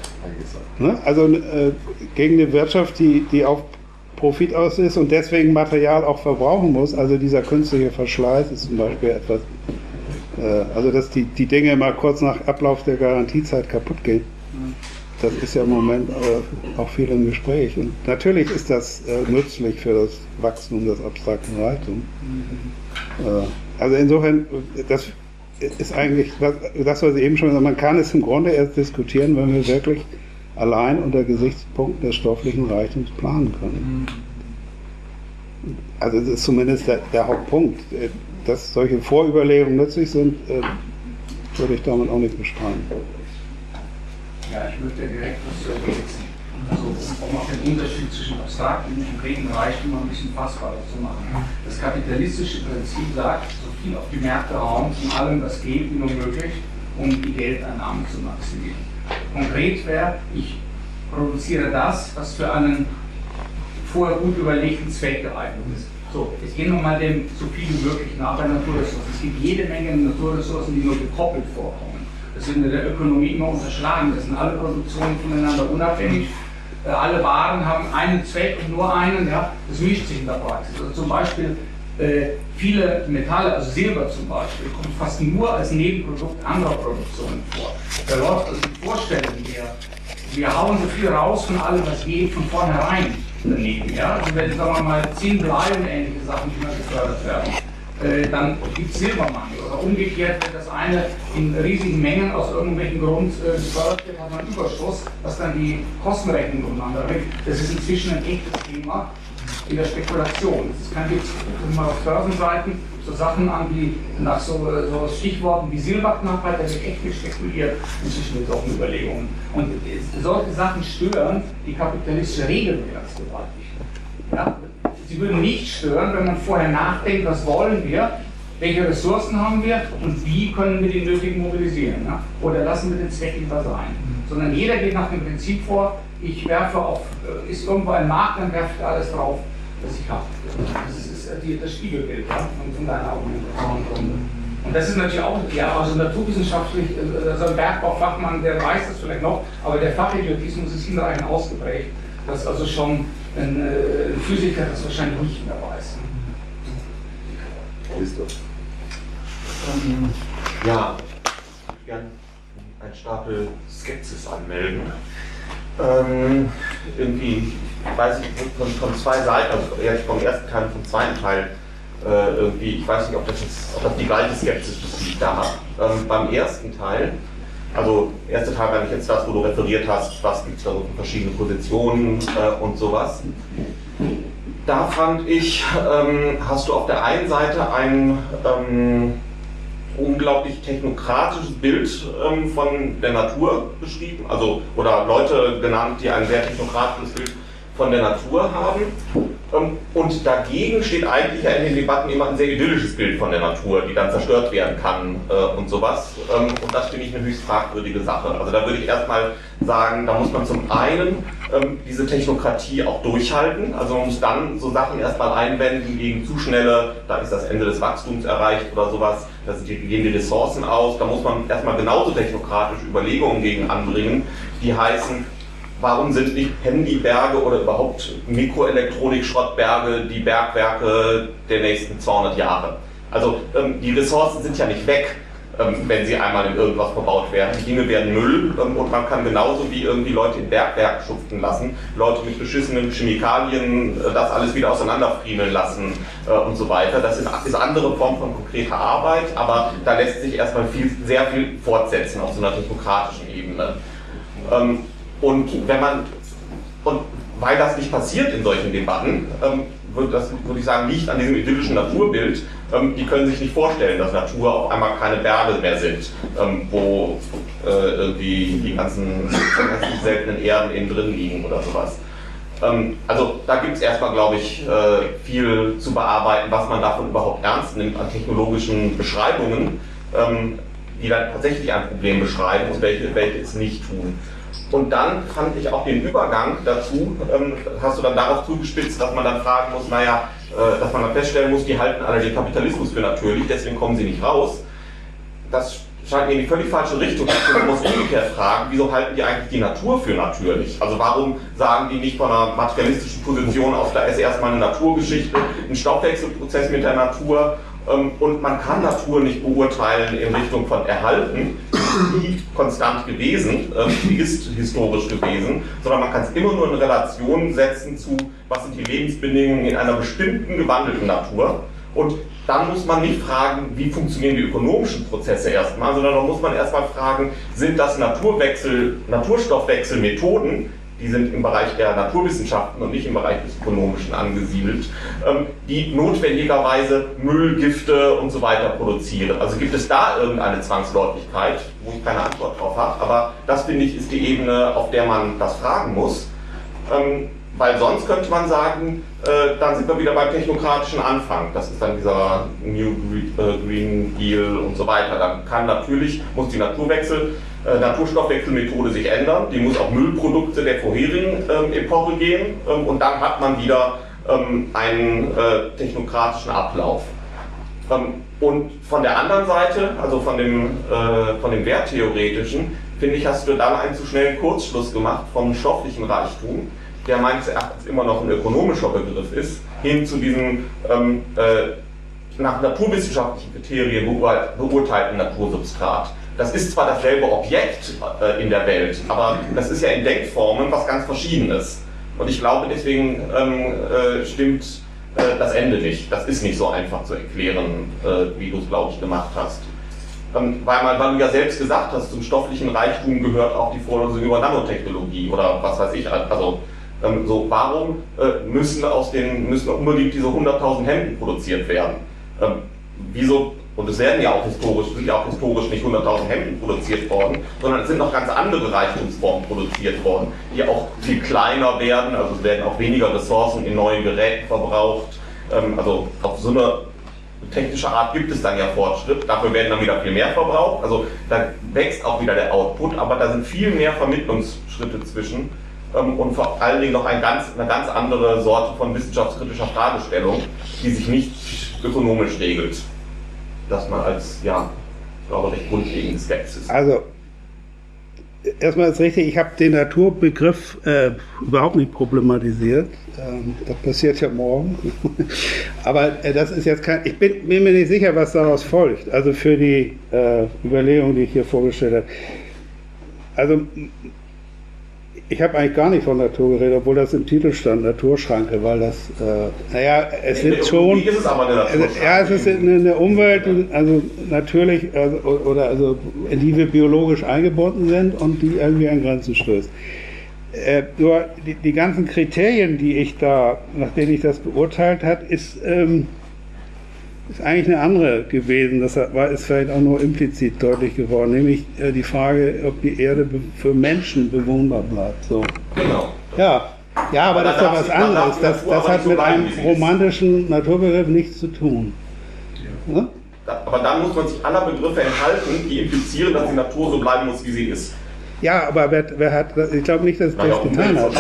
gegen eine Wirtschaft, die auf Profit aus ist und deswegen Material auch verbrauchen muss. Also dieser künstliche Verschleiß ist zum Beispiel etwas, also dass die Dinge mal kurz nach Ablauf der Garantiezeit kaputt gehen. Das ist ja im Moment auch viel im Gespräch. Und natürlich ist das nützlich für das Wachstum des abstrakten Reichtums. Also insofern, das ist eigentlich das, was ich eben schon gesagt habe, man kann es im Grunde erst diskutieren, wenn wir wirklich allein unter Gesichtspunkten des stofflichen Reichtums planen können. Also das ist zumindest der Hauptpunkt. Dass solche Vorüberlegungen nützlich sind, würde ich damit auch nicht bestreiten. Ja, ich möchte direkt was ergänzen. Also, um auch den Unterschied zwischen abstrakten und konkreten Reichtum ein bisschen fassbarer zu machen. Das kapitalistische Prinzip sagt, so viel auf die Märkte Raum von allem, was geht, wie nur möglich, um die Geldeinnahmen zu maximieren. Konkret wäre, ich produziere das, was für einen vorher gut überlegten Zweck geeignet ist. So, jetzt gehen wir mal dem so viel wie möglich nach bei Naturressourcen. Es gibt jede Menge Naturressourcen, die nur gekoppelt vorkommen. Das wird in der Ökonomie immer unterschlagen. Das sind alle Produktionen voneinander unabhängig. Alle Waren haben einen Zweck und nur einen. Ja, das mischt sich in der Praxis. Also zum Beispiel viele Metalle, also Silber zum Beispiel, kommt fast nur als Nebenprodukt anderer Produktionen vor. Da läuft also die Vorstellung, wir hauen so viel raus von allem, was geht, von vornherein daneben. Ja? Also wenn, sagen wir mal, Zinn, Blei und ähnliche Sachen, die mal gefördert werden, dann gibt es Silbermangel. Oder umgekehrt, wenn das eine in riesigen Mengen aus irgendwelchen Grund gefördert wird, hat man einen Überschuss, was dann die Kostenrechnung durcheinander bringt. Das ist inzwischen ein echtes Thema in der Spekulation. Es kann jetzt mal auf Börsenseiten so Sachen an, wie nach so Stichworten wie Silberknappheit, da wird echt viel spekuliert inzwischen mit solchen Überlegungen. Und solche Sachen stören die kapitalistische Regelwelt gewaltig. Ja? Sie würden nicht stören, wenn man vorher nachdenkt, was wollen wir, welche Ressourcen haben wir und wie können wir die nötigen mobilisieren. Ja? Oder lassen wir den Zweck lieber sein. Sondern jeder geht nach dem Prinzip vor, ich werfe auf, ist irgendwo ein Markt, dann werfe ich alles drauf, was ich habe. Das ist das Spiegelbild, ja, von deiner Argumentation. Und das ist natürlich auch, ja, also naturwissenschaftlich, so ein Bergbaufachmann, der weiß das vielleicht noch, aber der Fachidiotismus ist hinreichend ausgeprägt, dass also schon ein Physiker das wahrscheinlich nicht mehr weiß. Christoph. Ja, ich würde gerne einen Stapel Skepsis anmelden. Irgendwie, weiß ich, von zwei Seiten, also eher vom ersten Teil und vom zweiten Teil, irgendwie, ich weiß nicht, ob das die gleiche Skepsis ist, die ich da habe. Beim ersten Teil, also erster Teil war nicht jetzt das, wo du referiert hast, was gibt es da so für verschiedene Positionen und sowas. Da fand ich, hast du auf der einen Seite ein unglaublich technokratisches Bild von der Natur beschrieben, also oder Leute genannt, die ein sehr technokratisches Bild von der Natur haben. Und dagegen steht eigentlich ja in den Debatten immer ein sehr idyllisches Bild von der Natur, die dann zerstört werden kann und sowas. Und das finde ich eine höchst fragwürdige Sache. Also da würde ich erstmal sagen, da muss man zum einen diese Technokratie auch durchhalten. Also man muss dann so Sachen erstmal einwenden gegen zu schnelle, da ist das Ende des Wachstums erreicht oder sowas, da gehen die Ressourcen aus. Da muss man erstmal genauso technokratische Überlegungen gegen anbringen, die heißen, warum sind nicht Handyberge oder überhaupt Mikroelektronik-Schrottberge die Bergwerke der nächsten 200 Jahre? Also die Ressourcen sind ja nicht weg, wenn sie einmal in irgendwas verbaut werden. Die Dinge werden Müll und man kann genauso wie irgendwie Leute in Bergwerken schuften lassen, Leute mit beschissenen Chemikalien das alles wieder auseinanderfriemeln lassen und so weiter. Das ist eine andere Form von konkreter Arbeit, aber da lässt sich erstmal sehr viel fortsetzen auf so einer technokratischen Ebene. Und wenn man, und weil das nicht passiert in solchen Debatten, würde ich sagen, liegt an diesem idyllischen Naturbild. Die können sich nicht vorstellen, dass Natur auf einmal keine Berge mehr sind, wo irgendwie die ganzen seltenen Erden innen drin liegen oder sowas. Also da gibt es erstmal, glaube ich, viel zu bearbeiten, was man davon überhaupt ernst nimmt an technologischen Beschreibungen, die dann tatsächlich ein Problem beschreiben und welche es nicht tun. Und dann fand ich auch den Übergang dazu, hast du dann darauf zugespitzt, dass man dann fragen muss, dass man dann feststellen muss, die halten alle den Kapitalismus für natürlich, deswegen kommen sie nicht raus. Das scheint mir in die völlig falsche Richtung. Man muss umgekehrt fragen, wieso halten die eigentlich die Natur für natürlich? Also warum sagen die nicht von einer materialistischen Position aus, da ist erstmal eine Naturgeschichte, ein Stoffwechselprozess mit der Natur, und man kann Natur nicht beurteilen in Richtung von Erhalten, die konstant gewesen, die ist historisch gewesen, sondern man kann es immer nur in Relation setzen zu, was sind die Lebensbedingungen in einer bestimmten gewandelten Natur. Und dann muss man nicht fragen, wie funktionieren die ökonomischen Prozesse erstmal, sondern dann muss man erstmal fragen, sind das Naturstoffwechselmethoden, die sind im Bereich der Naturwissenschaften und nicht im Bereich des Ökonomischen angesiedelt, die notwendigerweise Müll, Gifte und so weiter produzieren. Also gibt es da irgendeine Zwangsläufigkeit, wo ich keine Antwort drauf habe, aber das, finde ich, ist die Ebene, auf der man das fragen muss. Weil sonst könnte man sagen, dann sind wir wieder beim technokratischen Anfang. Das ist dann dieser New Green Deal und so weiter. Dann muss die Naturstoffwechselmethode sich ändern. Die muss auf Müllprodukte der vorherigen Epoche gehen. Und dann hat man wieder einen technokratischen Ablauf. Und von der anderen Seite, also von dem Werttheoretischen, finde ich, hast du dann einen zu schnellen Kurzschluss gemacht vom stofflichen Reichtum, der meines Erachtens immer noch ein ökonomischer Begriff ist, hin zu diesem nach naturwissenschaftlichen Kriterien beurteilten Natursubstrat. Das ist zwar dasselbe Objekt in der Welt, aber das ist ja in Denkformen was ganz Verschiedenes. Und ich glaube, deswegen stimmt das Ende nicht. Das ist nicht so einfach zu erklären, wie du es, glaube ich, gemacht hast. Weil du ja selbst gesagt hast, zum stofflichen Reichtum gehört auch die Vorlesung über Nanotechnologie oder was weiß ich. Also warum müssen unbedingt diese 100.000 Hemden produziert werden? Wieso? Und es sind ja auch historisch nicht 100.000 Hemden produziert worden, sondern es sind noch ganz andere Reichtumsformen produziert worden, die auch viel kleiner werden, also es werden auch weniger Ressourcen in neuen Geräten verbraucht. Also auf so eine technische Art gibt es dann ja Fortschritt, dafür werden dann wieder viel mehr verbraucht, also da wächst auch wieder der Output, aber da sind viel mehr Vermittlungsschritte zwischen und vor allen Dingen noch eine ganz andere Sorte von wissenschaftskritischer Fragestellung, die sich nicht ökonomisch regelt. Das mal als, glaube recht grundlegende Skepsis. Also, erstmal ist richtig, ich habe den Naturbegriff überhaupt nicht problematisiert. Das passiert ja morgen. Aber das ist jetzt ich bin mir nicht sicher, was daraus folgt. Also für die Überlegung, die ich hier vorgestellt habe. Also, ich habe eigentlich gar nicht von Natur geredet, obwohl das im Titel stand, Naturschranke, weil das, es sind schon, ist es aber eine Naturschranke. Es ist eine Umwelt, also natürlich, also in die wir biologisch eingebunden sind und die irgendwie an Grenzen stößt. Nur die ganzen Kriterien, nach denen ich das beurteilt habe, ist eigentlich eine andere gewesen. Das ist vielleicht auch nur implizit deutlich geworden, nämlich die Frage, ob die Erde für Menschen bewohnbar bleibt. So. Genau. Ja, aber das ist ja was anderes. Das hat mit einem romantischen Naturbegriff nichts zu tun. Ja? Aber dann muss man sich aller Begriffe enthalten, die implizieren, dass die Natur so bleiben muss, wie sie ist. Ja, aber wer hat, ich glaube nicht, dass das getan hat.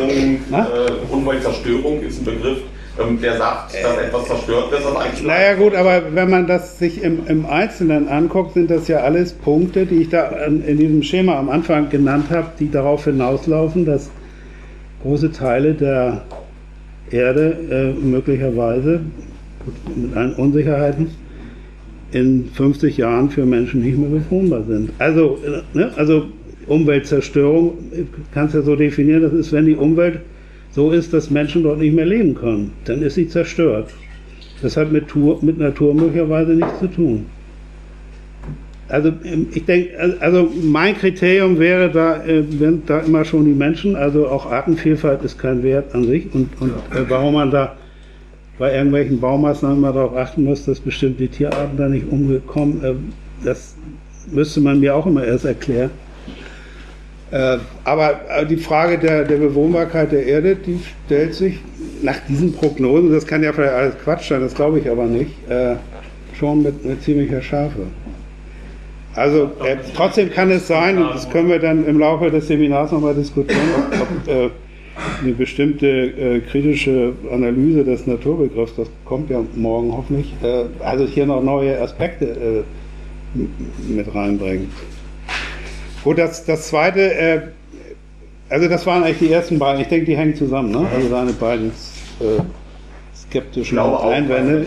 Umweltzerstörung ist ein Begriff, der sagt, dass etwas zerstört wird, das eigentlich. Naja gut, aber wenn man das sich im Einzelnen anguckt, sind das ja alles Punkte, die ich da in diesem Schema am Anfang genannt habe, die darauf hinauslaufen, dass große Teile der Erde möglicherweise mit allen Unsicherheiten in 50 Jahren für Menschen nicht mehr bewohnbar sind. Also Umweltzerstörung kannst du ja so definieren, das ist, wenn die Umwelt so ist, dass Menschen dort nicht mehr leben können, dann ist sie zerstört. Das hat mit Natur möglicherweise nichts zu tun. Also ich denke, also mein Kriterium wäre da, wenn da immer schon die Menschen, also auch Artenvielfalt ist kein Wert an sich und warum man da bei irgendwelchen Baumaßnahmen immer darauf achten muss, dass bestimmte Tierarten da nicht umgekommen, das müsste man mir auch immer erst erklären. Aber die Frage der Bewohnbarkeit der Erde, die stellt sich nach diesen Prognosen, das kann ja vielleicht alles Quatsch sein, das glaube ich aber nicht, schon mit ziemlicher Schärfe. Also trotzdem kann es sein, und das können wir dann im Laufe des Seminars nochmal diskutieren, ob eine bestimmte kritische Analyse des Naturbegriffs, das kommt ja morgen hoffentlich, also hier noch neue Aspekte mit reinbringt. Gut, das zweite, also das waren eigentlich die ersten beiden, ich denke, die hängen zusammen, ne? Also deine beiden skeptischen Einwände.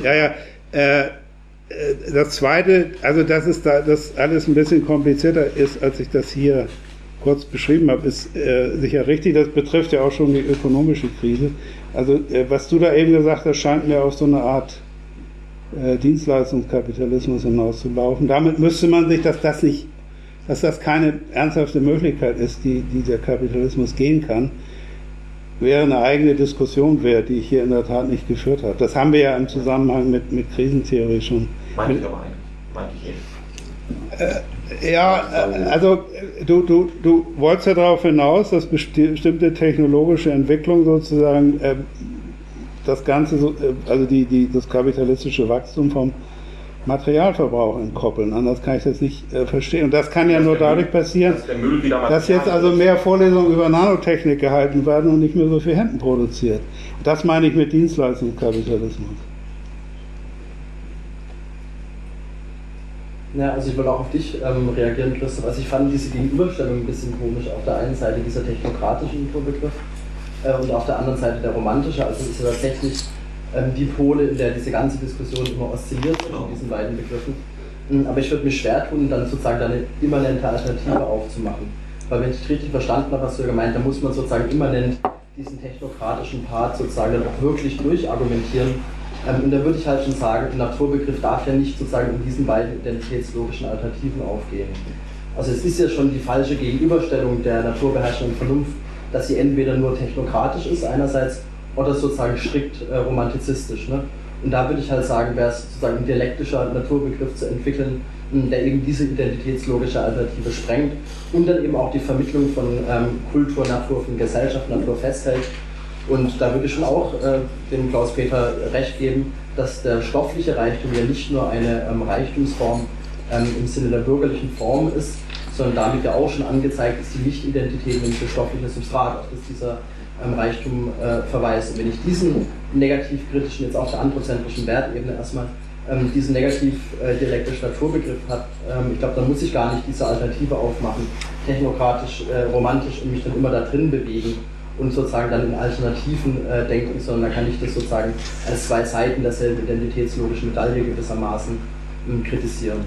Das zweite, also dass es da das alles ein bisschen komplizierter ist, als ich das hier kurz beschrieben habe, ist sicher richtig. Das betrifft ja auch schon die ökonomische Krise. Also was du da eben gesagt hast, scheint mir auf so eine Art Dienstleistungskapitalismus hinauszulaufen. Damit müsste man sich, dass das keine ernsthafte Möglichkeit ist, die der Kapitalismus gehen kann, wäre eine eigene Diskussion wert, die ich hier in der Tat nicht geführt habe. Das haben wir ja im Zusammenhang mit Krisentheorie schon. Meinte ich aber eigentlich. Ja, also du wolltest ja darauf hinaus, dass bestimmte technologische Entwicklung sozusagen das Ganze, also das kapitalistische Wachstum vom Materialverbrauch entkoppeln. Anders kann ich das nicht verstehen. Und das kann ja nur dadurch passieren, dass jetzt also mehr Vorlesungen über Nanotechnik gehalten werden und nicht mehr so viel Hemden produziert. Das meine ich mit Dienstleistungskapitalismus. Ja, also ich wollte auch auf dich reagieren, Christoph. Also ich fand diese Gegenüberstellung ein bisschen komisch. Auf der einen Seite dieser technokratische Naturbegriff und auf der anderen Seite der romantische. Also es ist ja tatsächlich die Pole, in der diese ganze Diskussion immer oszilliert in diesen beiden Begriffen. Aber ich würde mich schwer tun, dann sozusagen eine immanente Alternative aufzumachen. Weil wenn ich richtig verstanden habe, was du ja gemeint, dann muss man sozusagen immanent diesen technokratischen Part sozusagen dann auch wirklich durchargumentieren. Und da würde ich halt schon sagen, der Naturbegriff darf ja nicht sozusagen in diesen beiden identitätslogischen Alternativen aufgehen. Also es ist ja schon die falsche Gegenüberstellung der Naturbeherrschung und Vernunft, dass sie entweder nur technokratisch ist einerseits oder sozusagen strikt romantizistisch. Ne? Und da würde ich halt sagen, wäre es sozusagen ein dialektischer Naturbegriff zu entwickeln, der eben diese identitätslogische Alternative sprengt und dann eben auch die Vermittlung von Kultur, Natur, von Gesellschaft, Natur festhält. Und da würde ich schon auch dem Klaus-Peter recht geben, dass der stoffliche Reichtum ja nicht nur eine Reichtumsform im Sinne der bürgerlichen Form ist, sondern damit ja auch schon angezeigt ist, die Nicht-Identität, nämlich das stoffliche Substrat, auf das dieser Reichtum verweist. Und wenn ich diesen negativ-kritischen, jetzt auf der anthrozentrischen Wertebene erstmal, diesen negativ-dialektischen Naturbegriff habe, ich glaube, dann muss ich gar nicht diese Alternative aufmachen, technokratisch, romantisch und mich dann immer da drin bewegen und sozusagen dann in Alternativen denken, sondern da kann ich das sozusagen als zwei Seiten derselben identitätslogischen Medaille gewissermaßen kritisieren.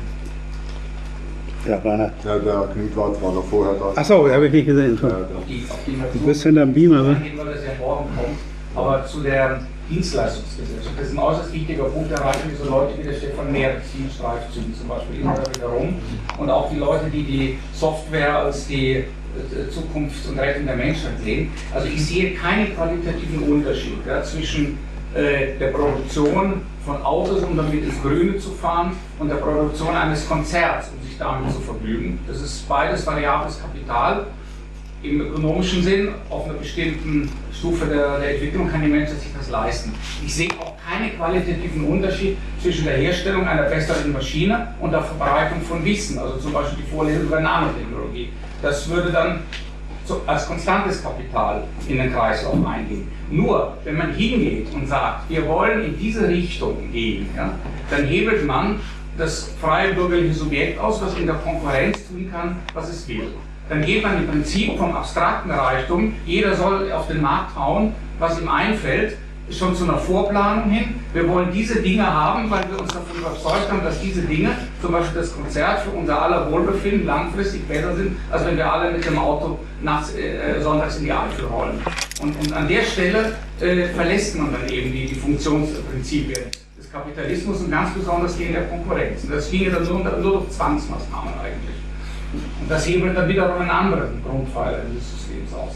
Ja, Rainer. Ja, der Knut war noch vorher da. Achso, habe ich nicht gesehen. Du bist hinterm Beamer, ne? Weil das ja morgen kommt, aber zu der Dienstleistungsgesellschaft. Das ist ein äußerst wichtiger Punkt, erreichen so Leute wie der Stefan Merz, die Streifzügen zum Beispiel immer wieder rum. Und auch die Leute, die die Software als die Zukunft und Rettung der Menschheit sehen. Also ich sehe keinen qualitativen Unterschied zwischen der Produktion von Autos, um damit ins Grüne zu fahren, und der Produktion eines Konzerts, um sich damit zu vergnügen. Das ist beides variables Kapital. Im ökonomischen Sinn, auf einer bestimmten Stufe der Entwicklung kann die Menschheit sich das leisten. Ich sehe auch keinen qualitativen Unterschied zwischen der Herstellung einer besseren Maschine und der Verbreitung von Wissen, also zum Beispiel die Vorlesung über Nanotechnologie. Das würde dann als konstantes Kapital in den Kreislauf eingehen. Nur, wenn man hingeht und sagt, wir wollen in diese Richtung gehen, ja, dann hebelt man das freie bürgerliche Subjekt aus, was in der Konkurrenz tun kann, was es will. Dann geht man im Prinzip vom abstrakten Reichtum, jeder soll auf den Markt hauen, was ihm einfällt, schon zu einer Vorplanung hin. Wir wollen diese Dinge haben, weil wir uns davon überzeugt haben, dass diese Dinge, zum Beispiel das Konzert, für unser aller Wohlbefinden langfristig besser sind, als wenn wir alle mit dem Auto sonntags in die Eifel rollen. Und an der Stelle verlässt man dann eben die Funktionsprinzipien des des Kapitalismus und ganz besonders die in der Konkurrenz. Und das ginge dann nur durch Zwangsmaßnahmen eigentlich. Und das hebelt dann wiederum einen anderen Grundpfeiler des Systems aus.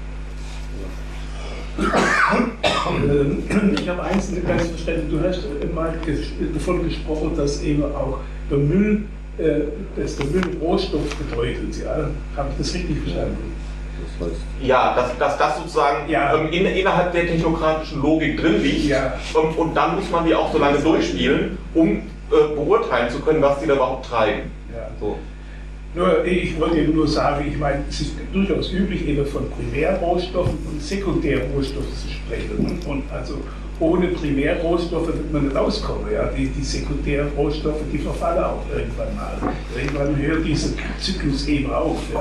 Ich habe eins nicht ganz verstanden. Du hast mal davon gesprochen, dass eben auch der Müll, dass der Müll Rohstoff bedeutet. Ja? Habe ich das richtig verstanden? Ja, dass das sozusagen innerhalb der technokratischen Logik drin liegt. Ja. Und dann muss man die auch so lange durchspielen, um beurteilen zu können, was die da überhaupt treiben. Ja. So. Nur, ich wollte nur sagen, ich meine, es ist durchaus üblich, eben von Primärrohstoffen und Sekundärrohstoffen zu sprechen. Und also ohne Primärrohstoffe wird man nicht auskommen. Ja? Die Sekundärrohstoffe, die verfallen auch irgendwann mal. Irgendwann hört dieser Zyklus eben auf. Ja?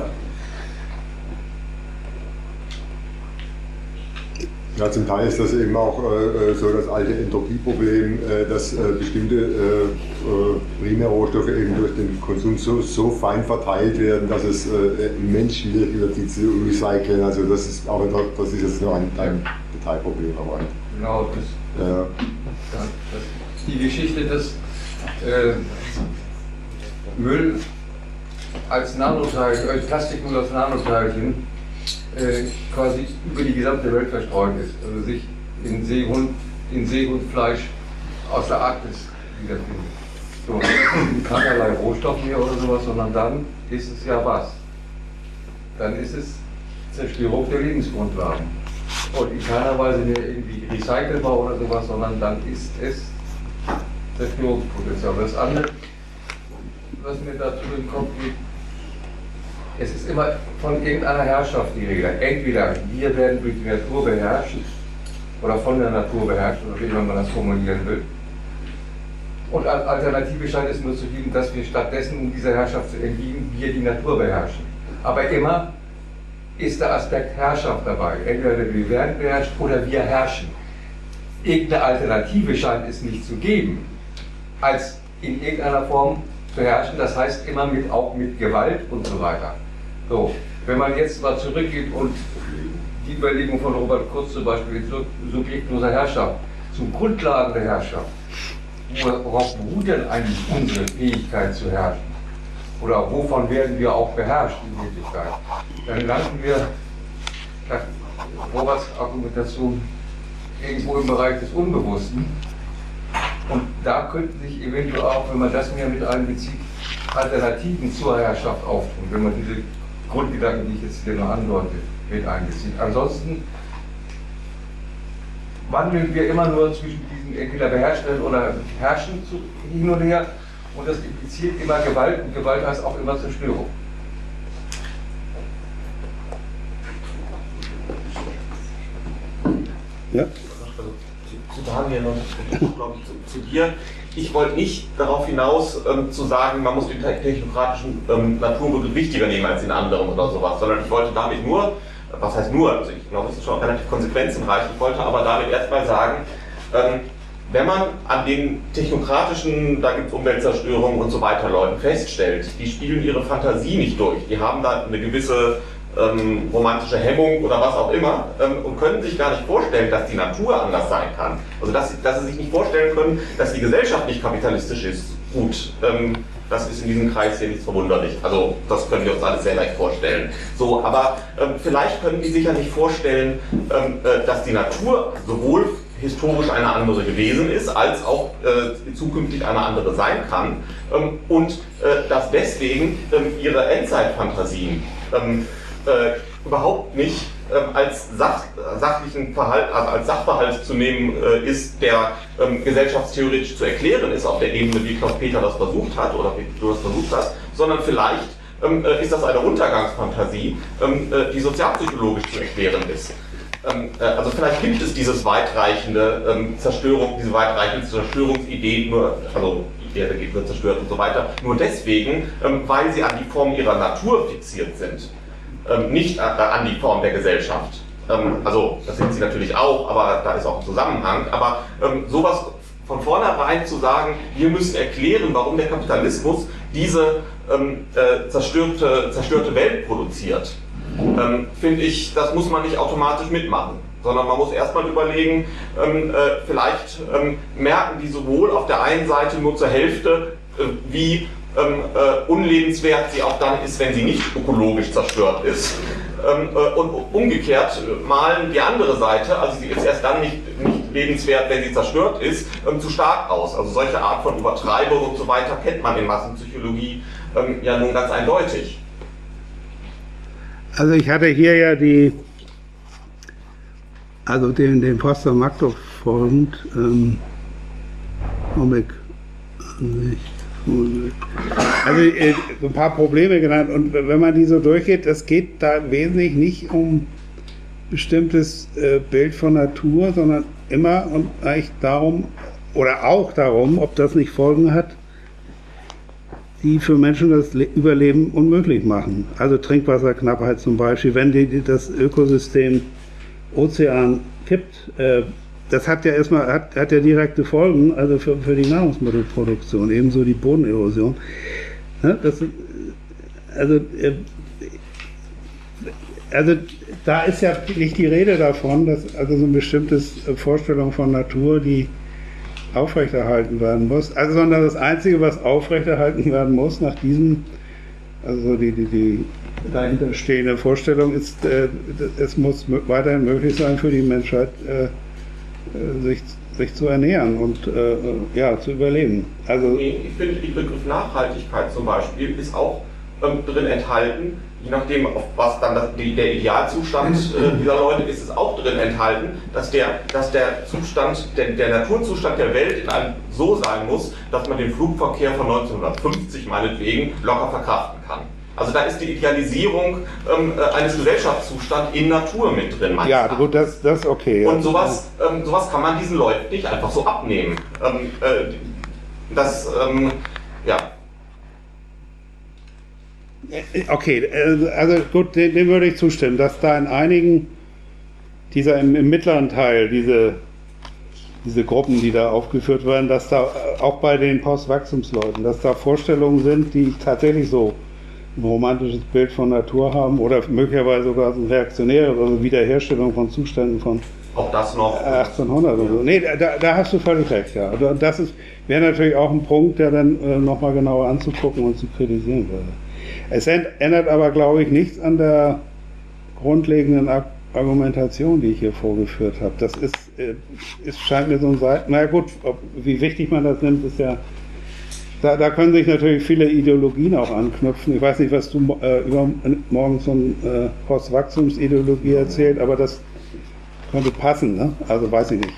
Ja, zum Teil ist das eben auch so das alte Entropieproblem, dass bestimmte Primärrohstoffe eben durch den Konsum so fein verteilt werden, dass es immens schwierig wird, die zu recyceln. Also das ist jetzt nur ein Detailproblem. Aber genau, das die Geschichte des Müll als Nanoteilchen, als Plastikmüll als Nanoteilchen quasi über die gesamte Welt verstreut ist, also sich in Seehundfleisch aus der Arktis wiederfindet. So, keinerlei Rohstoff mehr oder sowas, sondern dann ist es ja was? Dann ist es Zerstörung der Lebensgrundlagen. Und in keiner Weise mehr irgendwie recycelbar oder sowas, sondern dann ist es Zerstörungspotenzial. Das andere, was mir dazu in den Kopf geht, es ist immer von irgendeiner Herrschaft die Rede. Entweder wir werden durch die Natur beherrscht oder von der Natur beherrscht, oder wie man das formulieren will. Und als Alternative scheint es nur zu geben, dass wir stattdessen, um dieser Herrschaft zu entgehen, wir die Natur beherrschen. Aber immer ist der Aspekt Herrschaft dabei. Entweder wir werden beherrscht oder wir herrschen. Irgendeine Alternative scheint es nicht zu geben, als in irgendeiner Form zu herrschen. Das heißt immer auch mit Gewalt und so weiter. So, wenn man jetzt mal zurückgeht und die Überlegung von Robert Kurz zum Beispiel, subjektloser Herrschaft, zu Grundlagen der Herrschaft, worauf beruht denn eigentlich unsere Fähigkeit zu herrschen? Oder wovon werden wir auch beherrscht in Wirklichkeit? Dann landen wir, nach Roberts Argumentation, irgendwo im Bereich des Unbewussten. Und da könnten sich eventuell auch, wenn man das mehr mit einbezieht, Alternativen zur Herrschaft auftun, wenn man diese Grundgedanken, die ich jetzt hier noch andeute, mit einbezieht. Ansonsten wandeln wir immer nur zwischen diesen entweder beherrschen oder herrschen hin und her, und das impliziert immer Gewalt, und Gewalt heißt auch immer Zerstörung. Ja? Zu Daniel und glaube ich zu dir. Ich wollte nicht darauf hinaus zu sagen, man muss den technokratischen Naturbegriff wichtiger nehmen als den anderen oder sowas, sondern ich wollte damit nur, was heißt nur, also ich glaube, es ist schon relativ konsequenzenreich, ich wollte aber damit erstmal sagen, wenn man an den technokratischen, da gibt es Umweltzerstörung und so weiter, Leuten feststellt, die spielen ihre Fantasie nicht durch, die haben da eine gewisse romantische Hemmung oder was auch immer und können sich gar nicht vorstellen, dass die Natur anders sein kann. Also dass sie sich nicht vorstellen können, dass die Gesellschaft nicht kapitalistisch ist. Gut, das ist in diesem Kreis hier nichts verwunderlich. Also das können wir uns alle sehr leicht vorstellen. So, aber vielleicht können die sich ja nicht vorstellen, dass die Natur sowohl historisch eine andere gewesen ist, als auch zukünftig eine andere sein kann und dass deswegen ihre Endzeitfantasien überhaupt nicht als sachlichen Verhalt, also als Sachverhalt zu nehmen ist, der gesellschaftstheoretisch zu erklären ist auf der Ebene, wie Klaus-Peter das versucht hat oder wie du das versucht hast, sondern vielleicht ist das eine Untergangsfantasie, die sozialpsychologisch zu erklären ist. Also vielleicht gibt es diese weitreichende Zerstörungsidee nur, also die Erde wird zerstört und so weiter, nur deswegen, weil sie an die Form ihrer Natur fixiert sind. Nicht an die Form der Gesellschaft. Also das sind sie natürlich auch, aber da ist auch ein Zusammenhang. Aber sowas von vornherein zu sagen, wir müssen erklären, warum der Kapitalismus diese zerstörte Welt produziert, finde ich, das muss man nicht automatisch mitmachen, sondern man muss erstmal überlegen, vielleicht merken die sowohl auf der einen Seite nur zur Hälfte, wie unlebenswert sie auch dann ist, wenn sie nicht ökologisch zerstört ist. Und umgekehrt malen die andere Seite, also sie ist erst dann nicht lebenswert, wenn sie zerstört ist, zu stark aus. Also solche Art von Übertreibung und so weiter kennt man in Massenpsychologie ja nun ganz eindeutig. Also ich hatte hier ja den Foster Magdorf folgend also so ein paar Probleme genannt, und wenn man die so durchgeht, es geht da wesentlich nicht um bestimmtes Bild von Natur, sondern immer und eigentlich darum, oder auch darum, ob das nicht Folgen hat, die für Menschen das Überleben unmöglich machen. Also Trinkwasserknappheit zum Beispiel, wenn das Ökosystem Ozean kippt, das hat ja erstmal hat ja direkte Folgen, also für die Nahrungsmittelproduktion, ebenso die Bodenerosion. Also da ist ja nicht die Rede davon, dass also so eine bestimmte Vorstellung von Natur, die aufrechterhalten werden muss, also sondern das Einzige, was aufrechterhalten werden muss nach diesem, also die dahinterstehende Vorstellung ist, es muss weiterhin möglich sein für die Menschheit, sich zu ernähren und zu überleben. Also ich finde, der Begriff Nachhaltigkeit zum Beispiel ist auch drin enthalten, je nachdem, auf was dann der Idealzustand dieser Leute ist, ist auch drin enthalten, dass der Zustand, der Naturzustand der Welt in einem so sein muss, dass man den Flugverkehr von 1950 meinetwegen locker verkraften kann. Also da ist die Idealisierung eines Gesellschaftszustands in Natur mit drin. Ja, gut, das ist okay. Und sowas kann man diesen Leuten nicht einfach so abnehmen. Okay, also gut, dem würde ich zustimmen, dass da in einigen im mittleren Teil diese Gruppen, die da aufgeführt werden, dass da auch bei den Postwachstumsleuten, dass da Vorstellungen sind, die tatsächlich so ein romantisches Bild von Natur haben oder möglicherweise sogar ein reaktionäres, also Wiederherstellung von Zuständen von auch das noch 1800 oder so. Nee, da hast du völlig recht, ja. Das wäre natürlich auch ein Punkt, der dann nochmal genauer anzugucken und zu kritisieren würde. Es ändert aber, glaube ich, nichts an der grundlegenden Argumentation, die ich hier vorgeführt habe. Das scheint mir so ein Seiten. Na gut, wie wichtig man das nimmt, ist ja. Da können sich natürlich viele Ideologien auch anknüpfen. Ich weiß nicht, was du übermorgen so eine Postwachstumsideologie erzählt, aber das könnte passen, ne? Also weiß ich nicht.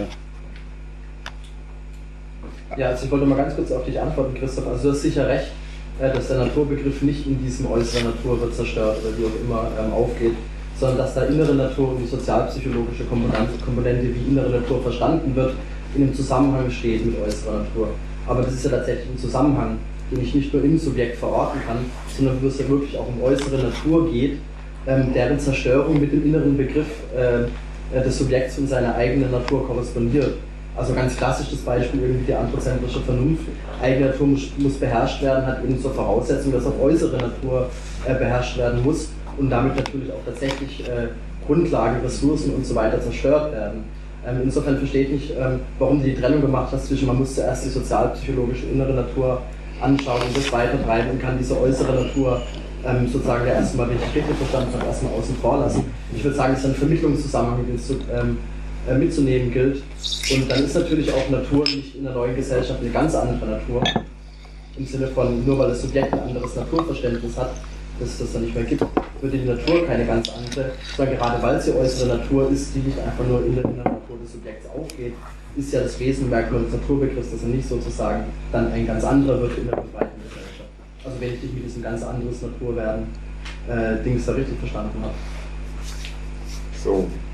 Ja, also ich wollte mal ganz kurz auf dich antworten, Christoph. Also du hast sicher recht, dass der Naturbegriff nicht in diesem äußeren Natur wird zerstört oder wie auch immer aufgeht, sondern dass da innere Natur und die sozialpsychologische Komponente wie innere Natur verstanden wird, in einem Zusammenhang steht mit äußerer Natur. Aber das ist ja tatsächlich ein Zusammenhang, den ich nicht nur im Subjekt verorten kann, sondern wo es ja wirklich auch um äußere Natur geht, deren Zerstörung mit dem inneren Begriff des Subjekts und seiner eigenen Natur korrespondiert. Also ganz klassisch das Beispiel irgendwie die anthropozentrische Vernunft. Eigene Natur muss beherrscht werden, hat eben zur Voraussetzung, dass auch äußere Natur beherrscht werden muss und damit natürlich auch tatsächlich Grundlagen, Ressourcen und so weiter zerstört werden. Insofern verstehe ich nicht, warum du die Trennung gemacht hast zwischen, man muss zuerst die sozialpsychologische innere Natur anschauen und das weitertreiben und kann diese äußere Natur sozusagen ja erstmal richtig verstanden und erstmal außen vor lassen. Ich würde sagen, es ist ein Vermittlungszusammenhang, den es mitzunehmen gilt. Und dann ist natürlich auch Natur nicht in der neuen Gesellschaft eine ganz andere Natur. Im Sinne von, nur weil das Subjekt ein anderes Naturverständnis hat, dass es das dann nicht mehr gibt, würde die Natur keine ganz andere, sondern gerade weil sie äußere Natur ist, die nicht einfach nur in der Natur des Subjekts aufgeht, ist ja das Wesenmerkmal des Naturbegriffs, dass er nicht sozusagen dann ein ganz anderer wird in der befreiten Gesellschaft. Also wenn ich dich mit diesem ganz anderes Naturwerden Dings da richtig verstanden habe. So.